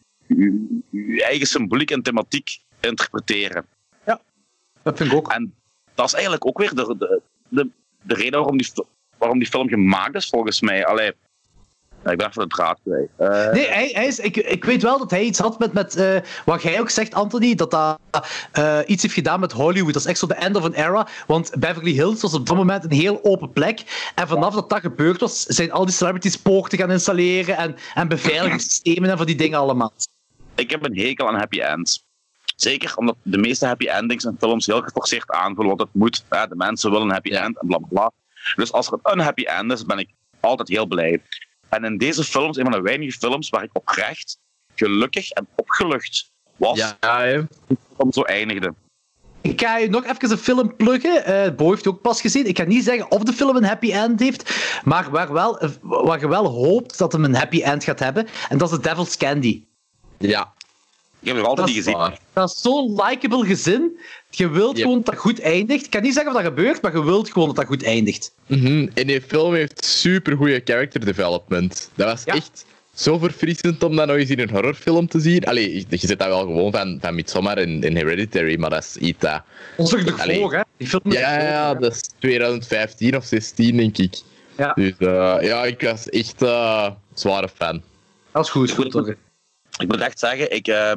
je eigen symboliek en thematiek interpreteren. Dat vind ik ook. En dat is eigenlijk ook weer de reden waarom die film gemaakt is, volgens mij. Allee, ik ben even de draad kwijt. Nee, ik weet wel dat hij iets had met wat jij ook zegt, Anthony, dat iets heeft gedaan met Hollywood. Dat is echt zo de end of an era. Want Beverly Hills was op dat moment een heel open plek. En vanaf dat gebeurd was, zijn al die celebrities poorten gaan installeren en beveiligingssystemen en van die dingen allemaal. Ik heb een hekel aan happy ends. Zeker omdat de meeste happy endings in films heel geforceerd aanvoelen, want het moet. De mensen willen een happy end en blablabla. Dus als er een happy end is, ben ik altijd heel blij. En in deze films, een van de weinige films waar ik oprecht gelukkig en opgelucht was, dat het zo eindigde. Ik ga je nog even een film pluggen. Bo heeft het ook pas gezien. Ik ga niet zeggen of de film een happy end heeft, maar waar je wel hoopt dat hem een happy end gaat hebben. En dat is The Devil's Candy. Ja. Ik heb nog altijd niet gezien. Dat is zo'n likable gezin. Je wilt gewoon dat dat goed eindigt. Ik kan niet zeggen of dat gebeurt, maar je wilt gewoon dat dat goed eindigt. En die film heeft supergoeie character development. Dat was echt zo verfrissend om dat nog eens in een horrorfilm te zien. Allee, je zit dat wel gewoon van Midsommar en Hereditary, maar dat is iets dat... Dat is toch de volg, hè? Die film ja, dat is 2015 of 16, denk ik. Ja. Dus ik was echt zware fan. Dat is goed, toch? Ik moet echt zeggen,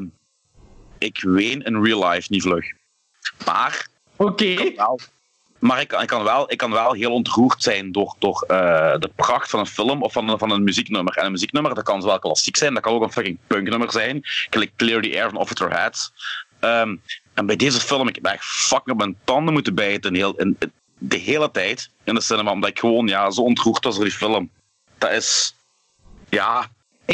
ik ween in real life niet vlug. Maar... Oké. Maar ik kan wel heel ontroerd zijn door de pracht van een film of van een muzieknummer. En een muzieknummer, dat kan zowel klassiek zijn, dat kan ook een fucking punknummer zijn. Gelijk Clear the Air van Off With Your Head. En bij deze film, ik heb echt fucking op mijn tanden moeten bijten de hele tijd in de cinema, omdat ik gewoon zo ontroerd was door die film. Dat is... Ja... Ik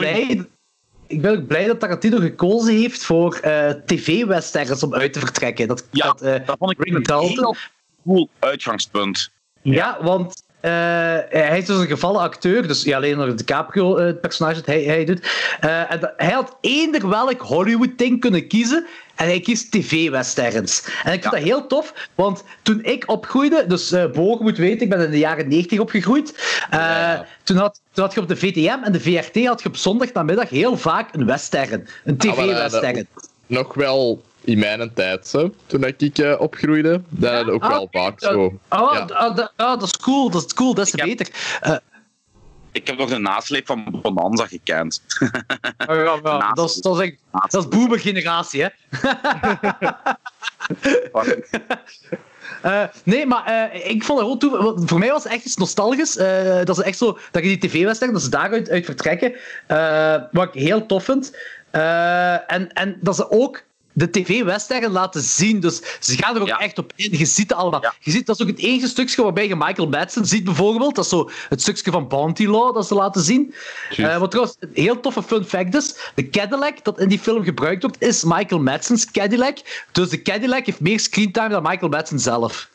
ben ook blij dat Tarantino gekozen heeft voor tv-westerns om uit te vertrekken. Dat vond ik een heel cool uitgangspunt. Ja, want hij is dus een gevallen acteur, dus alleen nog DiCaprio, het personage dat hij doet. En hij had eender welk Hollywood-ding kunnen kiezen en hij kiest tv-westerns. En ik vind dat heel tof, want toen ik opgroeide, dus Bo, je moet weten, ik ben in de jaren 90 opgegroeid, toen had je op de VTM en de VRT had je op zondagnamiddag heel vaak een western, een tv-western. Nog wel in mijn tijd, toen ik opgroeide, dat had ook wel vaak zo. Dat is cool, dat is beter. Ik heb nog de nasleep van Bonanza gekend. Dat is boomer-generatie, hè? Nee, maar ik vond het gewoon toe. Voor mij was het echt iets nostalgisch. Dat is echt zo dat je die tv-wedstrijd, dat ze daaruit vertrekken. Wat ik heel tof vind. En dat ze ook de tv-western laten zien. Dus ze gaan er ook echt op in. Je ziet het allemaal. Ja. Je ziet, dat is ook het enige stukje waarbij je Michael Madsen ziet, bijvoorbeeld. Dat is zo het stukje van Bounty Law dat ze laten zien. Wat trouwens een heel toffe fun fact is, de Cadillac dat in die film gebruikt wordt, is Michael Madsen's Cadillac. Dus de Cadillac heeft meer screentime dan Michael Madsen zelf.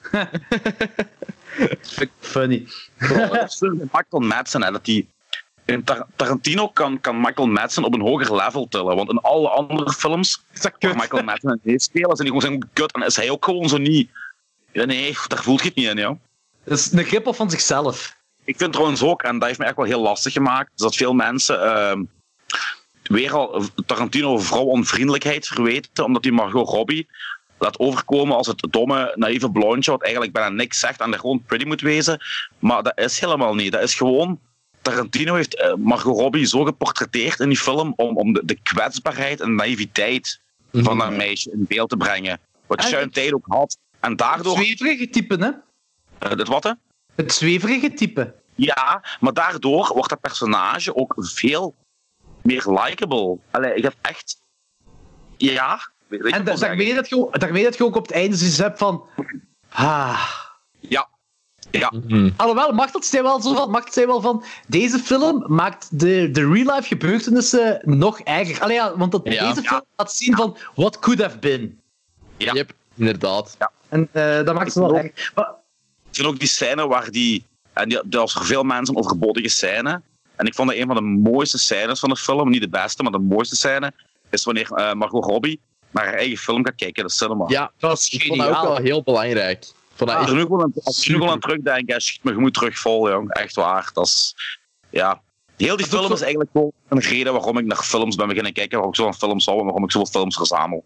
Funny. Michael Madsen, hè, dat die... In Tarantino kan Michael Madsen op een hoger level tillen. Want in alle andere films waar Michael Madsen in spelen, zijn die gewoon zijn kut. En is hij ook gewoon zo niet... Ja, nee, daar voelt je het niet in, joh. Dat is een grip van zichzelf. Ik vind trouwens ook, en dat heeft me echt wel heel lastig gemaakt, dat veel mensen weer al Tarantino vrouwonvriendelijkheid verweten, omdat hij Margot Robbie laat overkomen als het domme, naïeve blondje, wat eigenlijk bijna niks zegt en er gewoon pretty moet wezen. Maar dat is helemaal niet. Dat is gewoon... Tarantino heeft Margot Robbie zo geportretteerd in die film om de kwetsbaarheid en naïviteit van dat meisje in beeld te brengen. Wat Sharon Tate ook had. En daardoor... Het zweverige type, hè? Het wat, hè? Het zweverige type. Ja, maar daardoor wordt dat personage ook veel meer likable. Allee, ik heb echt... Ja... En daarmee dat je ook op het einde zoiets hebt van... Ja. Ja. Alhoewel, mag het zijn wel van... Deze film maakt de real-life gebeurtenissen nog erger. Allee, ja, want deze film laat zien van... What could have been. Ja. Yep, inderdaad. Ja. En dat maakt het wel erg. Er zijn ook die scènes waar die... En dat was voor veel mensen een overbodige scène. En ik vond dat een van de mooiste scènes van de film. Niet de beste, maar de mooiste scène. Is wanneer Margot Robbie naar haar eigen film gaat kijken in de cinema. Ja, dat is ook wel heel belangrijk. Als je nu gewoon aan terugdenkt, schiet me, je moet terug vol, jong. Echt waar. Dat is, ja. Heel die film is eigenlijk gewoon een reden waarom ik naar films ben beginnen kijken, waarom ik zo van films hou en waarom ik zoveel films verzamel.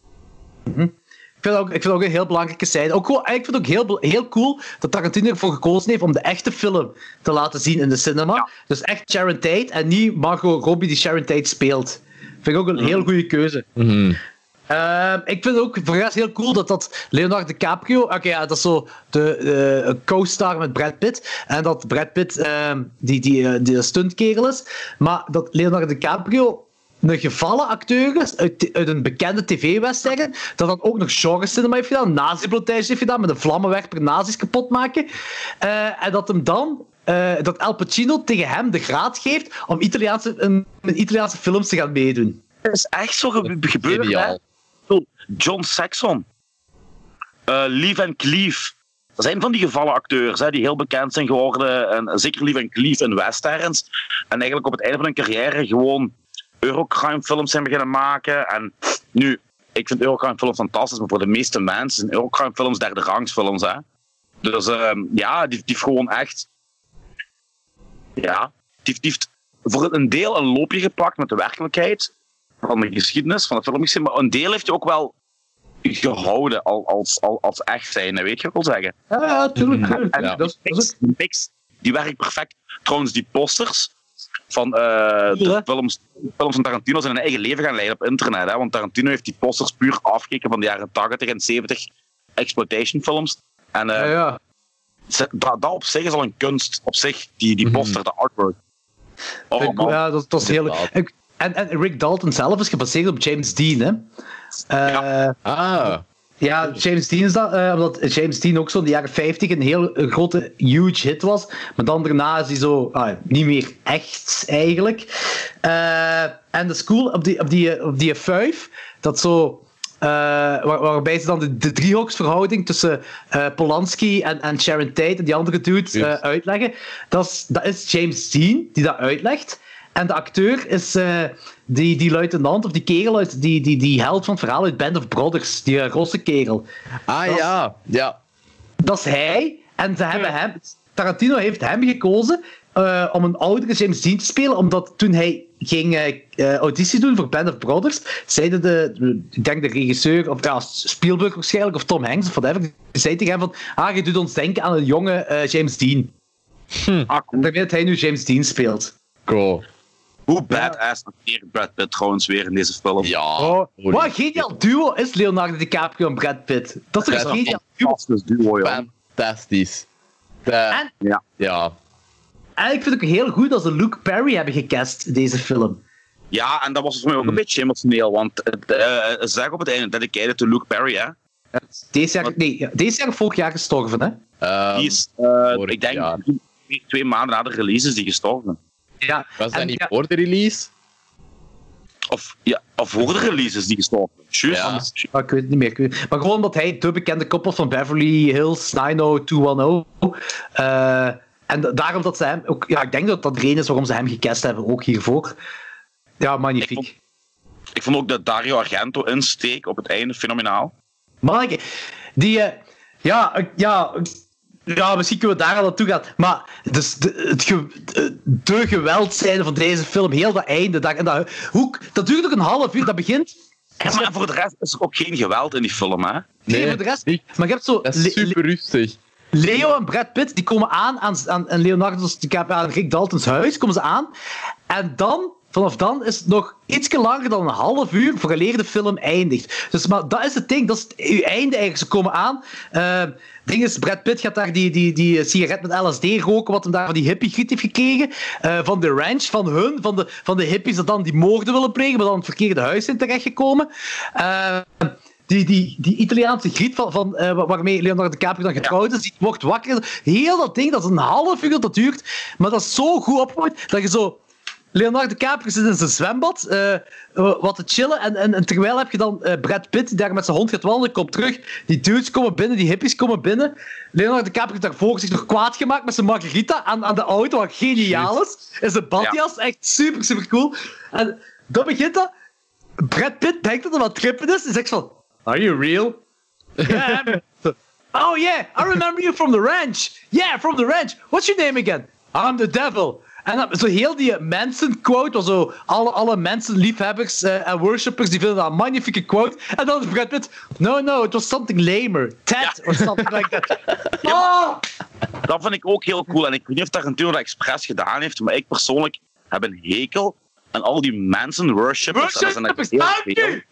Ik vind ook een heel belangrijke scène. Ik vind het ook heel cool dat Tarantino ervoor gekozen heeft om de echte film te laten zien in de cinema. Ja. Dus echt Sharon Tate en niet Margot Robbie die Sharon Tate speelt. Vind ik ook een heel goede keuze. Ik vind het ook voor de rest heel cool dat Leonardo DiCaprio... dat is zo de co-star met Brad Pitt. En dat Brad Pitt die stuntkerel is. Maar dat Leonardo DiCaprio een gevallen acteur is uit een bekende tv-western. Dat dan ook nog genre-cinema heeft gedaan. Nazi-blotage heeft gedaan. Met een vlammenwerper nazi's kapot maken. En dat hem dan... dat Al Pacino tegen hem de graad geeft om Italiaanse films te gaan meedoen. Dat is echt zo gebeurd. John Saxon, Lief en Cleef. Dat zijn van die gevallen acteurs die heel bekend zijn geworden. En zeker Lief en Cleef in westerns. En eigenlijk op het einde van hun carrière gewoon Eurocrime-films zijn beginnen maken. En nu, ik vind Eurocrime-films fantastisch, maar voor de meeste mensen zijn Eurocrime-films derde rangsfilms. Dus die heeft gewoon echt... Ja, die heeft voor een deel een loopje gepakt met de werkelijkheid van de geschiedenis, van de filmgeschiedenis, maar een deel heeft hij ook wel gehouden als echt zijn, weet je wat ik wil zeggen? Ja, tuurlijk. Die mix, die werkt perfect. Trouwens, die posters van de films van Tarantino zijn hun eigen leven gaan leiden op internet, want Tarantino heeft die posters puur afgekeken van de jaren 80 en 70 exploitation films. En dat op zich is al een kunst, op zich, die poster, de artwork. Dat is heel... En Rick Dalton zelf is gebaseerd op James Dean, hè? Ja, James Dean is dat, omdat James Dean ook zo in de jaren 50 een heel grote, huge hit was. Maar dan daarna is hij zo niet meer echt, eigenlijk. En de school op die 5, dat zo... waarbij ze dan de driehoeksverhouding tussen Polanski en Sharon Tate en die andere dude uitleggen. Dat is James Dean die dat uitlegt. En de acteur is die luitenant, of die kerel uit die held van het verhaal uit Band of Brothers, die rosse kerel. Dat is hij. En ze hebben hem... Tarantino heeft hem gekozen om een oudere James Dean te spelen, omdat toen hij ging auditie doen voor Band of Brothers, zeiden ik denk de regisseur, of Spielberg waarschijnlijk, of Tom Hanks, of whatever, zei tegen hem van, je doet ons denken aan een jonge James Dean. Daarmee dat hij nu James Dean speelt. Cool. Hoe badass acteert Brad Pitt trouwens weer in deze film. Ja. Wat een geniaal duo is Leonardo DiCaprio en Brad Pitt. Dat is een geniaal duo. Fantastisch. En ik vind het ook heel goed dat ze Luke Perry hebben gecast, deze film. Ja, en dat was voor mij ook een beetje emotioneel, want ze zeggen op het einde dedicated to Luke Perry, hè. Deze jaar of vorig jaar gestorven, hè? Die is, ik denk, 2 maanden na de release is die gestorven. Ja. Was dat niet voor de release? Of voor de release is die gestorven. Juist. Ja. Ik weet het niet meer. Maar gewoon omdat hij de bekende koppel van Beverly Hills 90210. En daarom dat ze hem ook... Ja, ik denk dat dat de reden is waarom ze hem gecast hebben, ook hiervoor. Ja, magnifiek. Ik vond ook de Dario Argento insteek op het einde fenomenaal. Maar die... Ja, misschien kunnen we daar aan naartoe gaan. Maar dus de geweldzijde van deze film, heel dat einde, dat duurt ook een half uur, dat begint... Ja, maar voor de rest is er ook geen geweld in die film, hè? Nee, voor de rest... Maar je hebt zo... Dat is super rustig. Leo en Brad Pitt, die komen aan Leonardo DiCaprio, aan Rick Dalton's huis, komen ze aan. En dan... Vanaf dan is het nog iets langer dan een half uur vooraleer de film eindigt. Dus, maar dat is het ding, dat is uw einde eigenlijk. Ze komen aan. Ding is, Brad Pitt gaat daar die sigaret met LSD roken, wat hem daar van die hippie-griet heeft gekregen. Van de ranch, van de hippies dat dan die moorden willen plegen, maar dan het verkeerde huis zijn terechtgekomen. Die Italiaanse griet waarmee Leonardo DiCaprio dan getrouwd is, die wordt wakker. Heel dat ding, dat is een half uur dat duurt, maar dat is zo goed opgebouwd dat je zo... Leonardo DiCaprio zit in zijn zwembad wat te chillen en terwijl heb je dan Brad Pitt die daar met zijn hond gaat wandelen, komt terug, die dudes komen binnen, die hippies komen binnen. Leonardo DiCaprio heeft daarvoor zich nog kwaad gemaakt met zijn margarita aan de auto, wat geniaal is. In zijn badjas, echt super, super cool. En dan begint dat. Brad Pitt denkt dat er wat trippen is en zegt van, are you real? Yeah. Oh yeah, I remember you from the ranch. Yeah, from the ranch. What's your name again? I'm the devil. En dan, zo heel die Manson-quote, waar zo alle Manson-liefhebbers en worshippers, die vinden dat een magnifieke quote. En dan Brad Pitt, no, it was something lamer. Ted, or something like that. Oh! Dat vind ik ook heel cool. En ik weet niet of Tarantino dat expres gedaan heeft, maar ik persoonlijk heb een hekel aan al die Manson-worshippers. Dank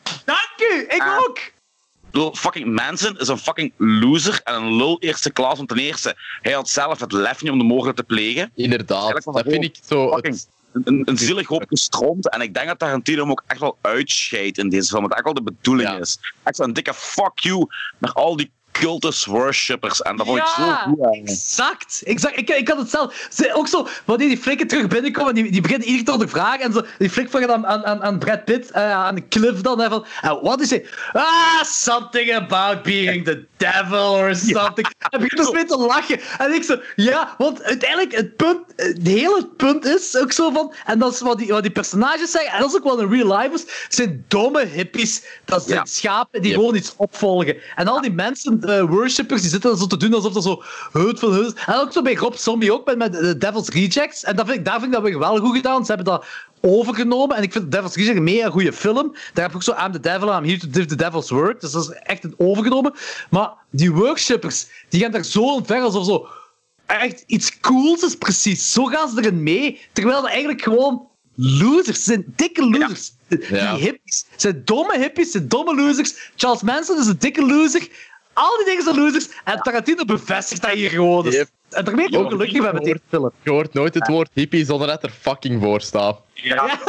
u! Ik ook! Fucking Manson is een fucking loser en een lul eerste klas. Want ten eerste, hij had zelf het lef niet om de moorden te plegen. Inderdaad, dat vind ik zo... Een zielig hoopje stront. En ik denk dat Tarantino hem ook echt wel uitscheidt in deze film. Dat echt wel de bedoeling is. Echt zo'n dikke fuck you naar al die cultus worshippers. En dat vond ik zo goed. Exact. Ik had het zelf. Ook zo, wanneer die flikken terug binnenkomen, die beginnen iedere keer te vragen. En zo, die flik vraagt aan Brad Pitt, aan Cliff dan. En van, wat is het? Something about being the devil or something. En begint dus mee te lachen. En ik zo, ja, want uiteindelijk het hele punt is ook zo van, en dat is wat die personages zeggen, en dat is ook wel in real life is, zijn domme hippies. Dat zijn schapen die gewoon iets opvolgen. En al die mensen, worshippers, die zitten zo te doen alsof dat zo hurtful is. En ook zo bij Rob Zombie ook, met The Devil's Rejects. En daar vind ik dat weer wel goed gedaan. Ze hebben dat overgenomen. En ik vind The Devil's Rejects een mega goede film. Daar heb ik ook zo I'm the Devil, I'm here to do the devil's work. Dus dat is echt een overgenomen. Maar die worshippers, die gaan daar zo ontver alsof zo echt iets cools is, precies. Zo gaan ze erin mee. Terwijl dat eigenlijk gewoon losers zijn. Dikke losers. Ja. Die hippies zijn domme hippies, zijn domme losers. Charles Manson is een dikke loser. Al die dingen zijn losers. En Tarantino bevestigt dat hier gewoon. Dus. En daarmee ben ik ook gelukkig met deze film. Je hoort nooit het woord hippie zonder dat er fucking voor staat. Ja.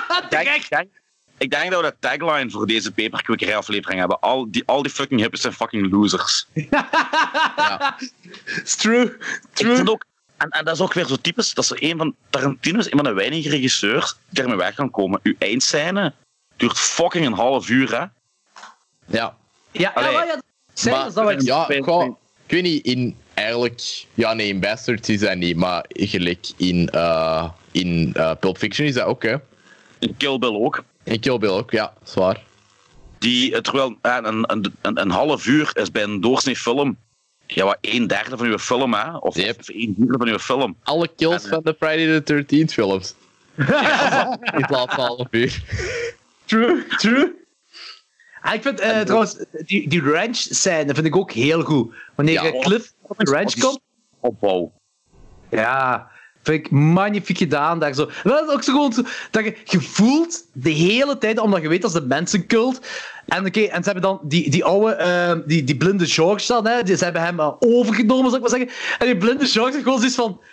Ik denk dat we de tagline voor deze paperquickerij-aflevering hebben. Al die fucking hippies zijn fucking losers. Ja. It's true. Ik vind ook, en dat is ook weer zo typisch, dat is Tarantino is een van de weinige regisseurs die ermee weg kan komen. Uw eindscène duurt fucking een half uur, hè? Ja. Ik weet niet, in Bastards is dat niet, maar gelijk in Pulp Fiction is dat ook, hè? In Kill Bill ook. In Kill Bill ook, ja, zwaar. Terwijl een half uur is bij een doorsnee film, wat 1/3 van uw film, hè? Of 1/4 van uw film. Alle kills van de Friday the 13th films. In plaats van half uur. True. Ik vind trouwens, die ranch-scène vind ik ook heel goed. Wanneer Cliff op de ranch komt. Opbouw. Ja, vind ik magnifiek gedaan daar zo. Dat is ook zo gewoon zo, dat je voelt de hele tijd, omdat je weet dat is de mensencult. En ze hebben dan die oude, die blinde George dan, hè, ze hebben hem overgenomen, zou ik maar zeggen. En die blinde George is gewoon zoiets van,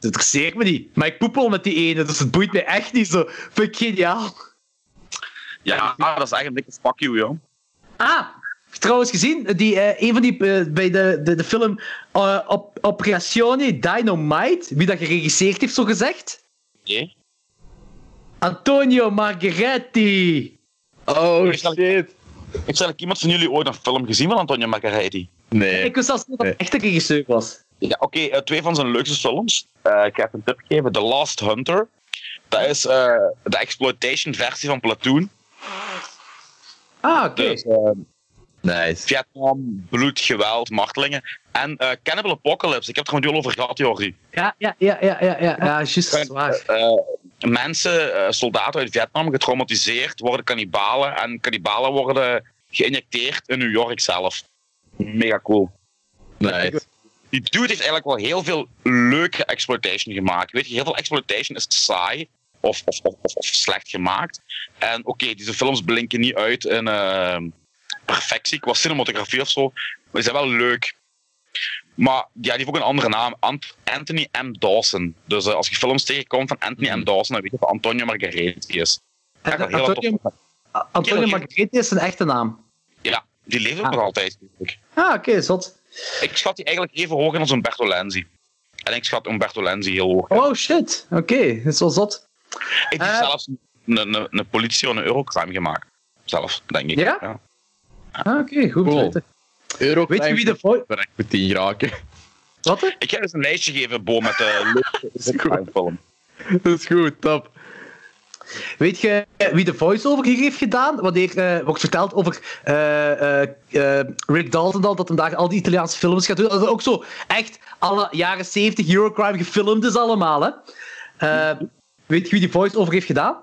dat interesseert me niet. Maar ik poep al met die ene, dus het boeit mij echt niet zo. Vind ik geniaal. Ja, dat is eigenlijk een fuck you, joh. Trouwens gezien, een van die bij de film Operazione Dynamite, wie dat geregisseerd heeft, zo gezegd? Nee. Antonio Margheriti. Oh, shit. Heeft eigenlijk iemand van jullie ooit een film gezien van Antonio Margheriti? Nee. Ik wist zelfs niet dat hij echt een regisseur was. Ja, oké, 2 van zijn leukste films. Ik ga even een tip geven. The Last Hunter. Dat is de exploitation versie van Platoon. Oké. Dus, Nice. Vietnam, bloed, geweld, martelingen. En Cannibal Apocalypse. Ik heb het er met jullie over gehad, Jordi. Ja, juist, waar. Mensen, soldaten uit Vietnam, getraumatiseerd, worden kannibalen. En kannibalen worden geïnjecteerd in New York zelf. Mega cool. Nice. Die dude heeft eigenlijk wel heel veel leuke exploitation gemaakt. Weet je, heel veel exploitation is saai of slecht gemaakt. En oké, deze films blinken niet uit in perfectie qua cinematografie of zo. Maar die zijn wel leuk. Maar ja, die heeft ook een andere naam. Anthony M. Dawson. Dus als je films tegenkomt van Anthony M. Dawson, dan weet je dat Antonio Margheriti is. Antonio Margheriti is zijn echte naam. Ja, die leeft ook nog altijd. Oké, zot. Ik schat die eigenlijk even hoog in als Umberto Lenzi. En ik schat Umberto Lenzi heel hoog. Oh shit, oké, dat is wel zot. Ik heb zelfs een politie of een Eurocrime gemaakt. Zelf, denk ik. Ja? Oké, goed Cool. weten. Weet je wie de voice... Ben ik met 10 raken. Wat? Ik ga eens een lijstje geven, Bo, met de leukste film. Dat is goed, top. Weet je wie de voice-over hier heeft gedaan? Wanneer wordt verteld over Rick Dalton dat hem daar al die Italiaanse films gaat doen. Dat is ook zo echt alle jaren 70 Eurocrime gefilmd is allemaal, hè? Weet je wie die voice-over heeft gedaan?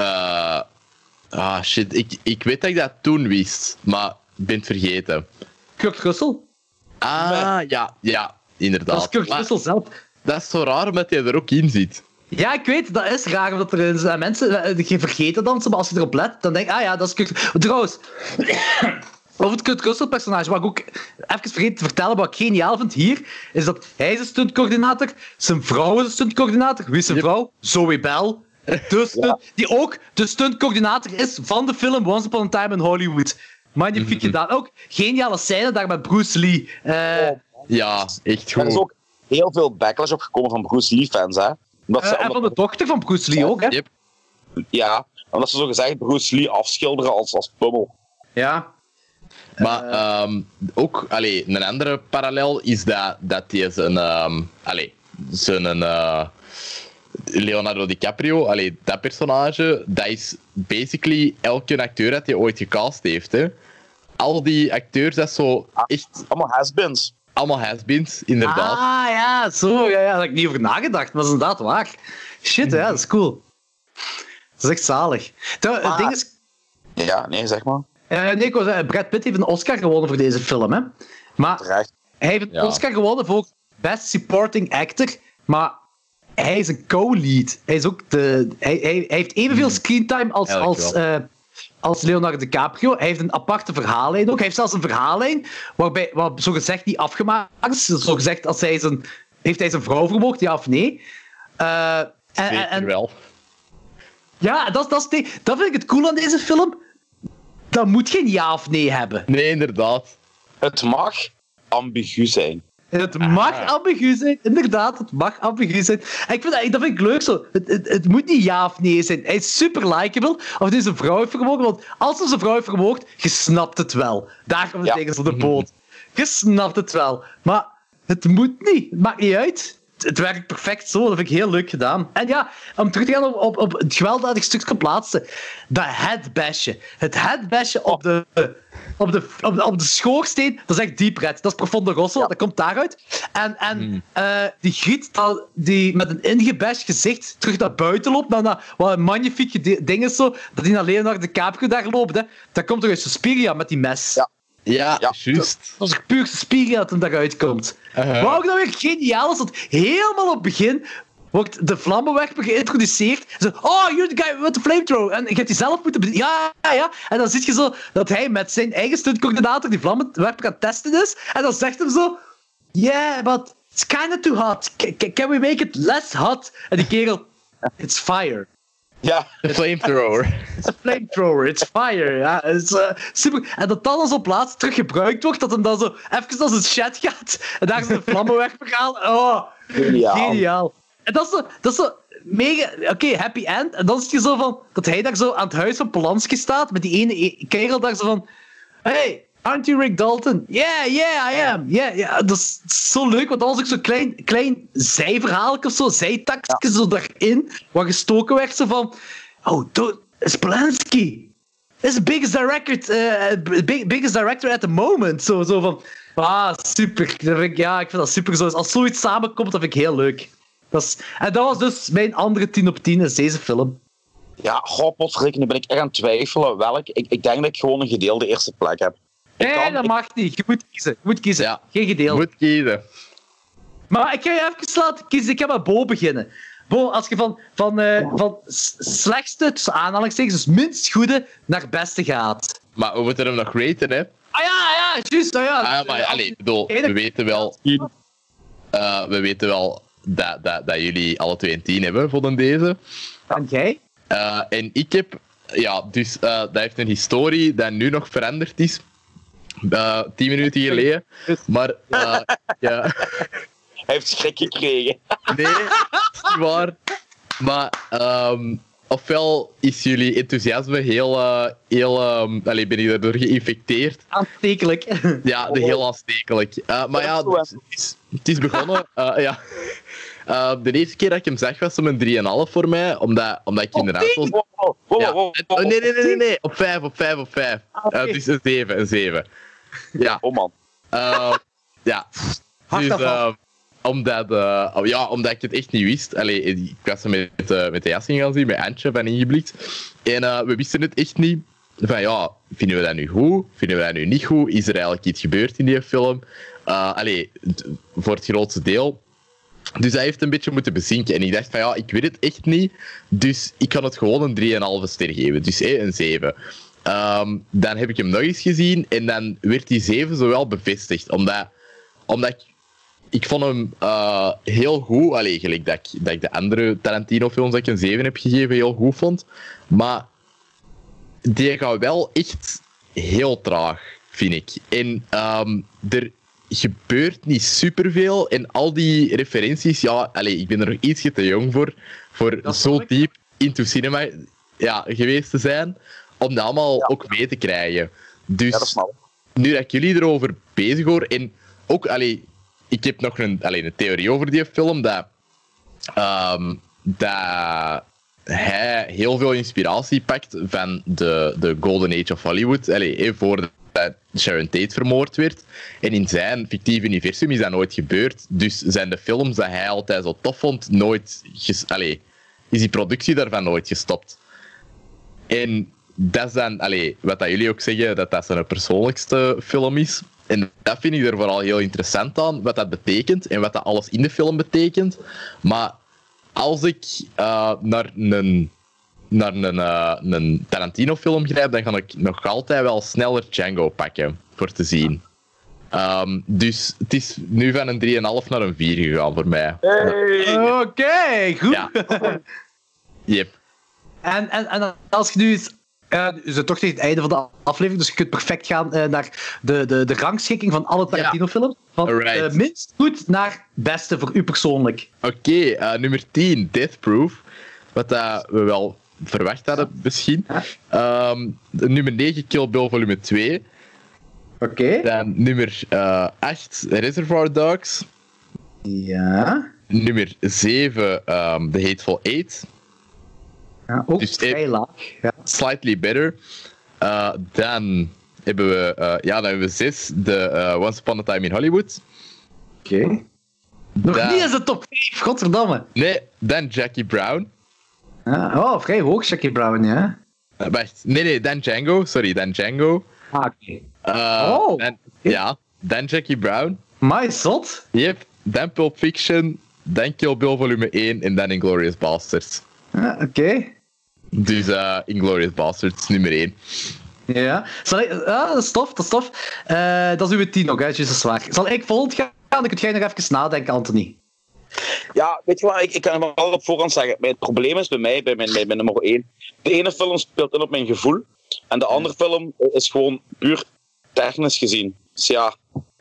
Shit. Ik weet dat ik dat toen wist, maar ik ben het vergeten. Kurt Russell. Ja, inderdaad. Dat is Kurt Russell zelf. Dat is zo raar omdat hij er ook in zit. Ja, ik weet, dat is raar, omdat er mensen, je vergeet het dan, maar als je erop let, dan denk je, dat is Kurt... Trouwens, over het Kurt Russell-personage, wat ik ook even vergeten te vertellen, wat ik geniaal vind hier, is dat hij is een stuntcoördinator, zijn vrouw is een stuntcoördinator. Wie is zijn vrouw? Zoe Bell. Die ook de stuntcoördinator is van de film Once Upon a Time in Hollywood. Magnifiek gedaan. Ook geniale scène daar met Bruce Lee. Ja, echt goed. Er is ook heel veel backlash opgekomen van Bruce Lee-fans, hè. En van de dochter van Bruce Lee ook, hè? Yep. Ja, omdat ze zo gezegd Bruce Lee afschilderen als pummel. Ja. Maar ook, een andere parallel is dat hij zijn Leonardo DiCaprio, dat personage, dat is basically elke acteur dat hij ooit gecast heeft, hè. Al die acteurs, dat is zo echt... Allemaal has-beens. Allemaal has-beens, inderdaad. Ja, zo. Ja, daar heb ik niet over nagedacht, maar dat is inderdaad waar. Shit, ja, dat is cool. Dat is echt zalig. Het ding is... Ja, nee, zeg maar. Brad Pitt heeft een Oscar gewonnen voor deze film, hè. Maar Terecht. hij heeft een Oscar gewonnen voor Best Supporting Actor, maar hij is een co-lead. Hij is ook hij heeft evenveel screentime als Leonardo DiCaprio. Hij heeft een aparte verhaallijn ook. Hij heeft zelfs een verhaallijn wat zogezegd niet afgemaakt is. Zogezegd, heeft hij zijn vrouw vermoord, ja of nee? Zeker wel. Ja, dat vind ik het cool aan deze film. Dat moet geen ja of nee hebben. Nee, inderdaad. Het mag ambigu zijn. Het mag ambigu zijn, inderdaad. Het mag ambigu zijn. En dat vind ik leuk zo. Het moet niet ja of nee zijn. Hij is super likable. Of hij zijn vrouw heeft vermoord. Want als hij zijn vrouw heeft vermoord, je snapt het wel. Daar komt het tegen op de boot. Je snapt het wel. Maar het moet niet. Het maakt niet uit. Het werkt perfect zo. Dat vind ik heel leuk gedaan. En ja, om terug te gaan op het gewelddadig stukje plaatsen. Dat headbashje. Het headbashje op de schoorsteen, dat is echt Deep Red. Dat is Profondo Rosso, dat komt daaruit. En die griet die met een ingebashed gezicht terug naar buiten loopt, wat een magnifieke ding is zo, dat die naar Leonardo DiCaprio daar loopt. Hè. Dat komt toch uit Suspiria met die mes. Ja, juist. Dat is puur Suspiria dat hem daaruit komt. Wat ook dan weer geniaal is, dat helemaal op het begin wordt de vlammenwerper geïntroduceerd. Zo, you're the guy with the flamethrower. En je hebt die zelf moeten bedienen. Ja. En dan zie je zo dat hij met zijn eigen stuntcoördinator die vlammenwerper aan het testen is. En dan zegt hem zo... Yeah, but It's kind of too hot. Can we make it less hot? En die kerel, it's fire. Ja. Een flamethrower. It's a flamethrower, it's fire. Ja, it's, super. En dat dan als op laatst terug gebruikt wordt, dat hem dan zo even als een chat gaat en daar zijn vlammenwerper haalt. Oh, geniaal. En dat is zo mega... Oké, happy end. En dan is het zo van... Dat hij daar zo aan het huis van Polanski staat, met die ene kerel daar zo van... Hey, aren't you Rick Dalton? Yeah, I am. Yeah. Dat is zo leuk, want dan was ook zo'n klein zijverhaal of zo, zijtakje zo daarin, waar gestoken werd zo van... Oh, it's Polanski. It's the biggest director at the moment. Zo van... super. Ik vind dat super. Als zoiets samenkomt, dat vind ik heel leuk. En dat was dus mijn andere 10 op 10 is deze film. Ja, potverdikke, ben ik echt aan het twijfelen welk. Ik denk dat ik gewoon een gedeelde eerste plek heb. Dat mag niet. Je moet kiezen. Ja. Geen gedeelde. Je moet kiezen. Maar ik ga je even laten kiezen. Ik ga met Bo beginnen. Bo, als je van slechtste, tussen aanhalingstekens, dus minst goede, naar beste gaat. Maar we moeten hem nog raten, hè? Ja, juist. Maar allee, bedoel, we weten wel dat jullie alle 2 een 10 hebben voor deze. En jij? En ik heb... Ja, dus dat heeft een historie dat nu nog veranderd is. 10 minuten geleden. Maar, ja... Hij heeft schrik gekregen. Nee, dat is niet waar. Maar, ofwel is jullie enthousiasme heel ben ik daardoor geïnfecteerd. Aanstekelijk. Ja, heel aanstekelijk. Maar ja, het is begonnen. Ja. De eerste keer dat ik hem zag was hem een 3,5 voor mij, omdat ik inderdaad was... Nee. Op 5. Dus een 7. Ja. Oh man. Ja. Dus, omdat ik het echt niet wist. Ik was met de Jasmin gaan zien, met Antje van Ingeblikt. En we wisten het echt niet. Van ja, vinden we dat nu goed? Vinden we dat nu niet goed? Is er eigenlijk iets gebeurd in die film? Voor het grootste deel. Dus hij heeft een beetje moeten bezinken. En ik dacht van ja, ik weet het echt niet. Dus ik kan het gewoon een 3,5 ster geven. Dus een 7. Dan heb ik hem nog eens gezien. En dan werd die 7 zowel bevestigd. Omdat ik vond hem heel goed. Gelijk dat ik de andere Tarantino-films dat ik een 7 heb gegeven heel goed vond. Maar die gaat wel echt heel traag, vind ik. En er gebeurt niet superveel. En al die referenties, ik ben er nog ietsje te jong voor zo diep into cinema geweest te zijn, om dat allemaal ook mee te krijgen. Dus dat snap ik. Nu dat ik jullie erover bezig hoor, en ook, ik heb nog een theorie over die film, dat hij heel veel inspiratie pakt van de Golden Age of Hollywood, voordat Sharon Tate vermoord werd. En in zijn fictief universum is dat nooit gebeurd. Dus zijn de films dat hij altijd zo tof vond, is die productie daarvan nooit gestopt. En dat is dan, wat dat jullie ook zeggen, dat zijn persoonlijkste film is. En dat vind ik er vooral heel interessant aan, wat dat betekent en wat dat alles in de film betekent. Maar als ik naar een Tarantino-film grijp, dan ga ik nog altijd wel sneller Django pakken voor te zien. Dus het is nu van een 3,5 naar een 4 gegaan voor mij. Hey. Oké, goed. Ja. Yep. En als je nu... we zijn toch tegen het einde van de aflevering, dus je kunt perfect gaan naar de rangschikking van alle Tarantino-films. Van minst goed naar beste voor u persoonlijk. Oké, nummer 10, Death Proof. Wat we wel verwacht hadden, misschien. Nummer 9, Kill Bill volume 2. Oké. Dan nummer 8, Reservoir Dogs. Ja. Nummer 7, The Hateful Eight. Ja, ook dus vrij laag. Ja. Slightly Better. Dan hebben we 6, de Once Upon a Time in Hollywood. Oké. Nog niet eens de top 5, godverdamme. Nee, dan Jackie Brown. Vrij hoog, Jackie Brown, ja. Wacht, nee, dan Django. Sorry, dan Django. Oké. Dan Jackie Brown. My zot. Yep, dan Pulp Fiction, dan Kill Bill volume 1 en dan Inglourious Basterds. Oké. Dus Inglourious Basterds, nummer 1. Ja. Dat is tof, dat is tof. Dat is uw 10 ook, hè, juist zwaar. Zal ik volgend dan kun jij nog even nadenken, Anthony. Ja, weet je wat, ik kan het wel op voorhand zeggen. Het probleem is bij mij, bij mijn nummer 1. De ene film speelt in op mijn gevoel. En de andere film is gewoon puur technisch gezien. Dus ja.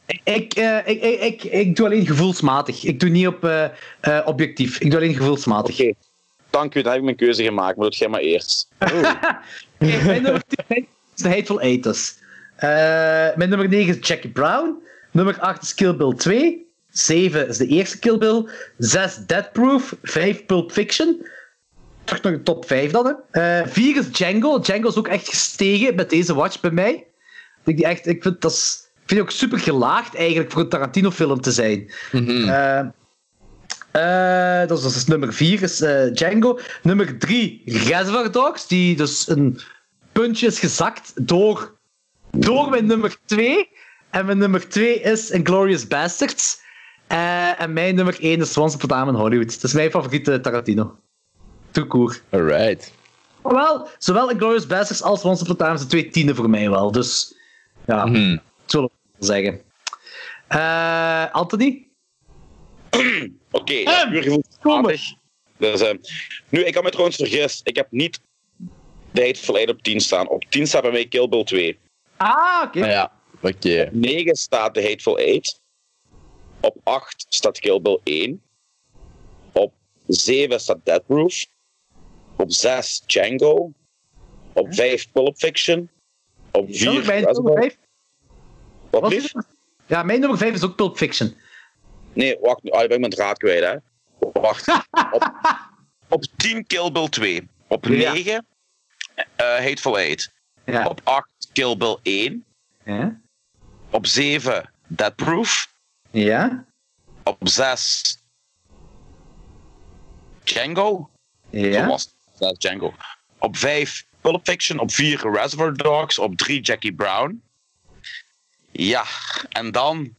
Ik doe alleen gevoelsmatig. Ik doe niet op objectief. Ik doe alleen gevoelsmatig. Oké. Dank u, dan heb ik mijn keuze gemaakt. Maar doe jij maar eerst. Kijk, mijn nummer 10 is The Hateful Eight dus. Mijn nummer 9 is Jackie Brown. Nummer 8 is Kill Bill 2. 7 is de eerste Kill Bill. 6 Death Proof. 5 Pulp Fiction. Terug naar de top 5 dan. 4 is Django. Django is ook echt gestegen met deze watch bij mij. Ik vind die ook super gelaagd eigenlijk voor een Tarantino-film te zijn. Mm-hmm. Dat is nummer 4 is Django. Nummer 3 Reservoir Dogs, die dus een puntje is gezakt door mijn nummer 2. En mijn nummer 2 is Inglourious Basterds. En mijn nummer 1 is Once Upon a Time in Hollywood. Dat is mijn favoriete Tarantino. Tout court. Alright. Wel, zowel Inglourious Basterds als Once Upon a Time zijn 2 tienden voor mij wel. Dus ja, dat zullen we wel zeggen. Anthony? Oké, puur gevoelsmatig. Dus, nu, ik had me trouwens vergist. Ik heb niet The Hateful Eight op 10 staan. Op 10 staat bij mij Kill Bill 2. Oké. Ja, oké. Op 9 staat The Hateful Eight. Op 8 staat Kill Bill 1. Op 7 staat Death Proof. Op 6 Django. Op 5 Pulp Fiction. Op 4 Reservoir. Wat lief? Ja, mijn nummer 5 is ook Pulp Fiction. Nee, wacht. Ik ben mijn draad kwijt, hè. Wacht. Op 10 Kill Bill 2. Op 9 Hateful Eight. Ja. Op 8 Kill Bill 1. Ja. Op 7 Death Proof. Ja. Op 6 Django. Ja. Zo was het. 6 Django. Op 5 Pulp Fiction. Op 4 Reservoir Dogs. Op 3 Jackie Brown. Ja, en dan...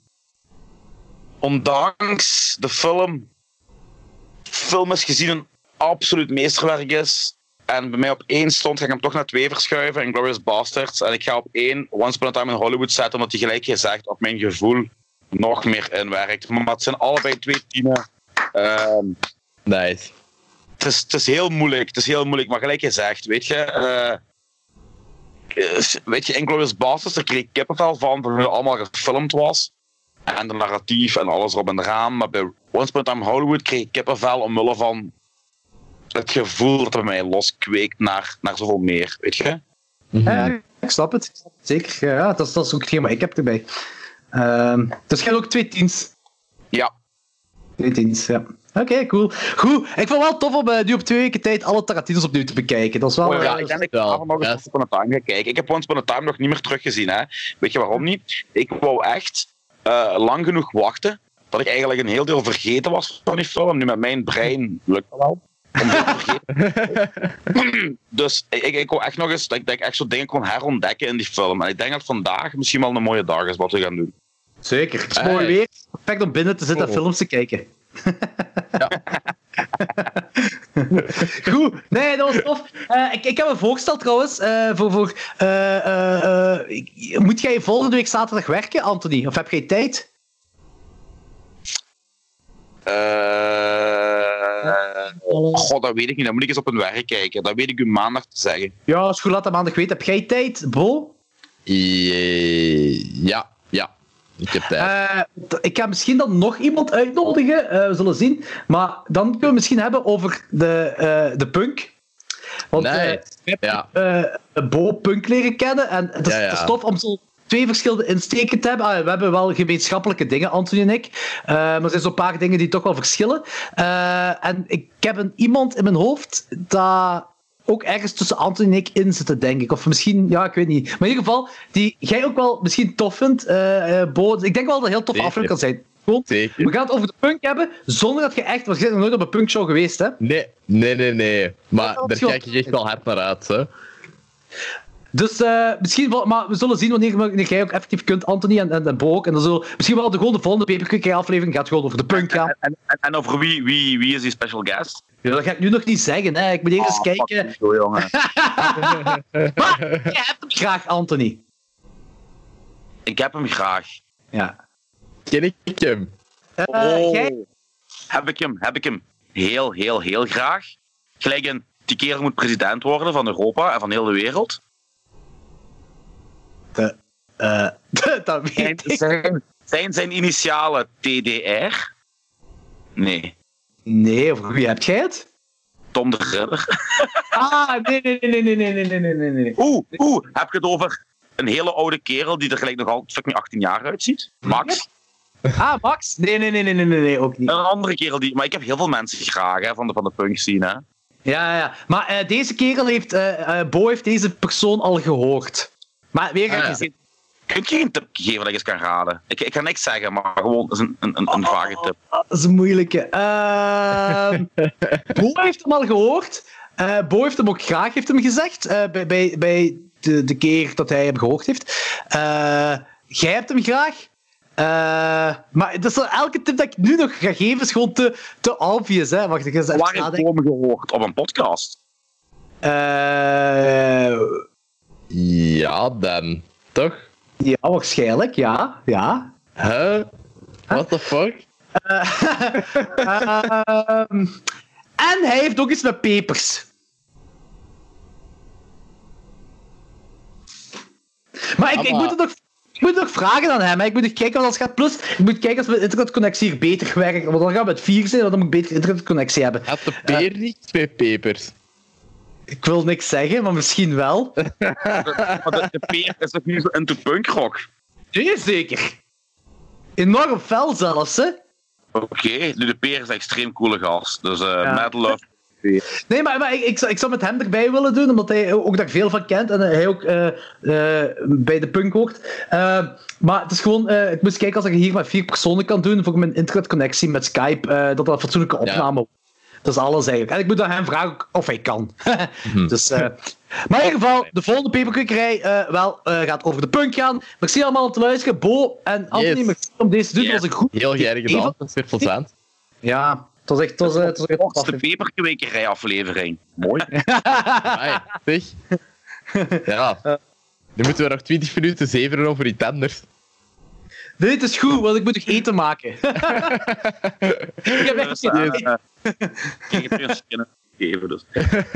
Ondanks de film is gezien een absoluut meesterwerk is. En bij mij op 1 stond, ga ik hem toch naar 2 verschuiven. Inglourious Basterds. En ik ga op 1 Once Upon a Time in Hollywood zetten, omdat hij gelijk gezegd op mijn gevoel nog meer inwerkt. Maar het zijn allebei 2 tienen. Nice. Het is heel moeilijk. Maar gelijk gezegd, weet je... Inglourious Basterds, daar kreeg ik kippenvel van hoe het allemaal gefilmd was. En de narratief en alles erop en eraan. Maar bij Once Upon a Time in Hollywood kreeg ik kippenvel omwille van het gevoel dat bij mij loskweekt naar zoveel meer, weet je? Ja, ik snap het. Zeker. Ja, dat is ook hetgeen wat ik heb erbij. Dus jij ook 2 tiens? Ja. 2 tiens, ja. Oké, cool. Goed. Ik vond het wel tof om nu op 2 weken tijd alle Tarantino's opnieuw te bekijken. Dat is wel... Ik denk dat ik vanavond nog eens Once Upon a Time ga kijken. Ik heb Once Upon a Time nog niet meer teruggezien, hè. Weet je waarom niet? Ik wou echt lang genoeg wachten dat ik eigenlijk een heel deel vergeten was van die film. Nu met mijn brein lukt dat wel. Om dit te vergeten. Dus ik wou echt nog eens dat ik echt zo dingen kon herontdekken in die film. En ik denk dat vandaag misschien wel een mooie dag is wat we gaan doen. Zeker. Het is mooi weer. Perfect om binnen te zitten en films te kijken. Ja. Goed. Nee, dat was tof. Ik heb een voorstel trouwens. Moet jij volgende week zaterdag werken, Anthony? Of heb jij tijd? God, dat weet ik niet. Dan moet ik eens op een werk kijken. Dat weet ik u maandag te zeggen. Ja, als goed laat de maandag weten. Heb jij tijd, Bo? Ja. Ik heb tijd. Ik ga misschien dan nog iemand uitnodigen. We zullen zien. Maar dan kunnen we misschien hebben over de punk. Want ik heb Bo punk leren kennen. En het is tof om zo 2 verschillende insteken te hebben. We hebben wel gemeenschappelijke dingen, Anthony en ik. Maar er zijn zo'n paar dingen die toch wel verschillen. En ik heb iemand in mijn hoofd dat ook ergens tussen Anthony en ik in zitten, denk ik. Of misschien, ja, ik weet niet. Maar in ieder geval, die jij ook wel misschien tof vindt, Bo. Ik denk wel dat het een heel toffe aflevering kan zijn. Gewoon, we gaan het over de punk hebben, zonder dat je echt... Want je bent nog nooit op een punkshow geweest, hè? Nee. Maar daar kijk ik echt wel hard naar uit, hè. Dus misschien wel... Maar we zullen zien wanneer jij ook effectief kunt, Anthony en Bo ook. En dan zullen misschien wel de volgende Paperclip-aflevering gaat gewoon over de punk gaan. En over wie is die special guest? Ja, dat ga ik nu nog niet zeggen, hè. Ik moet eerst eens kijken. Zo, jongen. Maar jij hebt hem graag, Anthony. Ik heb hem graag. Ja. Ken ik hem? Jij... Heb ik hem heel, heel, heel graag. Gelijk die kerel moet president worden van Europa en van heel de wereld. Dat weet ik. Zijn initialen TDR? Nee. Nee, of wie heb jij het? Tom de Ridder. Nee. Heb je het over een hele oude kerel die er gelijk nog al fucking 18 jaar uitziet? Max? Max? Nee, ook niet. Een andere kerel die... Maar ik heb heel veel mensen graag hè, van de punk scene. Hè. Ja. Maar deze kerel heeft... Bo heeft deze persoon al gehoord. Maar weer ga ik gezien. Kun je een tip geven dat ik eens kan raden? Ik ga niks zeggen, maar gewoon dat is een vage tip. Dat is een moeilijke. Bo heeft hem al gehoord. Bo heeft hem ook graag gezegd. Bij de keer dat hij hem gehoord heeft. Jij hebt hem graag. Maar dus elke tip dat ik nu nog ga geven is gewoon te obvious. Hè? Wacht, ik ga waar heb je hem gehoord? Op een podcast? Ja, dan. Toch? Ja, waarschijnlijk, ja. Huh? What the fuck? En hij heeft ook iets met pepers. Maar ik moet nog vragen aan hem. Hè. Ik moet nog kijken wat als gaat. Plus, ik moet kijken als mijn internetconnectie hier beter werkt. Want dan gaan we met 4 zijn, dan moet ik beter internetconnectie hebben. Had de peer niet met pepers? Ik wil niks zeggen, maar misschien wel. Maar de peer is ook niet zo into punkrock. Nee, zeker. Enorm fel zelfs, hè. Oké, nu de peer is een extreem coole gast. Dus Mad Love. Nee, maar ik zou met hem erbij willen doen, omdat hij ook daar veel van kent en hij ook bij de punk hoort. Maar het is gewoon, ik moest kijken als ik hier met 4 personen kan doen voor mijn internetconnectie met Skype, dat een fatsoenlijke opname wordt. Dat is alles eigenlijk. En ik moet aan hem vragen of hij kan. Dus, maar in ieder geval, de volgende paperkwekerij gaat over de punk gaan. Merci allemaal om te luisteren. Bo en Anthony, merci om deze te doen. Dat was een goed... Heel geinig gedaan. Dat is weer plezant. Ja, het was echt... de peperkwekerij aflevering. Mooi. Zeg. Ja. Nu moeten we nog 20 minuten zeveren over die tenders. Nee, het is goed, want ik moet nog eten maken. Ik heb echt geen Ik heb geen schinnen gegeven, dus.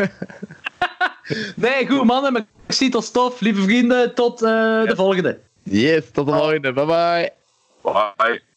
Nee, goed mannen, merci, tot stof, lieve vrienden, tot de volgende. Yes, tot de volgende, bye bye. Bye.